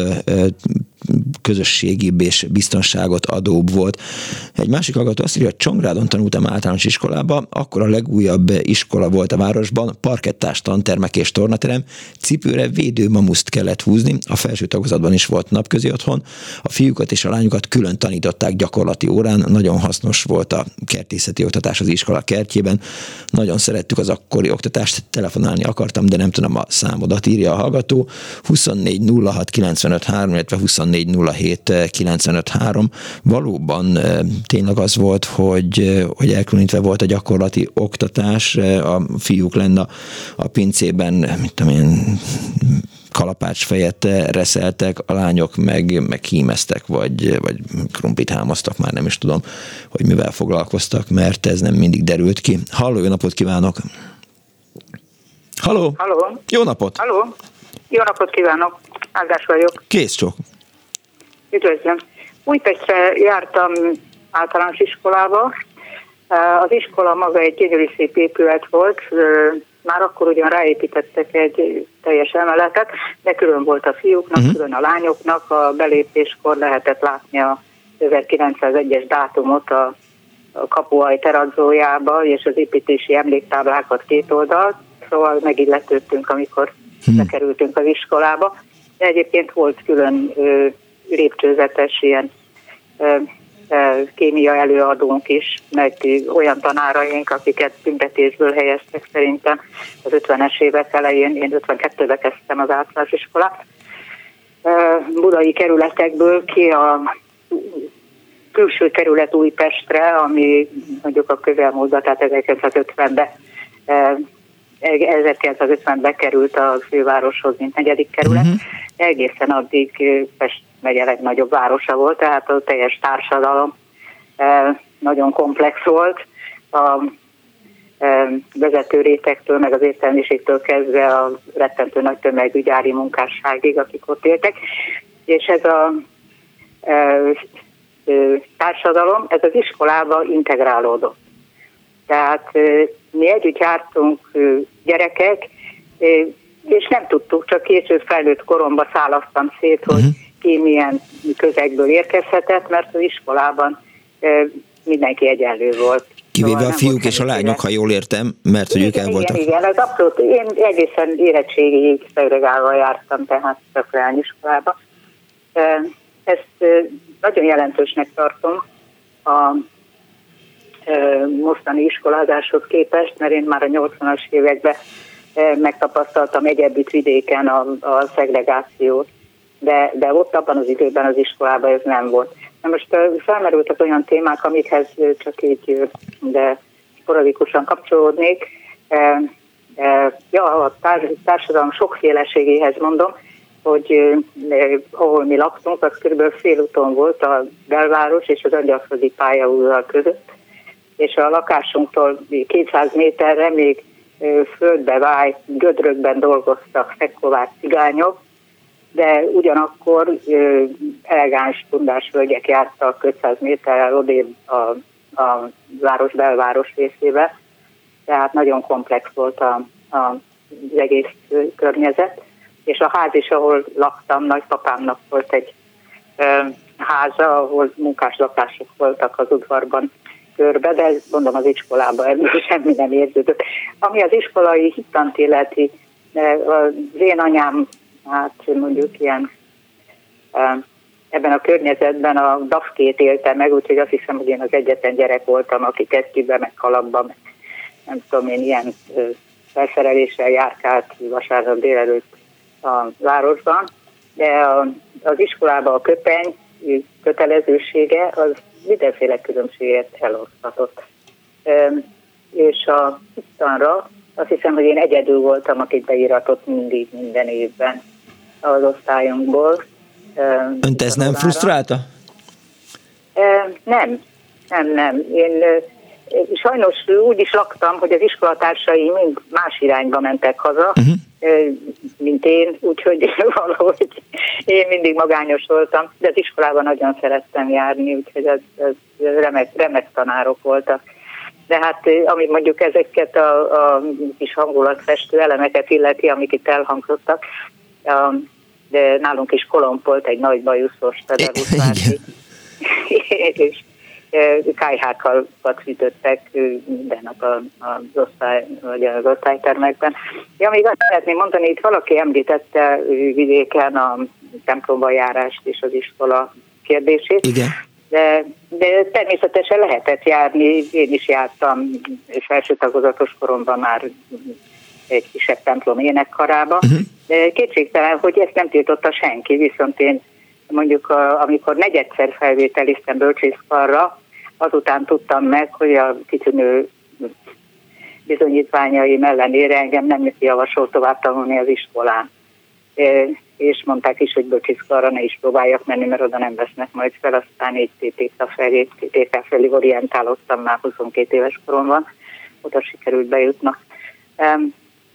közösségibb és biztonságot adóbb volt. Egy másik hallgató azt írja, hogy Csongrádon tanultam általános iskolába, akkor a legújabb iskola volt a városban, parkettás tantermek és tornaterem, cipőre védőmamuszt kellett húzni, a felső tagozatban is volt napközi otthon, a fiúkat és a lányokat külön tanították gyakorlati órán, nagyon hasznos volt a kertészeti oktatás az iskola kertjében, nagyon szerettük az akkori oktatást, telefonálni akartam, de nem tudom a számodat, írja a hallgató, huszonnégy nulla hat kilencvenöt három, illetve huszonnégy nulla hét kilencvenöt három. Valóban tényleg az volt, hogy, hogy elkülönítve volt a gyakorlati oktatás, a fiúk lenne a pincében, mit tudom én, kalapácsfejet reszeltek, a lányok meg, meg hímeztek, vagy, vagy krumplit hámoztak, már nem is tudom, hogy mivel foglalkoztak, mert ez nem mindig derült ki. Halló, jó napot kívánok! Halló! Halló! Jó napot! Halló! Jó napot kívánok! Ágás vagyok. Kész csók! Üdvözlöm! Újpestre jártam általános iskolába. Az iskola maga egy gyönyörű szép épület volt, már akkor ugyan ráépítettek egy teljes emeletet, de külön volt a fiúknak, uh-huh. külön a lányoknak, a belépéskor lehetett látni a ezerkilencszázegyes dátumot a, a kapuaj teradzójába, és az építési emléktáblákat két oldalt, szóval megilletődtünk, amikor uh-huh. bekerültünk az iskolába. De egyébként volt külön ö, lépcsőzetes ilyen ö, kémia előadónk is, meg olyan tanáraink, akiket büntetésből helyeztek szerintem az ötvenes évek elején, én ötvenkettőbe kezdtem az általános iskolát. Budai kerületekből ki a külső kerület Újpestre, ami mondjuk a közelmúltban, tehát ezerkilencszázötvenben ezerkilencszázötvenben került a fővároshoz, mint negyedik kerület. Uh-huh. Egészen addig Pest megye legnagyobb városa volt, tehát a teljes társadalom nagyon komplex volt. A vezető rétegtől, meg az értelmiségtől kezdve a rettentő nagy tömegű gyári munkásságig, akik ott éltek. És ez a e, e, társadalom, ez az iskolába integrálódott. Tehát mi együtt jártunk gyerekek, és nem tudtuk, csak később felnőtt koromban szálasztam szét, hogy uh-huh. ki milyen közegből érkezhetett, mert az iskolában mindenki egyenlő volt. Kivéve a fiúk és a lányok, ha jól értem, mert hogy ők el voltak. Igen, igen, az abszolút. Én egészen érettségig szegregálva jártam, tehát a leányiskolába. Ezt nagyon jelentősnek tartom a mostani iskolázáshoz képest, mert én már a nyolcvanas években megtapasztaltam Egyebbit vidéken a, a szegregációt, de, de ott abban az időben az iskolában ez nem volt. Na most felmerültek olyan témák, amikhez csak így, de sporadikusan kapcsolódnék. Ja, a társadalom sokféleségéhez mondom, hogy eh, ahol mi laktunk, az kb. Félúton volt a belváros és az Angyalföldi pályaudvar között, és a lakásunktól kétszáz méterre még eh, földbe vájt, gödrökben dolgoztak fekkovát cigányok, de ugyanakkor eh, elegáns, tundás völgyek jártak ötszáz méterrel odébb a, a város belváros részébe, tehát nagyon komplex volt a, a, az egész környezet. És a ház is, ahol laktam, nagypapámnak volt egy ö, háza, ahol munkáslakások voltak az udvarban körbe, de mondom, az iskolában ebből semmi nem érződött. Ami az iskolai hittant illeti, az én anyám, hát mondjuk ilyen ö, ebben a környezetben a dafkét élte meg, úgyhogy azt hiszem, hogy én az egyetlen gyerek voltam, aki kesztyűben, meg kalapban, meg nem tudom én, ilyen ö, felszereléssel járkált vasárnap délelőtt a városban, de az iskolában a köpeny kötelezősége az mindenféle különbséget elosztatott. És a hittanra azt hiszem, hogy én egyedül voltam, akit beíratott mindig, minden évben az osztályunkból. Önt ez nem frusztrálta? Nem, nem, nem. Én sajnos úgy is laktam, hogy az iskolatársai mind más irányba mentek haza, uh-huh. mint én, úgyhogy valahogy én mindig magányos voltam, de az iskolában nagyon szerettem járni, úgyhogy ez, ez remek, remek tanárok voltak. De hát ami mondjuk ezeket a, a kis hangulatfestő elemeket illeti, amik itt elhangzottak, a, de nálunk is kolomb volt egy nagy bajuszos pedagógus, és kályhákkal fűtöttek minden nap az, osztály, vagy az osztálytermekben. Ja, még azt szeretném mondani, itt valaki említette vidéken a templomba járást és az iskola kérdését. Igen. De, de természetesen lehetett járni, én is jártam felső tagozatos koromban már egy kisebb templom énekkarába. Uh-huh. De kétségtelen, hogy ezt nem tiltotta senki, viszont én mondjuk a, amikor negyedszer felvételiztem bölcsészkarra, azután tudtam meg, hogy a kitűnő bizonyítványaim ellenére engem nem javasolt tovább tanulni az iskolán. E, és mondták is, hogy bölcsészkarra ne is próbáljak menni, mert oda nem vesznek majd fel, aztán így té té ká felé, té té ká felé orientálódtam már huszonkét éves koromban, oda sikerült bejutnak. Um,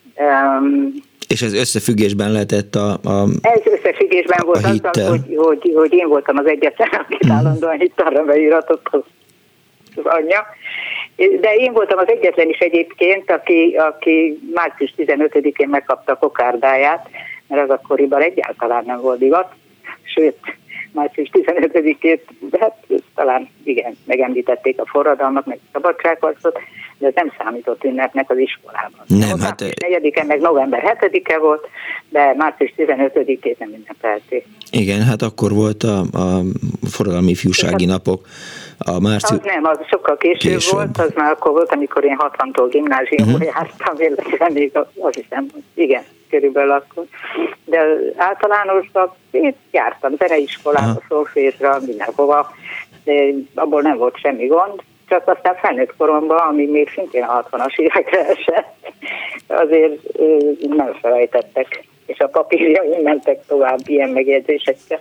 um, És ez összefüggésben lehetett a, a Ez összefüggésben volt azzal, hogy, hogy, hogy én voltam az egyetlen, akit mm. állandóan hittanra beíratott az, az anyja. De én voltam az egyetlen is egyébként, aki, aki március tizenötödikén megkapta a kokárdáját, mert az akkoriban egyáltalán nem volt divat. Sőt, március tizenötödikét, de hát talán igen, megemlítették a forradalmat, meg a szabadságharcot, de ez nem számított ünnepnek az iskolában. Nem, hát... negyedike meg november hetedike volt, de március tizenötödikét nem ünnepelték. Igen, hát akkor volt a, a forradalmi ifjúsági napok. A március... Az nem, az sokkal később, később volt, az már akkor volt, amikor én hatvantól gimnáziumban uh-huh. jártam, illetve még azt hiszem, igen, körülbelül akkor. De általánosban én jártam zeneiskolába, szolfézra, mindenhova, de abból nem volt semmi gond, csak aztán felnőtt koromban, ami még szintén a hatvanas évekre esett, azért nem felejtettek, és a papírjaim mentek tovább ilyen megjegyzésekkel.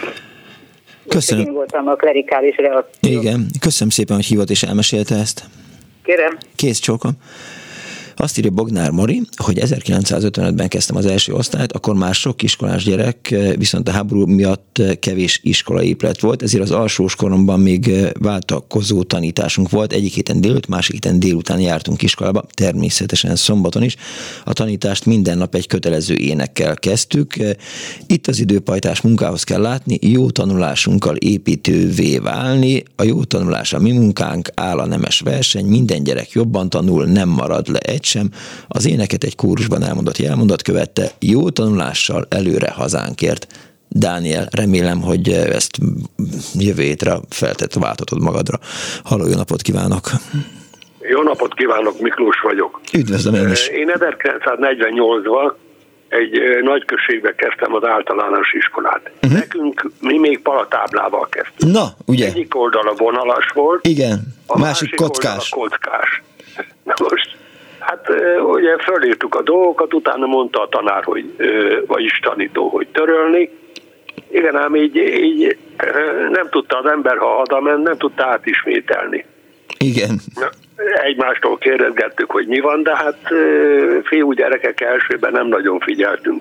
Köszönöm. Én voltam a klerikális reakció. Igen, köszönöm szépen, hogy hívott és elmesélte ezt. Kérem. Kész csókom. Azt írja Bognár Mari, hogy ezerkilencszázötvenötben kezdtem az első osztályt, akkor már sok iskolás gyerek, viszont a háború miatt kevés iskolaépület volt, ezért az alsós koromban még váltakozó tanításunk volt. Egyik héten délután, másik héten délután jártunk iskolába, természetesen szombaton is. A tanítást minden nap egy kötelező énekkel kezdtük. Itt az időpajtás, munkához kell látni, jó tanulásunkkal építővé válni. A jó tanulás a mi munkánk, áll a nemes verseny, minden gyerek jobban tanul, nem marad le egy sem. Az éneket egy kórusban elmondott jelmondat követte, jó tanulással előre hazánkért. Dániel, remélem, hogy ezt jövő hétre feltett váltatod magadra. Halló, jó napot kívánok! Jó napot kívánok, Miklós vagyok. Üdvözlöm én is. Én ezerkilencszáznegyvennyolcban egy nagyközségbe kezdtem az általános iskolát. Uh-huh. Nekünk mi még palatáblával kezdtünk. Na, ugye? Egyik oldala vonalas volt. Igen, a másik, másik kockás. kockás. Na most, hát ugye fölírtuk a dolgokat, utána mondta a tanár, hogy, vagyis tanító, hogy törölni. Igen, ám így, így nem tudta az ember, ha odament, nem tudta átismételni. Igen. Egymástól kérdezgettük, hogy mi van, de hát fiú gyerekek elsőben nem nagyon figyeltünk.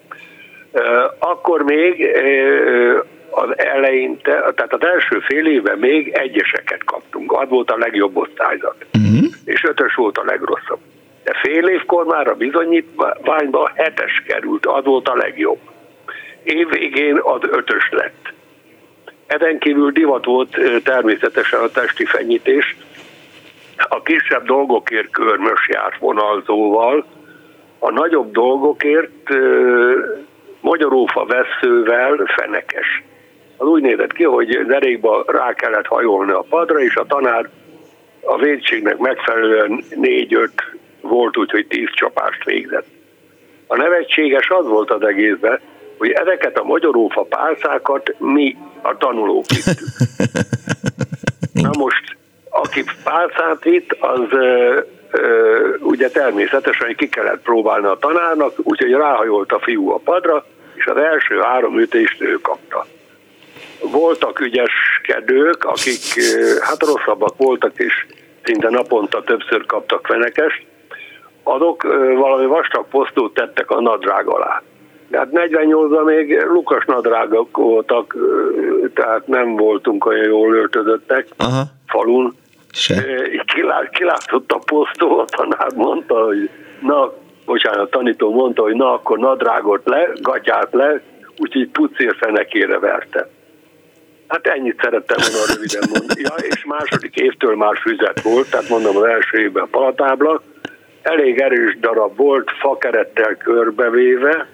Akkor még az eleinte, tehát az első fél évben még egyeseket kaptunk. Az volt a legjobb osztályzat. Uh-huh. És ötös volt a legrosszabb. De fél évkor már a bizonyítványban hetes került, az volt a legjobb. Év végén az ötös lett. Ezen kívül divat volt természetesen a testi fenyítés. A kisebb dolgokért körmös járt vonalzóval, a nagyobb dolgokért magyarófa vesszővel fenekes. Az úgy nézett ki, hogy derékba rá kellett hajolni a padra, és a tanár a vétségnek megfelelően négy-öt volt, úgyhogy tíz csapást végzett. A nevetséges az volt az egészben, hogy ezeket a magyarófa pálcákat mi a tanulók vittük. Na most, aki pálcát vitt, az ö, ö, ugye természetesen ki kellett próbálni a tanárnak, úgyhogy ráhajolt a fiú a padra, és az első három ütést ő kapta. Voltak ügyeskedők, akik hát rosszabbak voltak, és szinte naponta többször kaptak fenekest, azok valami vastag posztót tettek a nadrág alá. De hát negyvennyolcban még lukas nadrágok voltak, tehát nem voltunk olyan jól öltözöttek. Aha. Falun. Kilá, kilátott a posztó, a tanár mondta, hogy na, bocsánat, a tanító mondta, hogy na, akkor nadrágot le, gatyát le, úgyhogy pucér fenekére verte. Hát ennyit szerettem volna röviden mondani. Ja, és második évtől már füzet volt, tehát mondom az első évben palatábla. Elég erős darab volt, fakerettel körbevéve,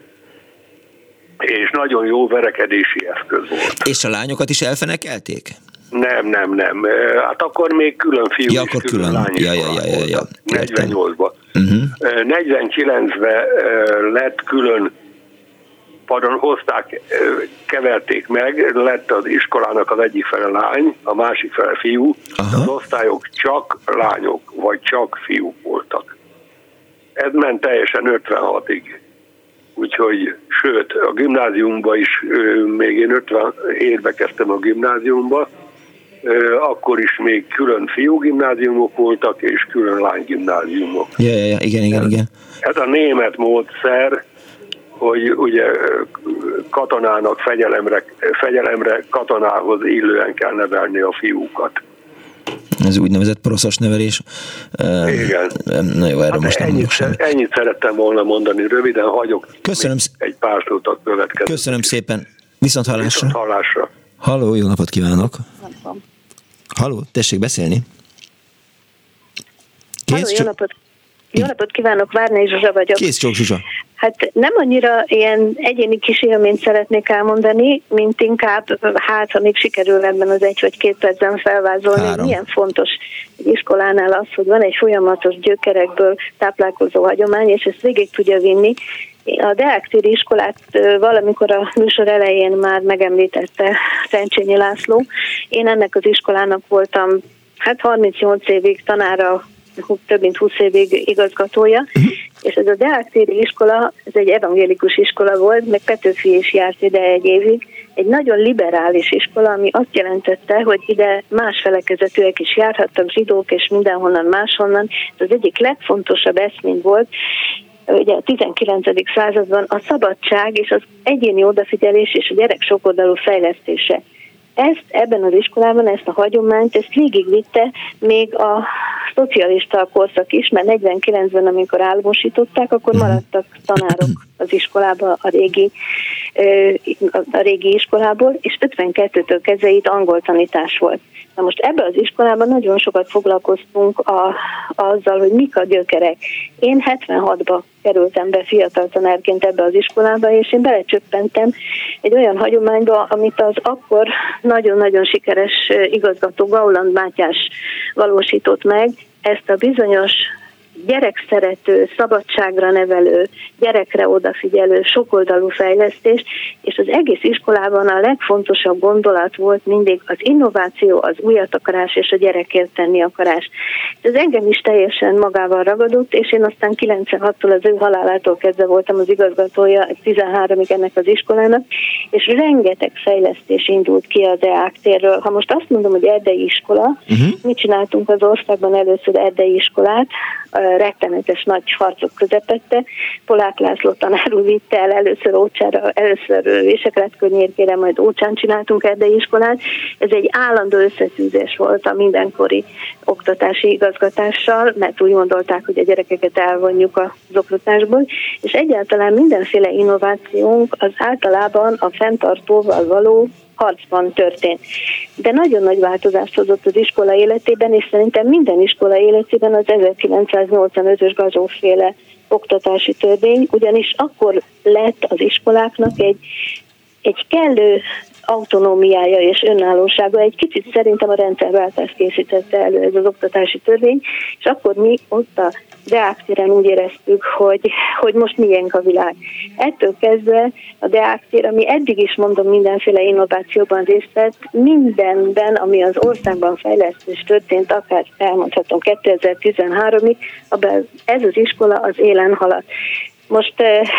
és nagyon jó verekedési eszköz volt. És a lányokat is elfenekelték? Nem, nem, nem. Hát akkor még külön fiú ja, és akkor külön, külön. lány Ja, ja, ja, ja, ja. negyvennyolcban. Uh-huh. negyvenkilencben lett külön, pardon, hozták, keverték meg, lett az iskolának az egyik fele lány, a másik fele fiú. Uh-huh. Az osztályok csak lányok, vagy csak fiúk voltak. Ez ment teljesen ötvenhatig. Úgyhogy, sőt, a gimnáziumba is, még én ötvenhétben kezdtem a gimnáziumba, akkor is még külön fiúgimnáziumok voltak, és külön lánygimnáziumok. Ja, ja, ja, igen, igen, igen. Ez a német módszer, hogy ugye katonának fegyelemre, fegyelemre katonához illően kell nevelni a fiúkat. Ez úgynevezett poroszos nevelés. Igen. Na jó, erről hát most nem ennyit, semmit. Ennyit szerettem volna mondani, röviden hagyok. Köszönöm. Egy pár szót a következő. Köszönöm szépen. Viszont hallásra. Viszont hallásra. Halló, jó napot kívánok. Halló, tessék beszélni. Halló, jó napot. Jó napot kívánok, Várnai Zsuzsa vagyok. Kész csók, Zsuzsa. Hát nem annyira ilyen egyéni kis élményt szeretnék elmondani, mint inkább, hát ha még sikerül ebben az egy vagy két percben felvázolni, hogy milyen fontos egy iskolánál az, hogy van egy folyamatos gyökerekből táplálkozó hagyomány, és ezt végig tudja vinni. A Deák-téri iskolát valamikor a műsor elején már megemlítette Szencsényi László. Én ennek az iskolának voltam hát harmincnyolc évig tanára, több mint húsz évig igazgatója, És ez a deáktéri iskola, ez egy evangélikus iskola volt, meg Petőfi is járt ide egy évig, egy nagyon liberális iskola, ami azt jelentette, hogy ide más felekezetűek is járhattak, zsidók és mindenhonnan máshonnan. Ez az egyik legfontosabb eszmény volt, ugye a tizenkilencedik században a szabadság és az egyéni odafigyelés és a gyerek sokoldalú fejlesztése. Ezt ebben az iskolában, ezt a hagyományt, ezt végigvitte még a szocialista korszak is, mert negyvenkilencben, amikor államosították, akkor maradtak tanárok az iskolába, a régi, a régi iskolából, és ötvenkettőtől kezdve itt angol tanítás volt. Na most ebben az iskolában nagyon sokat foglalkoztunk a, azzal, hogy mik a gyökerek. Én hetvenhatban kerültem be fiatal tanárként ebbe az iskolába, és én belecsöppentem egy olyan hagyományba, amit az akkor nagyon-nagyon sikeres igazgató Gauland Mátyás valósított meg, ezt a bizonyos gyerekszerető, szabadságra nevelő, gyerekre odafigyelő, sokoldalú fejlesztést, és az egész iskolában a legfontosabb gondolat volt mindig az innováció, az újat akarás és a gyerekért tenni akarás. Ez engem is teljesen magával ragadott, és én aztán kilencvenhattól az ő halálától kezdve voltam az igazgatója tizenháromig ennek az iskolának, és rengeteg fejlesztés indult ki a Deák térről. Ha most azt mondom, hogy erdei iskola, uh-huh. mit csináltunk az országban először erdei iskolát, rettenetes nagy harcok közepette. Polák László tanár úr vitte el először Ócsára, először Véseklet környékére, majd Ócsán csináltunk erdei iskolát. Ez egy állandó összetűzés volt a mindenkori oktatási igazgatással, mert úgy gondolták, hogy a gyerekeket elvonjuk az oktatásból, és egyáltalán mindenféle innovációnk az általában a fenntartóval való harcban történt. De nagyon nagy változást hozott az iskola életében, és szerintem minden iskola életében az ezerkilencszáznyolcvanötös Gazsó-féle oktatási törvény, ugyanis akkor lett az iskoláknak egy, egy kellő autonómiája és önállósága. Egy kicsit szerintem a rendszerváltást készítette elő ez az oktatási törvény, és akkor mi ott a Deák téren úgy éreztük, hogy, hogy most miénk a világ. Ettől kezdve a Deák tér, ami eddig is mondom mindenféle innovációban részt vett, mindenben, ami az országban fejlesztés történt, akár elmondhatom kétezer-tizenháromig, abban ez az iskola az élen haladt. Most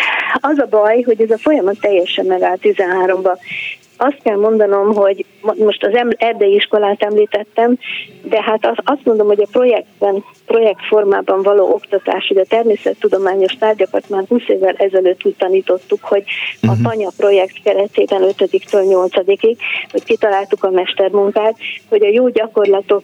az a baj, hogy ez a folyamat teljesen megállt tizenháromban. Azt kell mondanom, hogy most az erdei iskolát említettem, de hát azt mondom, hogy a projektben, projektformában való oktatás, ugye a természettudományos tárgyakat már húsz évvel ezelőtt úgy tanítottuk, hogy a Tanya projekt keretében ötödiktől nyolcadikig, hogy kitaláltuk a mestermunkát, hogy a jó gyakorlatok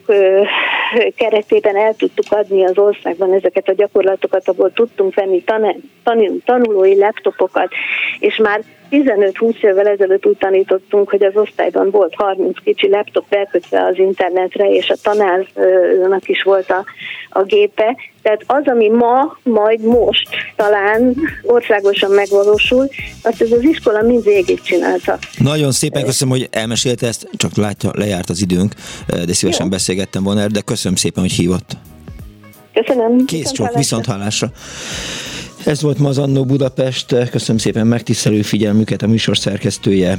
keretében el tudtuk adni az országban ezeket a gyakorlatokat, ahol tudtunk venni tan- tan- tanulói laptopokat, és már tizenöt-húsz évvel ezelőtt úgy tanítottunk, hogy az osztályban volt harminc kicsi laptop elkötve az internetre, és a tanárnak is volt a, a gépe. Tehát az, ami ma, majd most talán országosan megvalósul, azt ez az iskola mind végig csinálta. Nagyon szépen köszönöm, hogy elmesélte ezt, csak látja, lejárt az időnk, de szívesen Jó. beszélgettem volna, de köszönöm szépen, hogy hívott. Köszönöm. Kész csók, viszont hallásra. Ez volt ma az Annó Budapest. Köszönöm szépen megtisztelő figyelmüket, a műsor szerkesztője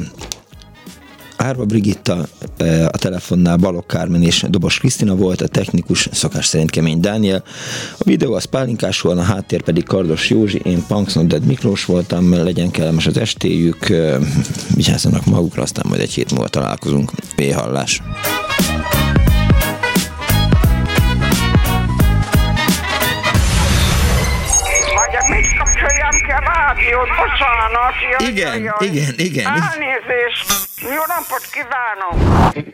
Árva Brigitta, a telefonnál Balogh Kármen és Dobos Krisztina volt, a technikus szokás szerint Kemény Dániel. A videó az Pálinkás volt, a háttér pedig Kardos Józsi, én Punksnodded Miklós voltam, legyen kellemes az estéjük, vigyázzanak magukra, aztán majd egy hét múlva találkozunk. Véhallás! Kapcsoljam ki a rádiót, bocsánat. Jaj, igen, jaj, jaj. igen, igen. Elnézést. Jó napot kívánok.